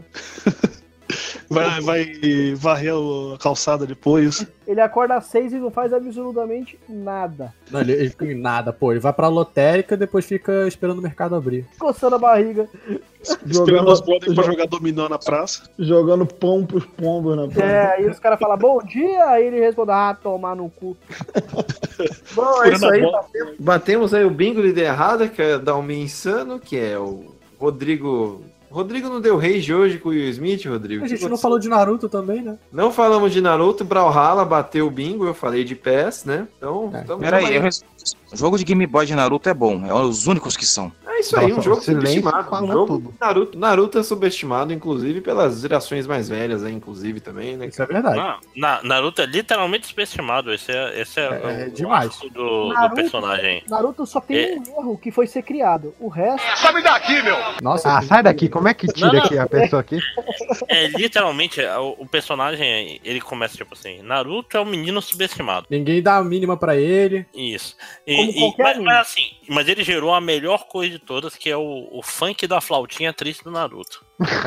Vai, vai varrer a calçada depois.
Ele acorda às seis e não faz absolutamente nada.
Não, ele, ele nada, pô. Ele vai pra lotérica e depois fica esperando o mercado abrir.
Coçando a barriga.
Esperando os brothers pra jogar dominó na praça.
Jogando pão pros pombos na praia.
É, aí os caras falam bom dia, aí ele responde, ah, tomar no cu.
Bom, é isso
Furando a
aí.
bola.
Batemos, batemos aí o bingo de ideia errada, que é da Almir Insano, que é o Rodrigo. Rodrigo não deu rage hoje com o Will Smith, Rodrigo?
A gente
Que
não
aconteceu?
falou de Naruto também, né?
Não falamos de Naruto, Brawlhalla bateu o bingo, eu falei de P E S, né? Então,
É.
tamo-
Peraí,
tamo
eu res- o jogo de Game Boy de Naruto é bom. É um dos únicos que são.
É isso aí,
Nossa,
um jogo
o silêncio
subestimado. Um
fala
jogo
tudo.
Naruto, Naruto é subestimado, inclusive, pelas gerações mais velhas, aí, inclusive, também, né?
Isso é verdade.
Não, na, Naruto é literalmente superestimado. Esse é, esse é,
É, é
o
demais.
ápice do, do
Naruto-
personagem.
Naruto só tem
É.
um erro, que foi ser criado. O resto...
Nossa,
Ah, sai daqui, como é que tira
Não, não.
aqui a pessoa aqui?
É literalmente é, o, o personagem, ele começa tipo assim: Naruto é um menino subestimado.
ninguém dá a mínima pra ele.
Isso. E-
Como
e-
qualquer
mas,
anime.
mas assim, mas ele gerou a melhor coisa de todas, que é o, o funk da flautinha triste do Naruto.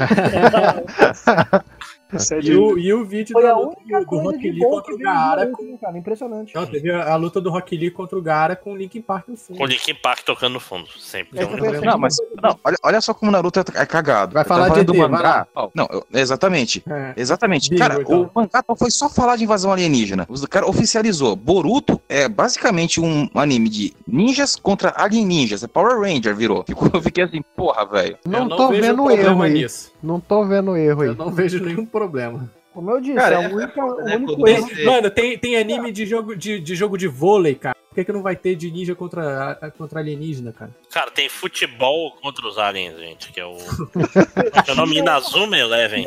E o, e o vídeo
Foi
da
a
luta
única
do, do
coisa
Rock
de
Lee
bom
contra
que
o
veio do
Gaara.
Naruto, né, cara? Impressionante.
Não, teve a, a luta do Rock Lee contra o Gaara com o Linkin Park no fundo.
Com o Linkin Park tocando no fundo. Sempre.
Esse
Então,
foi-
Não, mas não, olha, olha só como o Naruto é, é cagado.
Vai
Eu
falar
tava
de
falando
E T,
do
vai lá.
mangá. Não, eu- exatamente.
É.
Exatamente.
Bingo,
Cara,
então.
o mangá foi só falar de invasão alienígena. O cara oficializou. Boruto é basicamente um anime de ninjas contra alien ninjas. É Power Ranger, virou. Ficou- Eu fiquei assim, porra, velho.
Eu
Não
não
tô
vejo
vendo
problema
erro aí.
nisso.
Não tô vendo erro aí.
Eu não vejo nenhum problema.
Como eu disse,
Cara,
é
é
o único,
foda,
o
né,
único
quando
erro.
você-
Mano, tem, tem anime de jogo de, de jogo de vôlei, cara. Por que, que não vai ter de ninja contra, a- contra alienígena, cara?
cara, tem futebol contra os aliens, gente, que é o. É o nome Inazuma Eleven.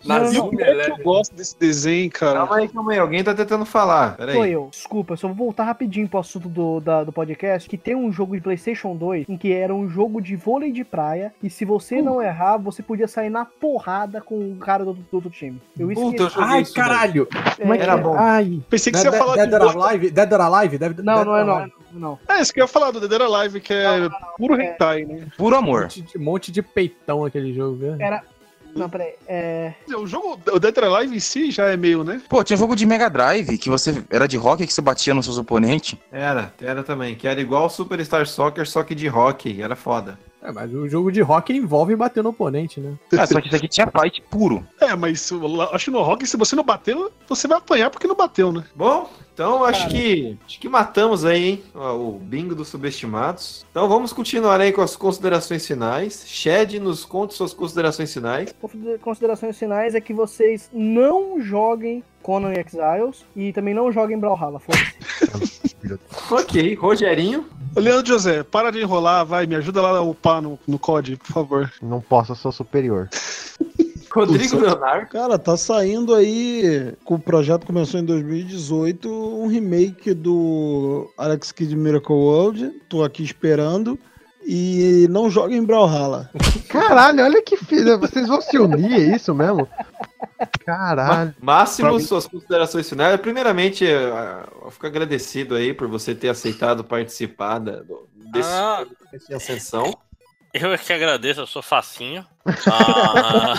Nazumi Eleven. Eu gosto desse desenho, cara.
Calma aí, calma aí. Alguém tá tentando falar. Pera aí.
Sou eu. Desculpa, só vou voltar rapidinho pro assunto do, da, do podcast, que tem um jogo de PlayStation dois em que era um jogo de vôlei de praia e se você uh. não errar, você podia sair na porrada com o cara do, do outro time. Eu esqueci.
Puta, eu Ai, caralho!
É,
era bom. Ai.
Pensei que você ia falar
Dead
de...
Dead or Alive? Dead or Alive? Dead,
não,
Dead
não é não. Não.
É, isso que eu ia falar do Dead or Alive, que é não, não, não. puro hentai, né?
Puro amor.
Um monte de, monte de peitão aquele jogo, viu?
Era... Não, peraí, é...
O jogo, o Dead or Alive em si já é meio, né?
Pô, tinha jogo de Mega Drive, que você era de hockey que você batia nos seus oponentes.
Era, era também, que era igual Superstar Soccer, só que de hockey, era foda.
É, mas o jogo de hockey envolve bater no oponente, né?
Ah, só que isso aqui tinha fight puro.
É, mas acho que no hockey, se você não bateu, você vai apanhar porque não bateu, né?
Bom, então acho que acho que matamos aí, hein, o bingo dos subestimados. Então vamos continuar aí com as considerações finais. Shed, nos conte suas considerações finais.
Considerações finais é que vocês não joguem Conan Exiles e também não joguem Brawlhalla, foda-se.
Ok, Rogerinho.
Leandro José, para de enrolar, vai, me ajuda lá a upar no, no C O D, por favor.
Não posso, eu sou superior.
Rodrigo Leonardo.
Cara, tá saindo aí, o projeto começou em dois mil e dezoito, um remake do Alex Kidd Miracle World. Tô aqui esperando. E não joguem Brawlhalla.
Caralho, olha que filha. Vocês vão se unir, é isso mesmo? Caralho.
Máximo, suas considerações finais. Primeiramente, eu fico agradecido aí por você ter aceitado participar da, desse
ah,
de ascensão.
Eu é que agradeço, eu sou facinho. Ah,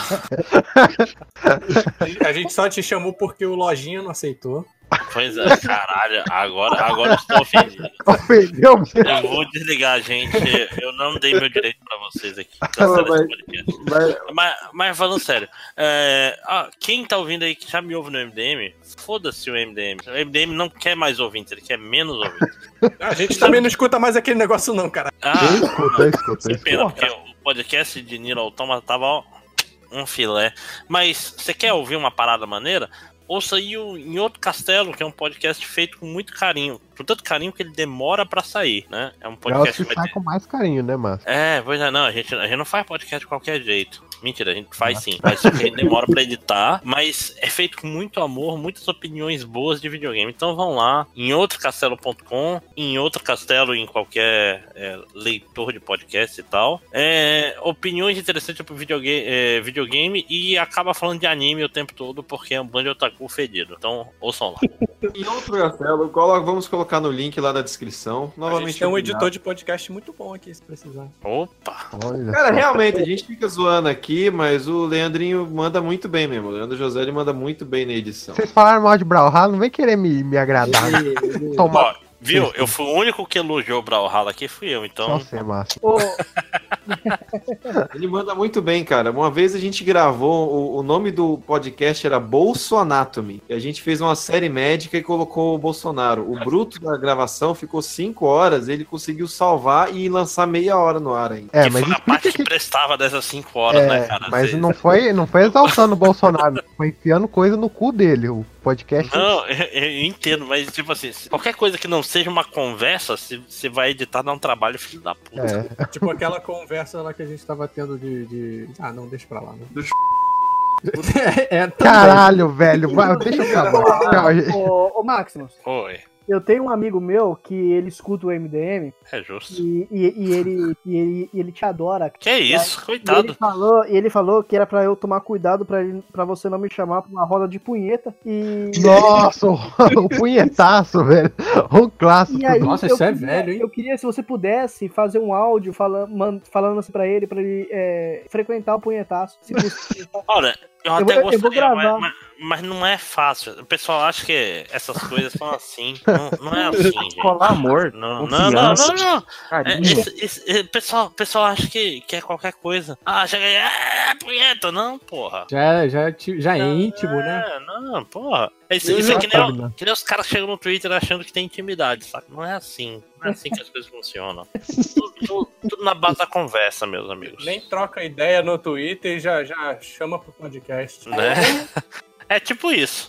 a gente só te chamou porque o Lojinha não aceitou.
Pois é, caralho, agora, agora eu estou ofendido.
Ofendeu mesmo.
Eu vou desligar, gente. Eu não dei meu direito pra vocês aqui. Mas, mas, mas falando sério, é, ah, quem tá ouvindo aí que já me ouve no M D M, foda-se o M D M. O M D M não quer mais ouvintes, ele quer menos ouvintes.
A gente também não escuta mais aquele negócio não, cara.
Ah,
eu escuto, eu escuto.
Que pena, porque o podcast de Nier Automata tava, ó, um filé. Mas você quer ouvir uma parada maneira? Ouça aí o Em Outro Castelo, que é um podcast feito com muito carinho. Com tanto carinho que ele demora pra sair, né? É um podcast
que sai com mais carinho, né, Márcio?
É, pois é, não, a gente, a gente não faz podcast de qualquer jeito. Mentira, a gente faz sim, mas só que a gente demora pra editar, mas é feito com muito amor, muitas opiniões boas de videogame. Então vão lá, em outro castelo ponto com, em Outro Castelo em qualquer é, leitor de podcast e tal. É, opiniões interessantes pro videogame, é, videogame e acaba falando de anime o tempo todo, porque é um bando de otaku fedido. Então, ouçam lá.
Em Outro Castelo, vamos colocar no link lá na descrição. Novamente,
a gente tem um editor de podcast muito bom aqui, se precisar.
Opa!
Olha.
Cara, realmente, a gente fica zoando aqui, mas o Leandrinho manda muito bem mesmo. O Leandro José, ele manda muito bem na edição.
Vocês falaram mal de Brawlhalla, não vem querer me, me agradar.
Toma. Ó, viu? Eu fui o único que elogiou o Brawlhalla aqui, fui eu, então...
Só você, Márcio.
Ô,
Ele manda muito bem, cara. Uma vez a gente gravou, o, o nome do podcast era Bolsonatomy, e a gente fez uma série médica e colocou o Bolsonaro. O bruto da gravação ficou cinco horas, ele conseguiu salvar e lançar meia hora no ar ainda.
É,
que
mas
foi a parte que, que prestava dessas cinco horas,
é,
né, cara?
Mas
Vocês...
não foi, não foi exaltando o Bolsonaro, foi enfiando coisa no cu dele, o podcast.
Não, eu, eu entendo, mas tipo assim, qualquer coisa que não seja uma conversa, se você vai editar, dá um trabalho, filho da puta.
É.
Tipo aquela conversa lá que a gente tava tendo de... de... Ah, não, deixa pra lá. Né?
Do
é, é,
Caralho, velho, vai, deixa eu acabar. Tchau, gente.
ô, ô Maximus,
Oi.
eu tenho um amigo meu que ele escuta o M D M
É justo.
e, e, e ele, e, ele, e ele te adora.
Que é isso,
E
coitado.
ele falou, e ele falou que era pra eu tomar cuidado pra, ele, pra você não me chamar pra uma roda de punheta. E.
Nossa, o, o punhetaço, velho. O clássico.
E aí,
Nossa,
eu
isso é
queria-
velho, hein?
Eu queria, se você pudesse, fazer um áudio fala, man- falando assim pra ele, pra ele é, frequentar o punhetaço. Se possível.
Olha, eu
Eu
até
vou- eu vou
gostaria,
gravar.
mas, mas, mas não é fácil. O pessoal acha que essas coisas são assim. Não, não é assim, gente.
Colar amor,
Não, não, não, não,
confiança,
não. É,
carinho.
esse- esse- é, pessoal, pessoal acha que, que é qualquer coisa. Ah, chega aí, é punheta, não, porra.
Já, é- já, é ti- já é íntimo, né?
É, não, porra. Isso, isso é que nem, o- que nem os caras chegam no Twitter achando que tem intimidade, sabe? Não é assim. Não é assim que as coisas funcionam. Tudo, tudo- tudo na base da conversa, meus amigos.
Nem troca ideia no Twitter e já, já chama pro podcast.
Né? É tipo isso.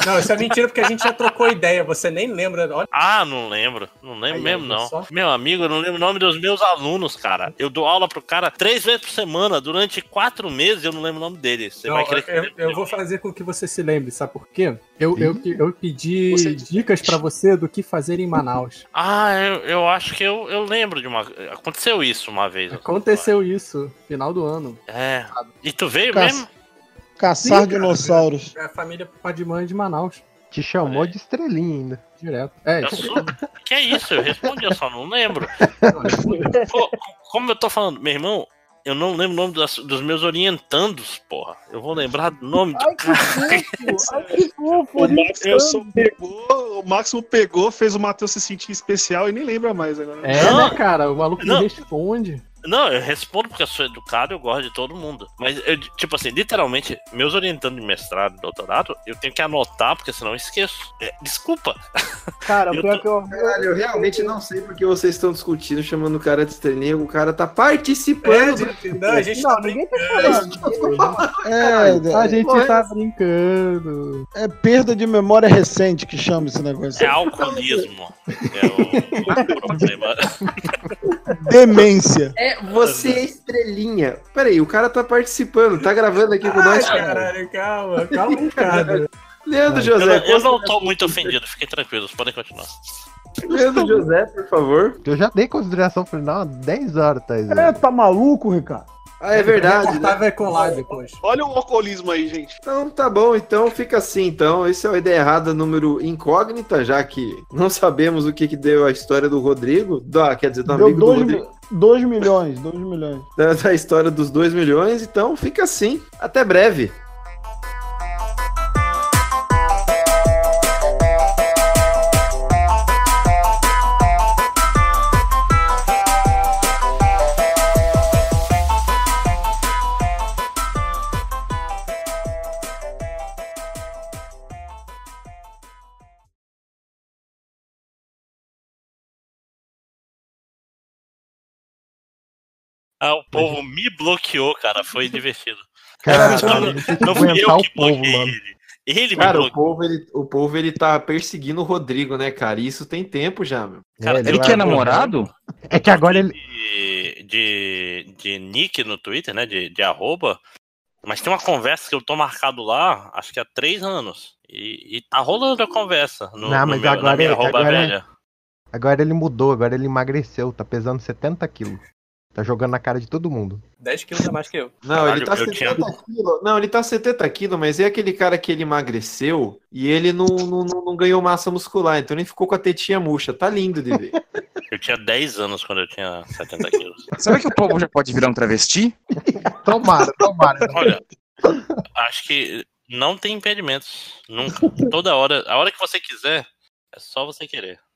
Não, isso é mentira porque a gente já trocou ideia, você nem lembra. Olha.
Ah, não lembro. Não lembro
Aí,
mesmo,
aí,
não.
só?
Meu amigo, eu não lembro o nome dos meus alunos, cara. Eu dou aula pro cara três vezes por semana, durante quatro meses eu não lembro o nome dele. Você
Não,
vai querer que
eu, eu vou fazer com que você se lembre, sabe por quê? Eu, eu, eu pedi você... dicas pra você do que fazer em Manaus.
Ah, eu, eu acho que eu, eu lembro de uma... Aconteceu isso uma vez.
Aconteceu isso, final do ano.
É. E tu veio
Ca...
mesmo?
Caçar
Sim,
dinossauros.
É a família Padimã de Manaus.
Te chamou é. de estrelinha ainda.
Direto. É,
eu sou... Que é isso? Eu respondi, eu só não lembro. Como eu tô falando, meu irmão, eu não lembro o nome das, dos meus orientandos, porra. Eu vou lembrar do nome do
Ai,
cara.
que fofo! Ai, que fofo!
O Máximo pegou, o Máximo pegou, fez o Matheus se sentir especial e nem lembra mais agora.
É, não, né, cara? O maluco não responde.
Não, eu respondo porque eu sou educado, eu gosto de todo mundo. Mas, eu, tipo assim, literalmente, meus orientandos de mestrado e doutorado, eu tenho que anotar, porque senão eu esqueço. É, desculpa.
Cara,
eu,
pior
tô...
que eu...
Caralho, eu realmente não sei porque vocês estão discutindo, chamando o cara de estrelinha, o cara tá participando.
É, não, a gente
não,
tá
ninguém tá falando.
É,
a gente Pô, tá brincando.
É perda de memória recente que chama esse negócio.
É alcoolismo. É o, o problema.
Demência.
É, você é estrelinha. Peraí, o cara tá participando, tá gravando aqui com nós.
Caralho, calma, calma, cara.
Leandro José.
Eu, eu não tô muito ofendido, fiquem tranquilos, podem continuar.
Leandro José, por favor.
Eu já dei consideração final há dez horas, Thaís.
É, tá maluco, Ricardo?
Ah, é verdade.
Né? Vai colar depois.
Olha o alcoolismo aí, gente.
Então tá bom, então fica assim. Então, esse é o Ideia Errada número incógnita, já que não sabemos o que, que deu a história do Rodrigo. Do, quer dizer, do
deu
amigo
dois,
do Rodrigo.
dois milhões, dois milhões.
Da, da história dos dois milhões. Então fica assim. Até breve.
Ah, o povo me bloqueou, cara. Foi divertido.
Cara,
não, não, não fui eu que bloqueei ele. Ele
cara,
me
o povo, ele, o povo, ele tá perseguindo o Rodrigo, né, cara? Isso tem tempo já, meu.
Cara, ele, ele que é namorado?
É que agora ele...
De, de, de nick no Twitter, né, de, de arroba. Mas tem uma conversa que eu tô marcado lá, acho que há três anos. E, e tá rolando a conversa no,
não, mas
no meu,
agora,
na minha arroba
agora,
velha.
Agora ele mudou, agora ele emagreceu, tá pesando setenta quilos. Tá jogando na cara de todo mundo.
dez quilos a mais que eu.
Não,
Caralho,
ele tá setenta
tinha...
quilos. Não, ele tá setenta quilos, mas é aquele cara que ele emagreceu e ele não, não, não ganhou massa muscular, então ele ficou com a tetinha murcha. Tá lindo de ver.
Eu tinha dez anos quando eu tinha setenta quilos.
Será que o povo já pode virar um travesti?
Tomara, tomara.
Olha, acho que não tem impedimentos. Nunca. Toda hora. A hora que você quiser, é só você querer.